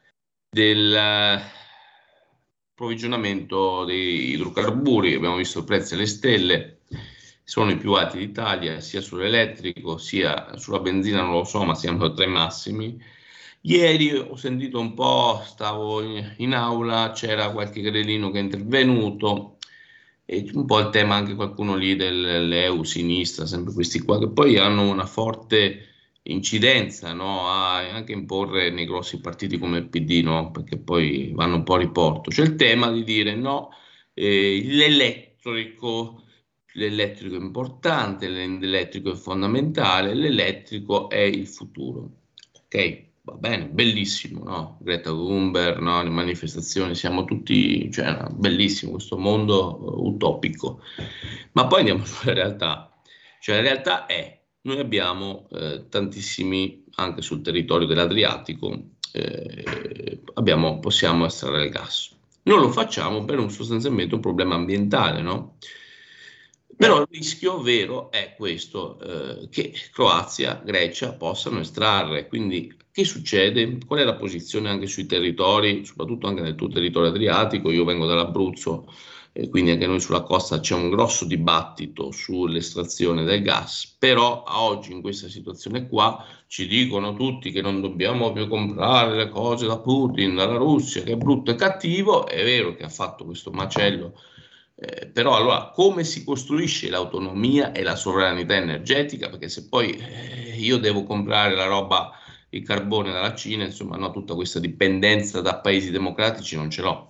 del eh, approvvigionamento dei idrocarburi, abbiamo visto i prezzi alle stelle. sono i più alti d'Italia, sia sull'elettrico sia sulla benzina, non lo so, ma siamo tra i massimi. Ieri ho sentito un po', stavo in, in aula, c'era qualche grillino che è intervenuto, e un po' il tema anche qualcuno lì dell'E U, sinistra, sempre questi qua, che poi hanno una forte incidenza, no? A anche imporre nei grossi partiti come il P D, no? Perché poi vanno un po' a riporto. C'è il tema di dire no, eh, l'elettrico, l'elettrico è importante, l'elettrico è fondamentale, l'elettrico è il futuro. Ok, va bene, bellissimo, no? Greta Thunberg, no? Le manifestazioni, siamo tutti, cioè, no, bellissimo questo mondo uh, utopico. Ma poi andiamo sulla realtà. Cioè la realtà è, noi abbiamo eh, tantissimi, anche sul territorio dell'Adriatico, eh, abbiamo, possiamo estrarre il gas. Non lo facciamo per un sostanzialmente un problema ambientale, no? Però il rischio vero è questo, eh, che Croazia, Grecia possano estrarre. Quindi che succede? Qual è la posizione anche sui territori, soprattutto anche nel tuo territorio adriatico? Io vengo dall'Abruzzo, e quindi anche noi sulla costa c'è un grosso dibattito sull'estrazione del gas, però a oggi in questa situazione qua ci dicono tutti che non dobbiamo più comprare le cose da Putin, dalla Russia, che è brutto e cattivo. È vero che ha fatto questo macello, eh, però allora come si costruisce l'autonomia e la sovranità energetica? Perché se poi eh, io devo comprare la roba, il carbone dalla Cina, insomma, no, tutta questa dipendenza da paesi democratici non ce l'ho.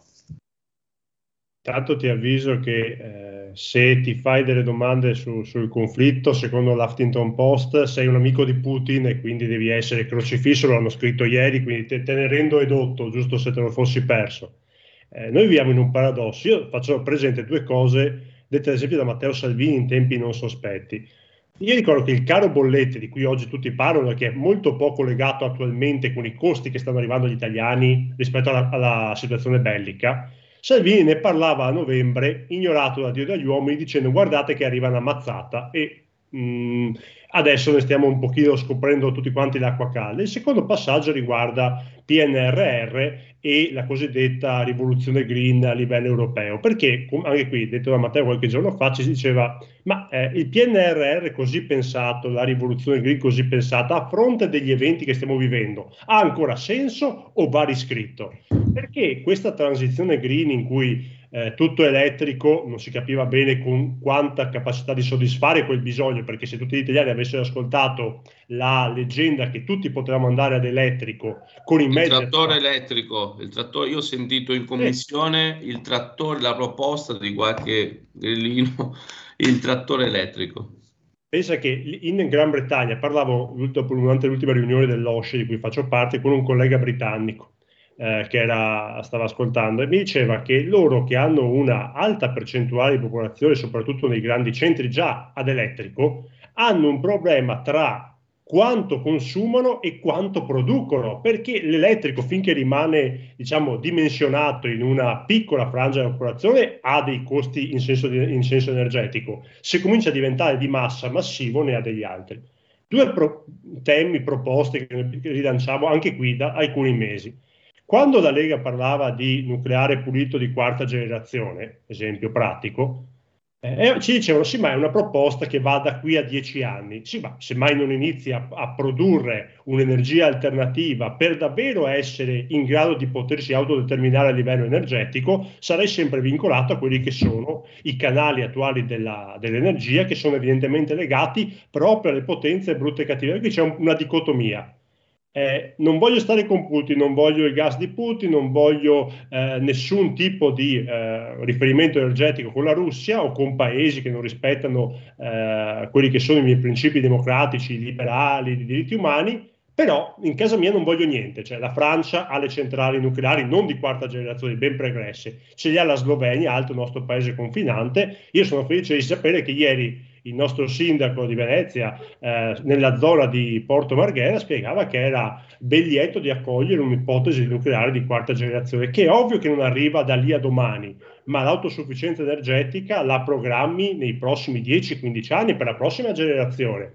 Tanto ti avviso che eh, se ti fai delle domande su, sul conflitto, secondo l'Huffington Post, sei un amico di Putin e quindi devi essere crocifisso, lo hanno scritto ieri, quindi te, te ne rendo edotto, giusto se te lo fossi perso. Eh, noi viviamo in un paradosso. Io faccio presente due cose dette ad esempio da Matteo Salvini in tempi non sospetti. Io ricordo che il caro bollette, di cui oggi tutti parlano, che è molto poco legato attualmente con i costi che stanno arrivando agli italiani rispetto alla, alla situazione bellica, Salvini ne parlava a novembre, ignorato da Dio e dagli uomini, dicendo guardate che arriva una mazzata, e mh, adesso ne stiamo un pochino scoprendo tutti quanti l'acqua calda. Il secondo passaggio riguarda P N R R e la cosiddetta rivoluzione green a livello europeo, perché anche qui, detto da Matteo qualche giorno fa, ci si diceva ma eh, il P N R R così pensato, la rivoluzione green così pensata, a fronte degli eventi che stiamo vivendo, ha ancora senso o va riscritto? Perché questa transizione green in cui eh, tutto elettrico non si capiva bene con quanta capacità di soddisfare quel bisogno, perché se tutti gli italiani avessero ascoltato la leggenda che tutti potevamo andare ad elettrico con i mezzi... Il trattore elettrico, il trattore, io ho sentito in commissione il trattore, la proposta di qualche grillino, il trattore elettrico. Pensa che in Gran Bretagna, parlavo durante l'ultima riunione dell'O S C E di cui faccio parte con un collega britannico eh, che era, stava ascoltando, e mi diceva che loro, che hanno una alta percentuale di popolazione, soprattutto nei grandi centri già ad elettrico, hanno un problema tra quanto consumano e quanto producono, perché l'elettrico, finché rimane, diciamo, dimensionato in una piccola frangia della popolazione, ha dei costi in senso, di, in senso energetico. Se comincia a diventare di massa, massivo, ne ha degli altri. Due pro- temi, proposte che rilanciamo anche qui da alcuni mesi. Quando la Lega parlava di nucleare pulito di quarta generazione, esempio pratico, Eh, ci dicevano sì, ma è una proposta che va da qui a dieci anni. Sì, ma se mai non inizi a, a produrre un'energia alternativa per davvero essere in grado di potersi autodeterminare a livello energetico, sarai sempre vincolato a quelli che sono i canali attuali della, dell'energia, che sono evidentemente legati proprio alle potenze brutte e cattive. Qui c'è un, una dicotomia. Eh, non voglio stare con Putin, non voglio il gas di Putin, non voglio eh, nessun tipo di eh, riferimento energetico con la Russia o con paesi che non rispettano eh, quelli che sono i miei principi democratici, liberali, di diritti umani, però in casa mia non voglio niente. Cioè la Francia ha le centrali nucleari non di quarta generazione, ben pregresse, ce li ha la Slovenia, altro nostro paese confinante. Io sono felice di sapere che ieri il nostro sindaco di Venezia, eh, nella zona di Porto Marghera, spiegava che era ben lieto di accogliere un'ipotesi nucleare di quarta generazione, che è ovvio che non arriva da lì a domani, ma l'autosufficienza energetica la programmi nei prossimi dieci quindici anni per la prossima generazione.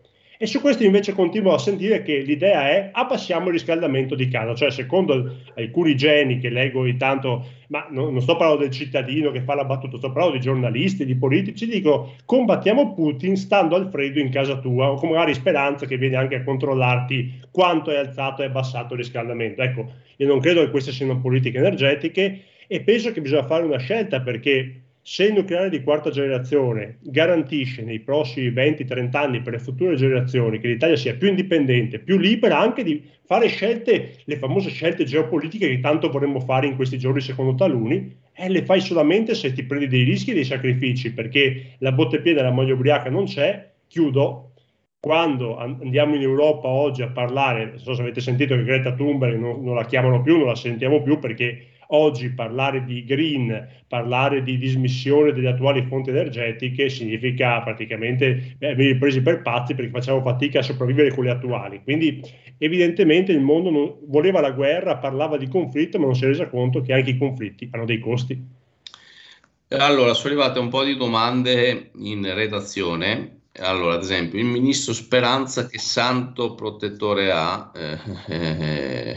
E su questo invece continuo a sentire che l'idea è abbassiamo il riscaldamento di casa, cioè secondo alcuni geni che leggo ogni tanto, ma non, non sto parlando del cittadino che fa la battuta, sto parlando di giornalisti, di politici, dico combattiamo Putin stando al freddo in casa tua, o con magari Speranza che viene anche a controllarti quanto è alzato e abbassato il riscaldamento. Ecco, io non credo che queste siano politiche energetiche e penso che bisogna fare una scelta, perché se il nucleare di quarta generazione garantisce nei prossimi venti trenta anni per le future generazioni che l'Italia sia più indipendente, più libera anche di fare scelte, le famose scelte geopolitiche che tanto vorremmo fare in questi giorni secondo taluni, eh, le fai solamente se ti prendi dei rischi e dei sacrifici, perché la botte piena e la moglie ubriaca non c'è. Chiudo. Quando andiamo in Europa oggi a parlare, non so se avete sentito che Greta Thunberg non, non la chiamano più, non la sentiamo più, perché oggi parlare di green, parlare di dismissione delle attuali fonti energetiche significa praticamente eh, venire presi per pazzi, perché facciamo fatica a sopravvivere con le attuali. Quindi evidentemente il mondo non, voleva la guerra, parlava di conflitto, ma non si è resa conto che anche i conflitti hanno dei costi. Allora, sono arrivate un po' di domande in redazione. Allora, ad esempio, il ministro Speranza che santo protettore ha? Eh, eh,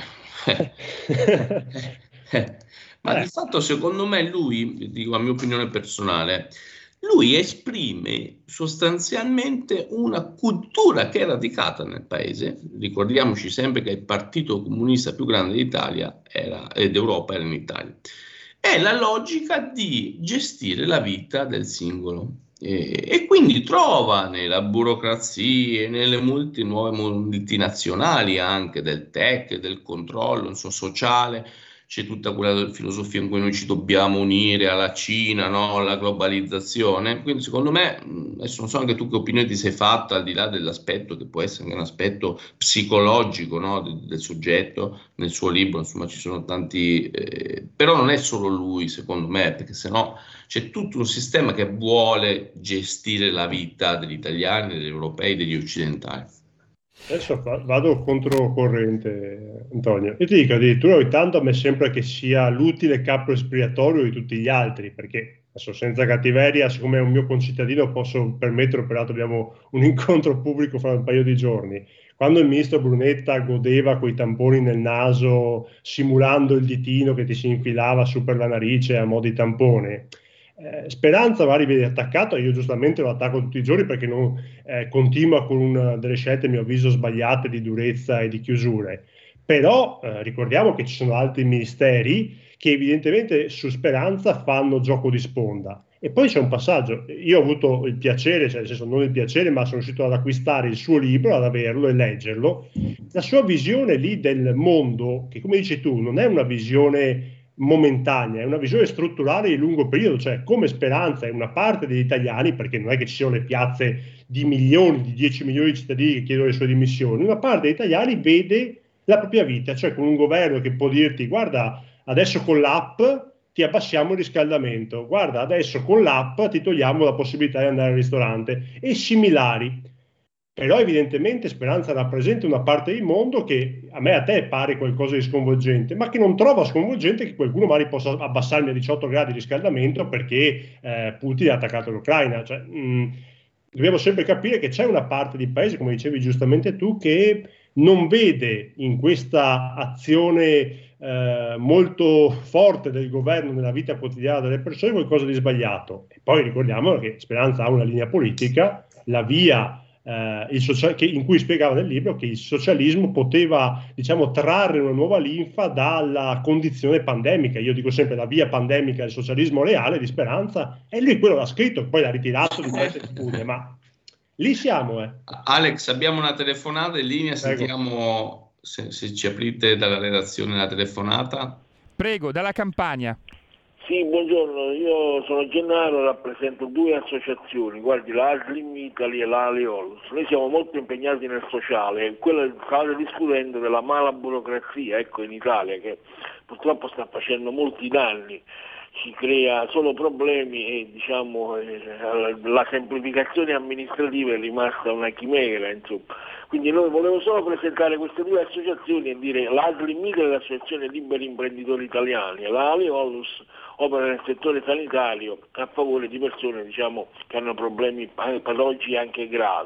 eh, eh. Ma di fatto, secondo me, lui, dico la mia opinione personale, lui esprime sostanzialmente una cultura che è radicata nel paese. Ricordiamoci sempre che il partito comunista più grande d'Italia era, ed d'Europa era in Italia. È la logica di gestire la vita del singolo. E, e quindi trova nella burocrazia, nelle multi, nuove multinazionali anche del tech, del controllo insomma, sociale, c'è tutta quella filosofia in cui noi ci dobbiamo unire alla Cina, no? Alla globalizzazione. Quindi secondo me, adesso non so anche tu che opinione ti sei fatta, al di là dell'aspetto che può essere anche un aspetto psicologico, no? del, del soggetto, nel suo libro, insomma ci sono tanti, eh, però non è solo lui secondo me, perché sennò c'è tutto un sistema che vuole gestire la vita degli italiani, degli europei, degli occidentali. Adesso vado controcorrente, Antonio. Io ti dico, addirittura ogni tanto a me sembra che sia l'utile capo espiatorio di tutti gli altri, perché adesso senza cattiveria, siccome è un mio concittadino posso permettere, peraltro abbiamo un incontro pubblico fra un paio di giorni, quando il ministro Brunetta godeva coi tamponi nel naso, simulando il ditino che ti si infilava su per la narice a mo' di tampone, Eh, Speranza magari viene attaccato, io giustamente lo attacco tutti i giorni perché non, eh, continua con una delle scelte a mio avviso sbagliate di durezza e di chiusure, però eh, ricordiamo che ci sono altri ministeri che evidentemente su Speranza fanno gioco di sponda. E poi c'è un passaggio, io ho avuto il piacere, cioè nel senso non il piacere, ma sono riuscito ad acquistare il suo libro, ad averlo e leggerlo, la sua visione lì del mondo, che come dici tu non è una visione momentanea, è una visione strutturale di lungo periodo, cioè come Speranza è una parte degli italiani, perché non è che ci siano le piazze di milioni, di dieci milioni di cittadini che chiedono le sue dimissioni, una parte degli italiani vede la propria vita, cioè con un governo che può dirti guarda adesso con l'app ti abbassiamo il riscaldamento, guarda adesso con l'app ti togliamo la possibilità di andare al ristorante e similari. Però evidentemente Speranza rappresenta una parte del mondo che a me e a te pare qualcosa di sconvolgente, ma che non trova sconvolgente che qualcuno magari possa abbassarmi a diciotto gradi di riscaldamento perché eh, Putin ha attaccato l'Ucraina. Cioè, mh, dobbiamo sempre capire che c'è una parte di paese, come dicevi giustamente tu, che non vede in questa azione eh, molto forte del governo nella vita quotidiana delle persone qualcosa di sbagliato. E poi ricordiamo che Speranza ha una linea politica, la via Uh, il social- che, in cui spiegava nel libro che il socialismo poteva, diciamo, trarre una nuova linfa dalla condizione pandemica. Io dico sempre la via pandemica del socialismo reale di Speranza, e lui quello l'ha scritto, poi l'ha ritirato di queste spugne, ma lì siamo. Eh. Alex, abbiamo una telefonata in linea, Prego. Sentiamo se, se ci aprite dalla redazione la telefonata. Prego, dalla Campania. Sì, buongiorno, io sono Gennaro, rappresento due associazioni, guardi, la Slim Italy e la Aleolus. Noi siamo molto impegnati nel sociale, quello state discutendo della mala burocrazia, ecco, in Italia, che purtroppo sta facendo molti danni, ci crea solo problemi e diciamo eh, la semplificazione amministrativa è rimasta una chimera, insomma. Quindi noi volevo solo presentare queste due associazioni e dire la Slim Italy è l'associazione Liberi Imprenditori Italiani e la Aleolus opera nel settore sanitario a favore di persone diciamo, che hanno problemi patologici anche gravi.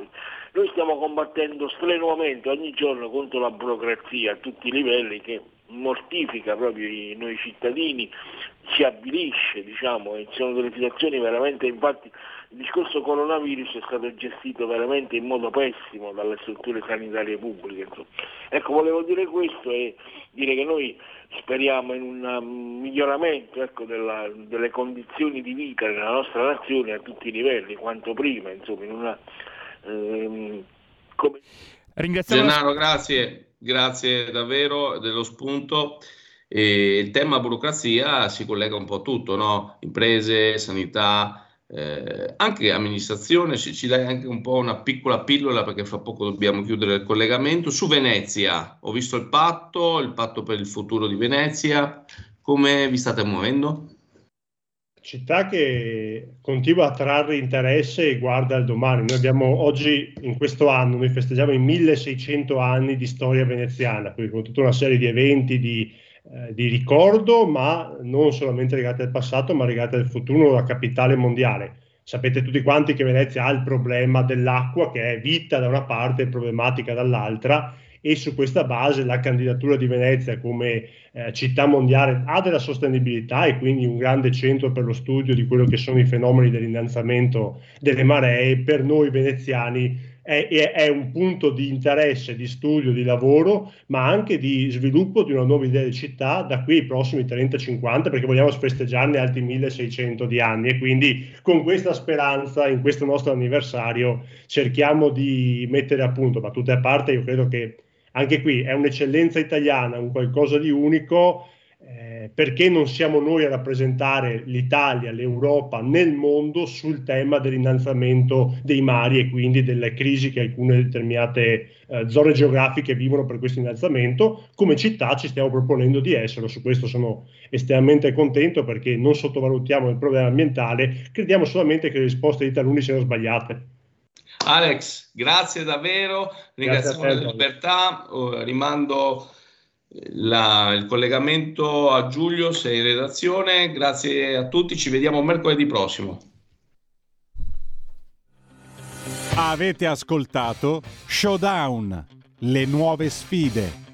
Noi stiamo combattendo strenuamente ogni giorno contro la burocrazia a tutti i livelli, che mortifica proprio i, noi cittadini, ci avvilisce, diciamo, e ci sono delle situazioni veramente, infatti il discorso coronavirus è stato gestito veramente in modo pessimo dalle strutture sanitarie pubbliche. Insomma. Ecco, volevo dire questo e dire che noi speriamo in un miglioramento, ecco, della, delle condizioni di vita nella nostra nazione a tutti i livelli, quanto prima, insomma, in una ehm, come... Ringraziamo Gennaro, grazie, grazie davvero dello spunto. E il tema burocrazia si collega un po' a tutto, no? Imprese, sanità, eh, anche amministrazione. Ci, ci dai anche un po' una piccola pillola, perché fra poco dobbiamo chiudere il collegamento. Su Venezia, ho visto il patto, il patto per il futuro di Venezia, come vi state muovendo? Città che continua a trarre interesse e guarda al domani. Noi abbiamo oggi, in questo anno, noi festeggiamo i milleseicento anni di storia veneziana, quindi con tutta una serie di eventi, di, eh, di ricordo, ma non solamente legati al passato, ma legati al futuro, la capitale mondiale. Sapete tutti quanti che Venezia ha il problema dell'acqua, che è vita da una parte e problematica dall'altra, e su questa base la candidatura di Venezia come eh, città mondiale ha della sostenibilità e quindi un grande centro per lo studio di quello che sono i fenomeni dell'innalzamento delle maree. Per noi veneziani è, è, è un punto di interesse, di studio, di lavoro, ma anche di sviluppo di una nuova idea di città da qui ai prossimi trenta cinquanta, perché vogliamo festeggiarne altri milleseicento di anni, e quindi con questa speranza, in questo nostro anniversario, cerchiamo di mettere a punto. Battute a parte, io credo che anche qui è un'eccellenza italiana, un qualcosa di unico, eh, perché non siamo noi a rappresentare l'Italia, l'Europa nel mondo sul tema dell'innalzamento dei mari e quindi delle crisi che alcune determinate eh, zone geografiche vivono per questo innalzamento. Come città ci stiamo proponendo di esserlo, su questo sono estremamente contento, perché non sottovalutiamo il problema ambientale, crediamo solamente che le risposte di taluni siano sbagliate. Alex, grazie davvero, ringraziamo la Libertà, oh, rimando la, il collegamento a Giulio, sei in redazione, grazie a tutti, ci vediamo mercoledì prossimo. Avete ascoltato Showdown, le nuove sfide.